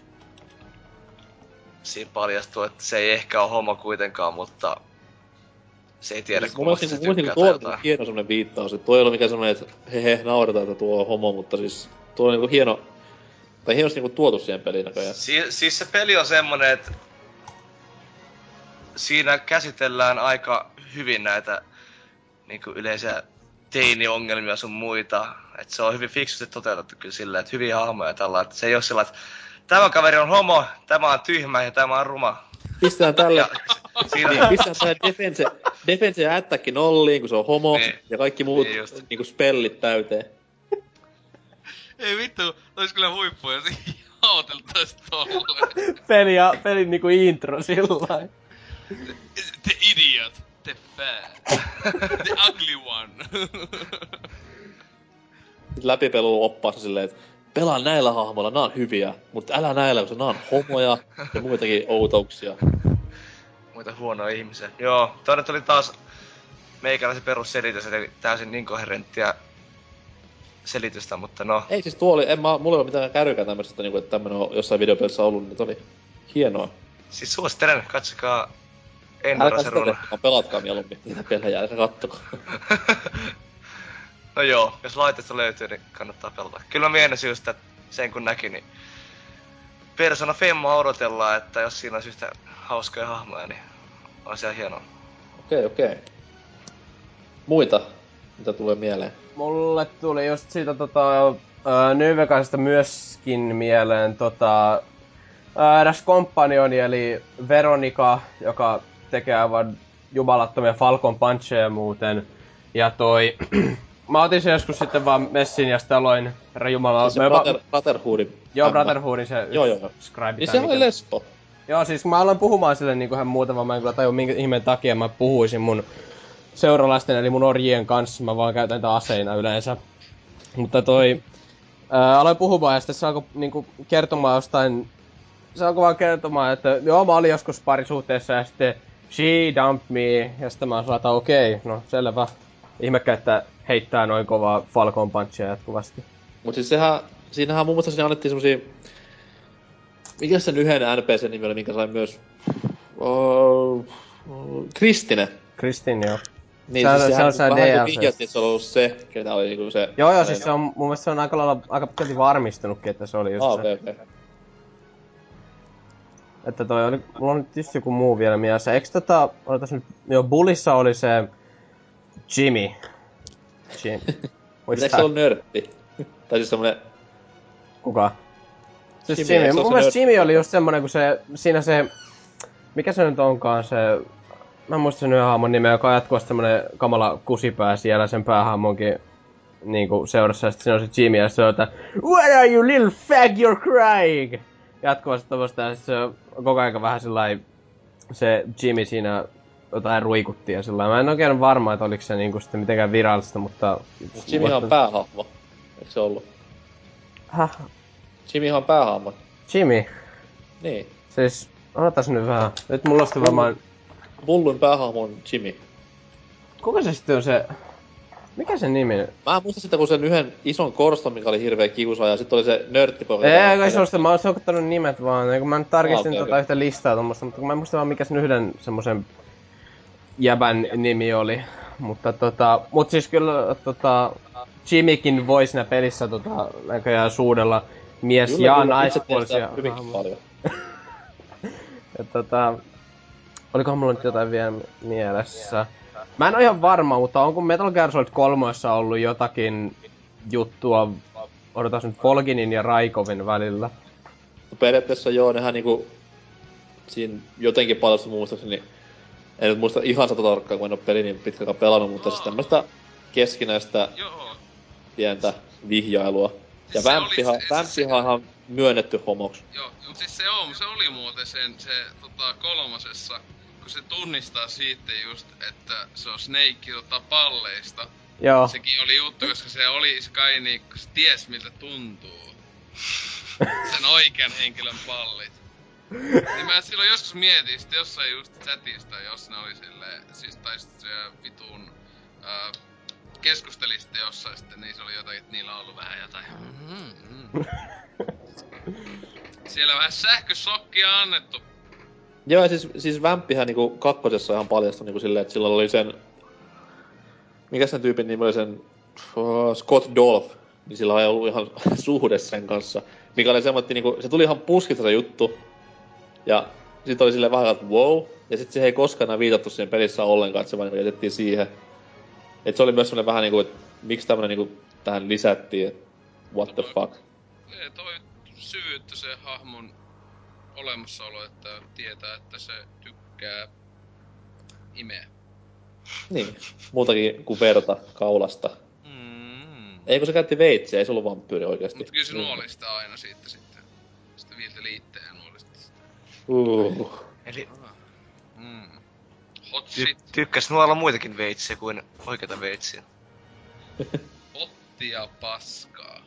siinä paljastuu, että se ei ehkä ole homo kuitenkaan, mutta se ei tiedä, Siis kun mun se mielestä niinku, tykkää niinku tai tuo on jotain. niinku hieno semmonen viittaus, että tuo ei ole mikään semmonen, että he he nauretaan, että tuo on homo, mutta siis tuo on niinku hieno, tai hienosti niinku tuotu siihen peliin näköjään. Si- siis se peli on semmonen, että siinä käsitellään aika hyvin näitä niinku yleisiä teiniongelmia sun muita. Et se on hyvin fiksusti toteutettu kyllä silleen, että hyviä hahmoja tällä, että se ei oo sillä, että tämä kaveri on homo, tämä on tyhmä ja tämä on ruma. Pistetään tälle, Ja siinä niin, pistetään tälle defense, defense ja attack nolliin, kun se on homo, Niin. ja kaikki muut Niin just. niinku spellit täyteen. Ei vittu, ois kyllä huippu, jos jaoteltais tolleen. Peli ja pelin niinku intro sillain. The idiot, the fat, the ugly one. Sitten läpipelu oppaassa silleen, että pelaa näillä hahmoilla, nää on hyviä, mutta älä näillä, koska nää on homoja ja muitakin outouksia. muita huonoja ihmisiä. Joo, toinen tuli taas meikäläisen perusselitys, eli täysin inkoherenttia selitystä, mutta no. Ei siis tuo oli, en mä, mulla ei ole mitään kärrykää tämmöisestä, niinku, että tämmönen on jossain videopelissä ollut, niin oli hienoa. Siis suosittelen, katsokaa Älkää Endorasen sitä runo. tehtävää, pelatkaa mieluummin niitä pelejä, älkää kattoko. No joo, jos laitteesta löytyy, niin kannattaa pelata. Kyllä mä mielesin just, että sen kun näki, niin Persona Femmoa odotellaan, että jos siinä olisi yhtä hauskoja hahmoja, niin on siellä hienoa. Okei, okei. Muita, mitä tulee mieleen? Mulle tuli just siitä tota, ää, New Vegasista myöskin mieleen tota, ää, eräs komppanioni eli Veronika, joka tekee aivan jumalattomia Falcon Puncheja muuten. Ja toi, mä otin sen joskus sitten vaan messin ja sitten aloin, herra jumala. Siis se mä Brother, jopa- Brotherhoodin. Joo, ämmä. Brotherhoodin se Joo, joo, joo. scribe. Niin tai sehän oli mikä- lesbo. Joo, siis kun mä aloin puhumaan sille niinku hän muuta, vaan mä en kyllä tajua minkä ihmeen takia mä puhuisin mun seuralaisten eli mun orjien kanssa, mä vaan käytän niitä aseina yleensä. Mutta toi, ää, aloin puhumaan ja sitten se alkoi niinku kertomaan jostain, se alkoi vaan kertomaan, että joo mä olin joskus parisuhteessa ja sitten she dumped me, ja sitten mä sanoin, että okei, okay, no selvä. Ihmekkä, että heittää noin kovaa Falcon Punchia jatkuvasti. Mut siis sehän, siinähän muun muassa sinne annettiin semmosia... Mikä sen yhden N P C:n nimi oli, minkä sai myös... Oh, Kristine. Kristin, joo. Niin, Se on- siis se on sehän se vähän D L C. kuin vihjattiin, että se on ollut se, ketä oli niinku se... Joo joo, siis se on, mun mielestä se on aika lailla, aika pitkälti varmistunutkin, että se oli just Ah, se. okei, okei. Että toi oli, mulla on nyt just joku muu vielä mielessä. Eiks tota, odotas nyt, joo, Bullissa oli se Jimmy. Jim. Eikö se ollut nörtti? Tai siis semmonen... Kuka? Siis Jimmy, Jimmy, eikö se oo mun se mielestä nörtti? Jimmy oli just semmonen, kun se, siinä se, mikä se nyt onkaan se, mä en muista sen yhden hahmon nimeä, joka on jatkuvasti semmonen kamala kusipää siellä sen päähahmonkin niinku seurassa, ja sit siinä on se Jimmy, ja se on, että what are you little fag, you're crying! Jatkuvasti tommoista, ja sit se on koko ajan vähän sellainen, se Jimmy siinä jotain ruikutti ja sillä mä en oikein varma, että oliko se niinku sitten mitenkään virallista, mutta... Mut Jimmy on päähahmo. Eikö se ollut? Häh? Jimmy on päähahmo. Jimmy? Niin. Siis, odotas nyt vähän. Nyt mulla on sitten varmaan... Bullun päähahmo on Jimmy. Kuka se sitten on se... Mikä se nimi? Mä en muista sitä, kun sen yhden ison korston, mikä oli hirveä kiusaaja, ja sit oli se nörttipoika. Ei, ei se ole sitä, mä oon ottanut nimet vaan, ja kun mä nyt tarkistin Ah, okei, tota okei. yhtä listaa tommoista, mutta kun mä en muista vaan mikä sen yhden semmosen jäbän nimi oli. Mutta tota, mut siis kyllä tota, Jimmykin voi siinä pelissä tota, näköjään suudella mies- Kyllä, ja kyllä, itse naispuolisia. tiedän sitä hyvinkin paljon. Ja tota, olikohan mulla nyt jotain vielä mielessä? Mä en oo ihan varma, mutta onko Metal Gear Solid kolmoissa ollut jotakin juttua, odotas nyt, Volginin ja Raikovin välillä? Periaatteessa joo, nehän niinku... Siinä jotenkin paljosta muistaakseni... En nyt muista ihan sata tarkkaan, kun en oo peli niin pitkään pelannut, mutta siis tämmöstä keskinäistä Joo. pientä vihjailua. Ja Siis se oli Vamppihan, se- se- Vamppihan on myönnetty homoksi. Joo, mut siis se on, se oli muuten sen, se tota kolmosessa, kun se tunnistaa siitä just, että se on Snake tota palleista. Joo. Sekin oli juttu, koska se oli se kai niinku, se ties miltä tuntuu. Sen oikean henkilön pallit. Niin mä silloin joskus mietin, sit jossain just chatista, jos ne oli silleen, siis tai sit se vitun ää, keskusteli sitten jossain sitten, niin se oli jotain, että niillä on ollut vähän jotain. Mm-hmm. Siellä vähän sähkösokkia annettu. Joo, ja siis, siis Vamppihän niinku kakkosessa ihan paljastui niinku silleen, että sillä oli sen... Mikä sen tyypin nimi oli sen... Uh, Scott Dolph. Niin sillä ei ollut ihan suhde sen kanssa. Mikä oli semmoinen, niinku, se tuli ihan puskista se juttu. Ja sit oli silleen vähän, että wow. Ja sit siihen ei koskaan enää viitattu siihen pelissä ollenkaan, että se vaan niinku jätettiin siihen. Et se oli myös semmonen vähän niinku, että miksi tämmönen niinku tähän lisättiin, että what the fuck. Ei toi syvyyttä se hahmon olemassaolo, että tietää, että se tykkää imeä. Niin, muutakin kuin verta kaulasta. Mm. Ei kun se käytti veitsiä, ei se ollut vampyyri oikeesti. Mut kyllä se nuoli sitä aina siitä sitten. Sitten viiltä liitteen ja nuolisti sitä. Uh. Eli Mm. Hot ty- shit. tykkäs nuolla muitakin veitsiä kuin oikeita veitsiä. Pottia paskaa.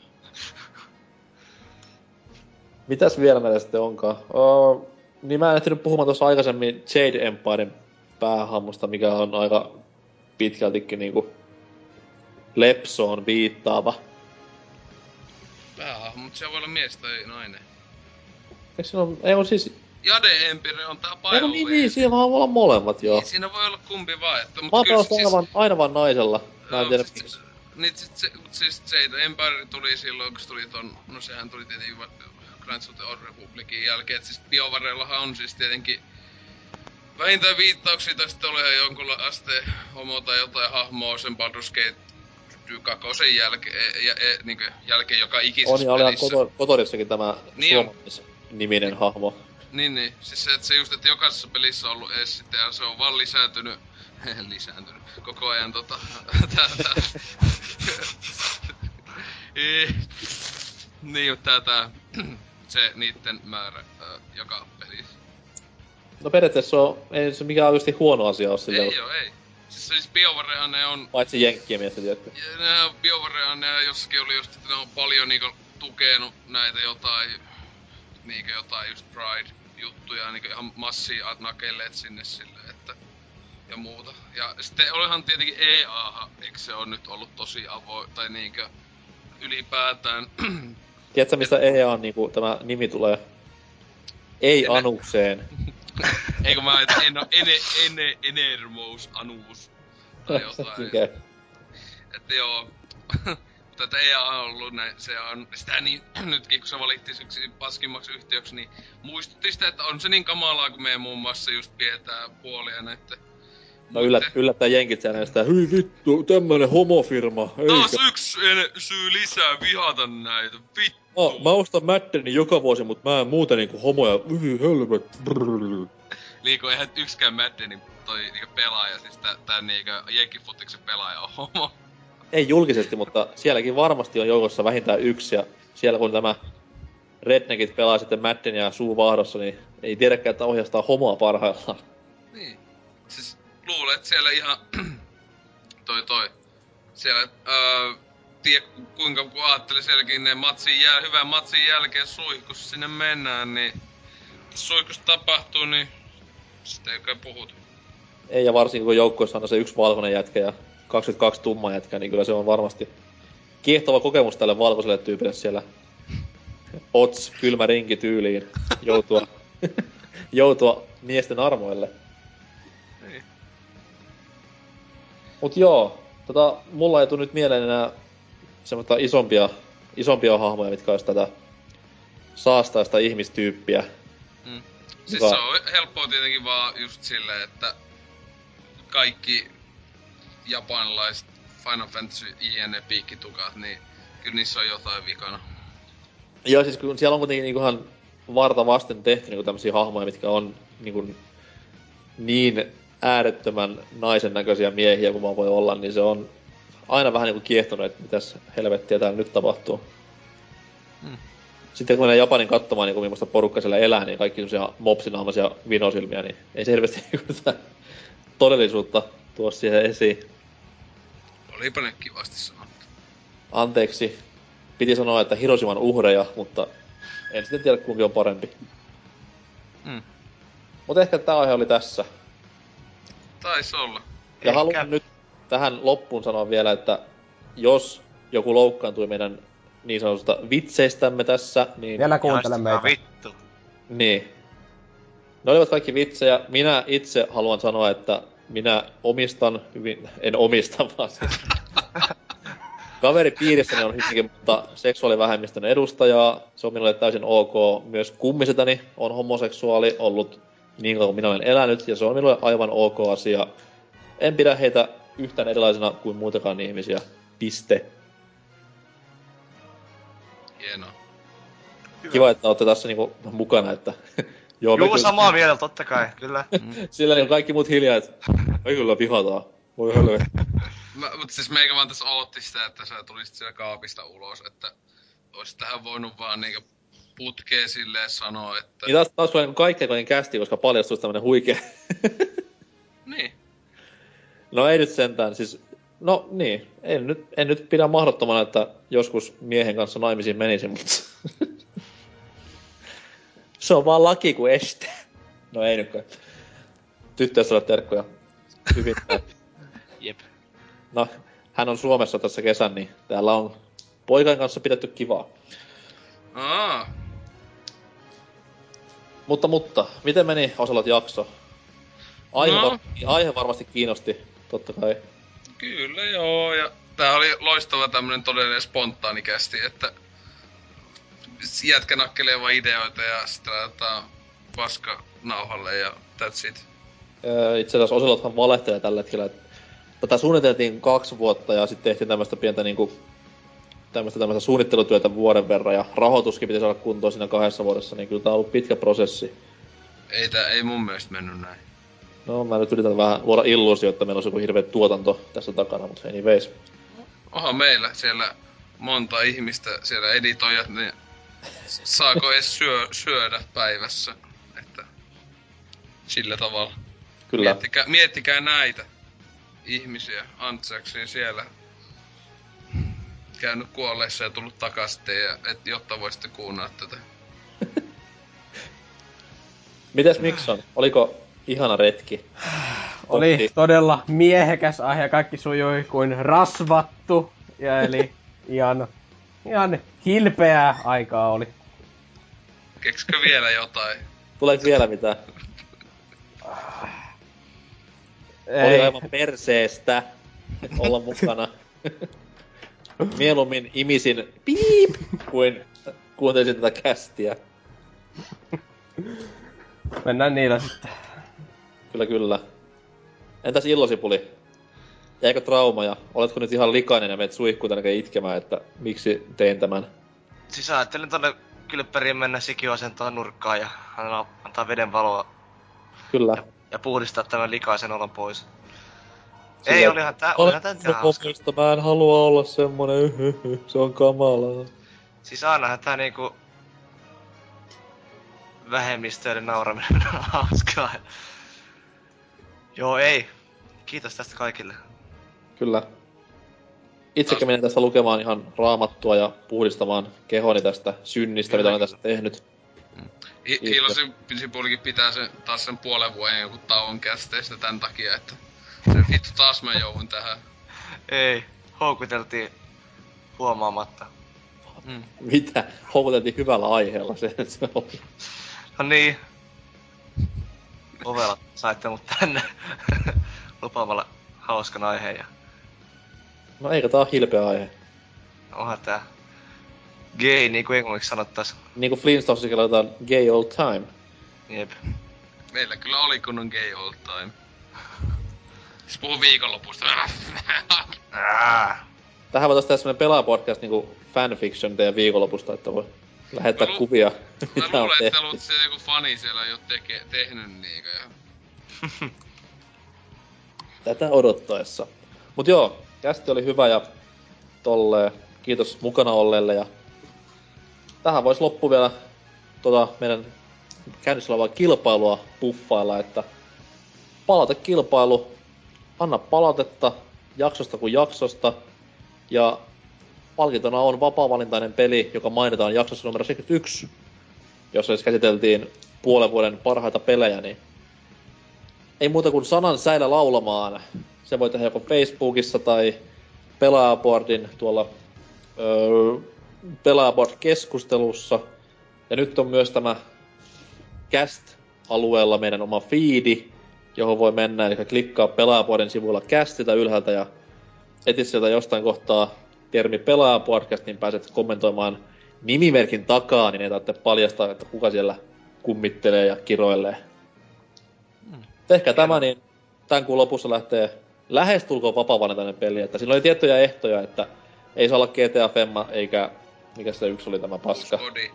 Mitäs vielä meillä sitten onkaan? Oh, niin mä en ehtinyt puhumaan tuossa aikaisemmin Jade Empiren päähahmosta, mikä on aika pitkältikin niinku Lepsoon viittaava. Päähahmo, mut se voi olla mies tai nainen. Eikö siinä on, ei on siis... Jade Empire on tää Ei kun niin, BioWare. niin, siinä voi olla molemmat joo. Niin, siinä voi olla kumpi vaan, että... Mut Mä oon kyllä pelannut siis- aina, vaan, aina vaan naisella. Mä en Joo, tiedä sit miksi. se- Niin sit se, mut siis Jade Empire tuli silloin, kun se tuli ton, no sehän tuli tietenkin va- Knights of the Old Republicin jälkeen, et siis BioWarellahan on siis tietenkin vähintään viittauksia, tai sitten oli jonkun asteen homo tai jotain hahmoa sen Baldur's Gate kakosen jälkeen, ja, ja, niin jälkeen joka ikisessä On ja olihan pelissä. koto, Kotorissakin tämä Niin on. Suomalais-niminen hahmo. Niin, niin. Siis se, että se just, että jokaisessa pelissä on ollut ees sitten, ja se on vaan lisääntynyt, lisääntynyt koko ajan tota, tää, tää. Eh, niin, tää, tää, se niitten määrä ö, joka pelissä. No periaatteessa on, ei se mikään oikeesti huono asia oo sillä. Ei oo, ei. Siis, siis BioWarehan ne on, Paitsi jenkkien mielestä tietty. ja nehän BioWarehan ne jossakin oli just, että ne on paljon niinku tukenut näitä jotain, niinkö jotain just Pride-juttuja, niinkö ihan massia nakelleet sinne silleen, että ja muuta. Ja sitten olihan tietenkin E A, eikö se on nyt ollut tosi avoin, tai niinkö ylipäätään. Tiedätkö mistä E A on niinku tämä nimi tulee? Ei Ene- anukseen. Eikö mä ajattelin, en oo ene, ene, enermous anus. Tai jotain. Mikä? Että joo. Mutta että E A on ollut näin, se on sitä niin, nytkin kun se valittiin siksi paskimmaksi yhtiöksi, niin muistutti sitä, että on se niin kamalaa, kun meidän muun muassa just pidetään puolia näitten. No yllät, yllättää jenkit siellä sitä, hyi vittu, tämmönen homofirma, Taas eikä. yksi ene- syy lisää vihata näitä, vittu. Oh, mä ostan Maddenin joka vuosi, mut mä en muuten niinku homoja, hyi helvet, brrrr. Liiko eihän yksikään Maddenin toi niinku pelaaja, siis tää, tää niinku Jenkkifutiksen pelaaja on homo. Ei julkisesti, mutta sielläkin varmasti on joukossa vähintään yksi, ja siellä kun tämä Redneckit pelaa sitten Maddenia suu vaahdossa, niin ei tiedäkään, että ohjastaa homoa parhaillaan. Niin. Siis luulen, että siellä ihan toi toi. Siellä öö, tiedä kuinka kun ajattelin sielläkin ne matsin jäl, hyvän matsin jälkeen suihkus sinne mennään, niin suihkus tapahtuu, niin sitten ei kai puhut. Ei, ja varsinkin kun joukkueessa on se yksi valkoinen jätkä ja kaksikymmentäkaksi tumma jätkä, niin kyllä se on varmasti kiehtova kokemus tälle valkoiselle tyypille siellä Ots, kylmä rinki tyyliin joutua, joutua miesten armoille. Niin. Mut joo, tota, mulla ei tuu nyt mieleen enää semmoista isompia, isompia hahmoja, mitkä ois tätä saastaista ihmistyyppiä. Mm. Siis Joka- se on helppoa tietenkin vaan just silleen, että kaikki japanilaiset Final Fantasy jne piikkitukat, niin kyllä niissä on jotain vikana. Joo, siis kun siellä on kuitenkin niinku ihan varta vasten tehty niinku tämmösiä hahmoja, mitkä on niinku niin äärettömän naisen näköisiä miehiä kuin vaan voi olla, niin se on aina vähän niinku kiehtonut, että mitäs helvettiä täällä nyt tapahtuu. Hmm. Sitten kun menee Japanin katsomaan, niin millaista porukka siellä elää, niin kaikki semmosia mopsinaamaisia vinosilmiä, niin ei se hirveästi niinku tätä todellisuutta tuo siihen esiin. Olipa ne kivasti sanottu. Anteeksi, piti sanoa, että Hiroshiman uhreja, mutta en sitten tiedä kumpi on parempi. Hmm. Mut ehkä tää aihe oli tässä. Tais olla. Ja Ehkä. haluan nyt tähän loppuun sanoa vielä, että jos joku loukkaantui meidän niin sanotusta vitseistämme tässä, niin... Vielä kuuntele Haistakaa meitä. vittu. Niin. Ne olivat kaikki vitsejä. Minä itse haluan sanoa, että minä omistan hyvin... En omista, vaan siis... Kaveripiirissäni on hyvinkin monta seksuaalivähemmistön edustajaa. Se on minulle täysin ok. Myös kummisetäni on homoseksuaali ollut niin kauan kuin minä olen elänyt, ja se on minulle aivan ok asia. En pidä heitä yhtään erilaisena kuin muitakaan ihmisiä. Piste. Hienoa. Kiva, että olette tässä niinku mukana, että... Joo, Juu, kyllä... samaa mieltä, totta kai, kyllä. Sillä niinku kaikki muut hiljaa, että... Me kyllä vihataan. Voi helvetti. Mutta siis meikä vaan tässä ootti sitä, että sä tulisit siellä kaapista ulos, että ois tähän voinut vaan niinku putkeen silleen sanoa, että... Niin taas, taas tulee niinku kaikkein kästi, koska paljastuisi tämmönen huikee. Niin. No ei nyt sentään, siis... No niin, en nyt, en nyt pidä mahdottomana, että joskus miehen kanssa naimisiin menisin, mutta... Se on vaan laki kuin este. No ei nytkään. Tyttöystävät terkkoja. Hyvin. Jep. No, hän on Suomessa tässä kesän, niin täällä on poikain kanssa pidetty kivaa. Aa. Mutta, mutta, miten meni Oselot jakso? Aihe, No. var- aihe varmasti kiinnosti, totta kai. Kyllä joo, ja tää oli loistava tämmönen todellinen spontaani kästi, että jätkä nakkelee vaan ideoita ja sitten laitetaan paska nauhalle ja that's it. Öö, itse asiassa Oselothan valehtelee tällä hetkellä, että tätä suunniteltiin kaksi vuotta ja sitten tehtiin tämmöstä pientä niinku tämmöstä tämmöstä suunnittelutyötä vuoden verran ja rahoituskin piti saada kuntoon siinä kahdessa vuodessa, niin kyllä tää on ollut pitkä prosessi. Ei tää, ei mun mielestä mennyt näin. No mä nyt yritän vähän luoda illuusio, että meillä olisi joku hirveä tuotanto tässä takana, mutta anyways. Oha meillä siellä monta ihmistä, siellä editoijat, niin saako edes syö, syödä päivässä, että sillä tavalla. Kyllä. Miettikää, miettikää näitä ihmisiä, Antsaksiin siellä käynyt kuolleissa ja tullut takaisin, ja, et, jotta voisitte kuunnella tätä. Mites Mikson? Oliko ihana retki? Oli Totti. todella miehekäs aihe ja kaikki sujui kuin rasvattu. Ja eli ihan, ihan hilpeää aikaa oli. Keksikö vielä jotain? Tuleeko vielä mitään? Ei. Oli aivan perseestä olla mukana. Mieluummin imisin piip, kuin kuuntelisin tätä kästiä. Mennään niillä sitten. Kyllä, kyllä. Entäs Illosipuli? Jäikö trauma ja oletko nyt ihan likainen ja meet suihkuun tänne itkemään, että miksi tein tämän? Siis ajattelin tonne kylppäriin mennä sikiöasentoon nurkkaan ja antaa, antaa veden valoa Kyllä. ja, ja puhdistaa tämän likaisen olon pois. Sillä- Ei, olihan tää, olihan tää ihan hauska. Omista, mä en halua olla semmonen, se on kamalaa. Siis ainahan tää niinku... vähemmistöiden nauraminen on hauskaa. Joo, ei. Kiitos tästä kaikille. Kyllä. Itsekin menen tästä lukemaan ihan raamattua ja puhdistamaan kehoni tästä synnistä, Kyllä, mitä olen kyllä. tässä tehnyt. Hi- Hiilosen Sipulikin pitää sen, taas sen puolen vuoden joku tauon kästeistä tän takia, että se vittu taas mä joudun tähän. Ei. Houkuteltiin huomaamatta. Mm. Mitä? Houkuteltiin hyvällä aiheella se, se oli. No niin. Ovela saitte mut tänne lupaamalla hauskan aiheen ja No eikö tää oo hilpeä aihe? onhan tää gay niinku englanniksi sanottais. Niinku Flintstonesissa laitetaan gay old time. Jep. Meillä kyllä oli kunnon gay old time. Siis puhun viikonlopusta. Ää. Tähän voitais tehdä semmonen pelaajapodcast niinku fanfiction teidän viikonlopusta, että voi lähettää Mä lu- kuvia, Mä mitä on luulen, että tehty. te luulet, että joku fani siellä jo teke, tehnyt niinkö. Ja... Tätä odottaessa. Mut joo, kästi oli hyvä ja tolleen. Kiitos mukana olleille ja tähän vois loppu vielä tota meidän käynnissä olevaa kilpailua puffailla, että palautekilpailu, anna palautetta jaksosta kuin jaksosta ja palkintona on vapaa-valintainen peli, joka mainitaan jaksossa numero seitsemänkymmentäyksi, jossa siis käsiteltiin puolen vuoden parhaita pelejä, niin ei muuta kuin sanan säilä laulamaan. Se voi tehdä joko Facebookissa tai Pelaajaboardin tuolla öö, Pelaajaboard-keskustelussa. Ja nyt on myös tämä Cast-alueella meidän oma feedi, johon voi mennä, eli klikkaa Pelaajaboardin sivuilla Castita ylhäältä ja etsi sieltä jostain kohtaa termi Pelaajaboardcast, niin pääset kommentoimaan nimimerkin takaa, niin ei tarvitse paljastaa, että kuka siellä kummittelee ja kiroilee. Tehkää tämä, niin tämän kuun lopussa lähtee lähestulkoon vapaa-valintainen peli, että siinä oli tiettyjä ehtoja, että ei saa olla G T A Femma, eikä... Mikä se yksi oli tämä paska?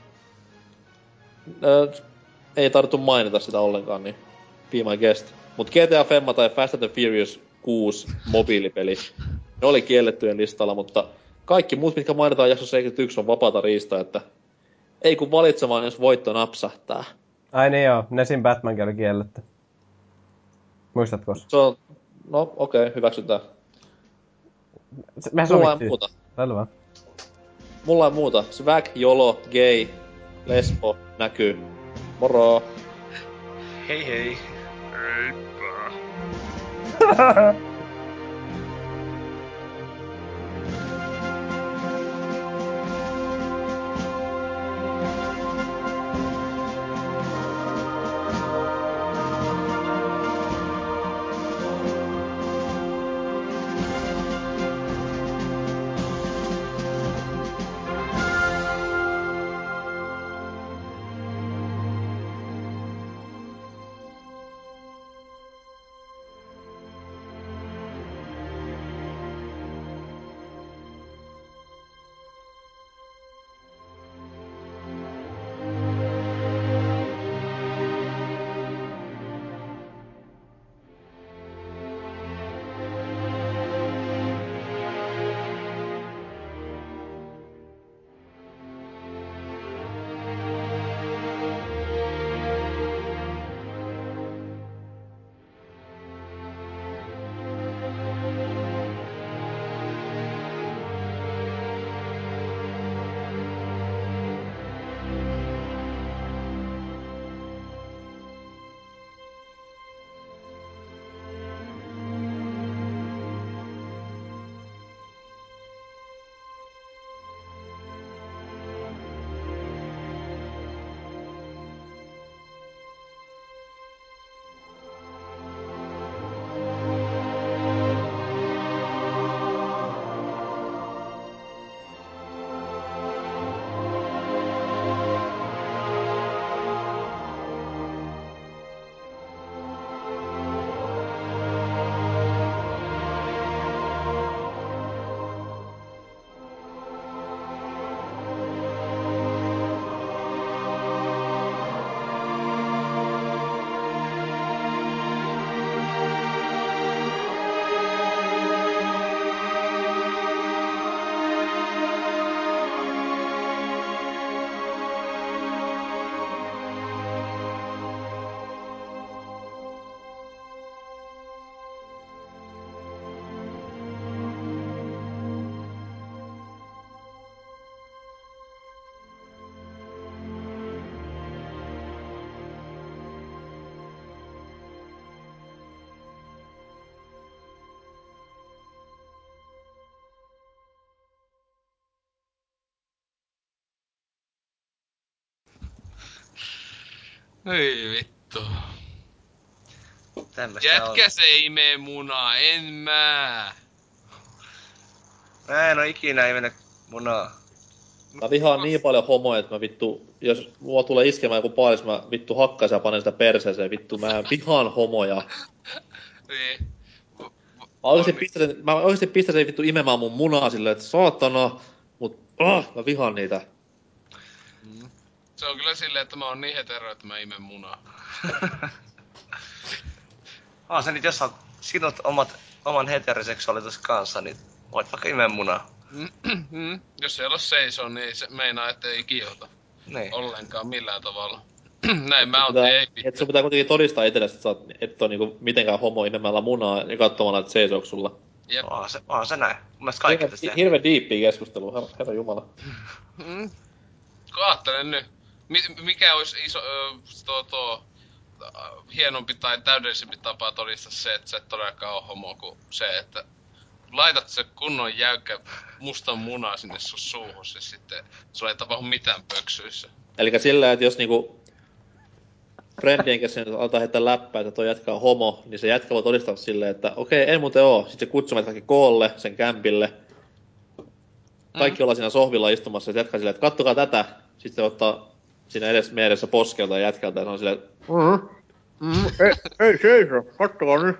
Öö, ei tarvittu mainita sitä ollenkaan, niin be my guest. Mut G T A Femma tai Fast and the Furious kuusi mobiilipeli, ne oli kiellettyjen listalla, mutta kaikki muut, mitkä mainitaan jaksossa seitsemänkymmentäyksi, on vapaata riistaa, että ei kun valitsemaan, jos voitto napsahtaa. Ai niin joo, Nesin Batmankin oli kielletty. Muistatko? Se on... No okei, okay, hyväksytään. Mehän Mulla ei sovittiin. muuta. Selvä. Mulla ei muuta. Swag, YOLO, gay, lesbo, näkyy. Moro! Hei hei. Ei vittu. Tämmöstä Jätkä on. se imee munaa, en mä. Mä en oo ikinä imennyt munaa. Mä vihaan niin paljon homoja, että mä vittu... Jos mua tulee iskemään joku paalis, mä vittu hakkaisin ja panen sitä perseeseen, vittu. Mä vihaan homoja. Niin. Mä oikeesti pistäisin, mä oikeesti pistäisin vittu imemään mun munaa silleen, että saatana, mut oh, mä vihaan niitä. Mm. Se on kyllä silleen, että mä oon niin hetero, että mä imen munaa. Ah, sä nyt jos sä sinut omat, oman heteroseksuaalisuus kanssa, niin voit vaikka imeä munaa. Mm. Jos ei ole seisoo, niin se meinaa, että ei kiihota. Niin. Ollenkaan millään tavalla. Näin mä oon, Pitää, ei vittu. et sun pitää kuitenkin todistaa itsellesi, että sä oot, et oo niinku mitenkään homo imemällä munaa ja katsomalla, että seisooks sulla. Jep. Onhan se, onhan se näin. Mun mielestä kaikki Hirve, tästä hirve diippiä keskustelua, herra, herra jumala. Mm. Kaattelen nyt. Mi- mikä olisi iso, ö, tuo, tuo, äh, hienompi tai täydellisempi tapa todistaa se, että sä et todellakaan oo homo kuin se, että laitat se kunnon jäykkä mustan munaa sinne sun suuhun, ja sitten sulla ei tapahdu mitään pöksyissä. Elikkä sillä, että jos niinku friendien kesken aletaan heittää läppää, että toi jätkä on homo, niin se jätkä voi todistaa silleen, että okei, okay, en muuten oo. Sitten se kutsuu meitä kaikki koolle, sen kämpille. Kaikki mm. ollaan siinä sohvilla istumassa, ja se jätkä silleen, että kattokaa tätä. Sitten se ottaa siinä edes meidän edessä poskelta ja jätkältä, ja se on silleen, mm. Mm, ei, ei seiso, kattokaa nyt.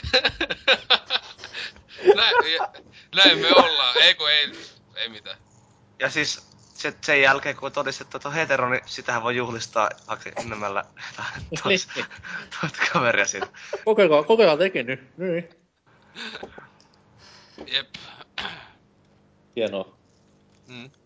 näin, näin me ollaan, ei kun ei, ei mitään. Ja siis se, sen jälkeen, kun on todistettu, että on hetero, niin sitähän voi juhlistaa vaikka nimemällä toista kaveria siitä. Kokeilkaa, kokeilkaa tekin nyt. Niin. Jep. Hienoa. Mm.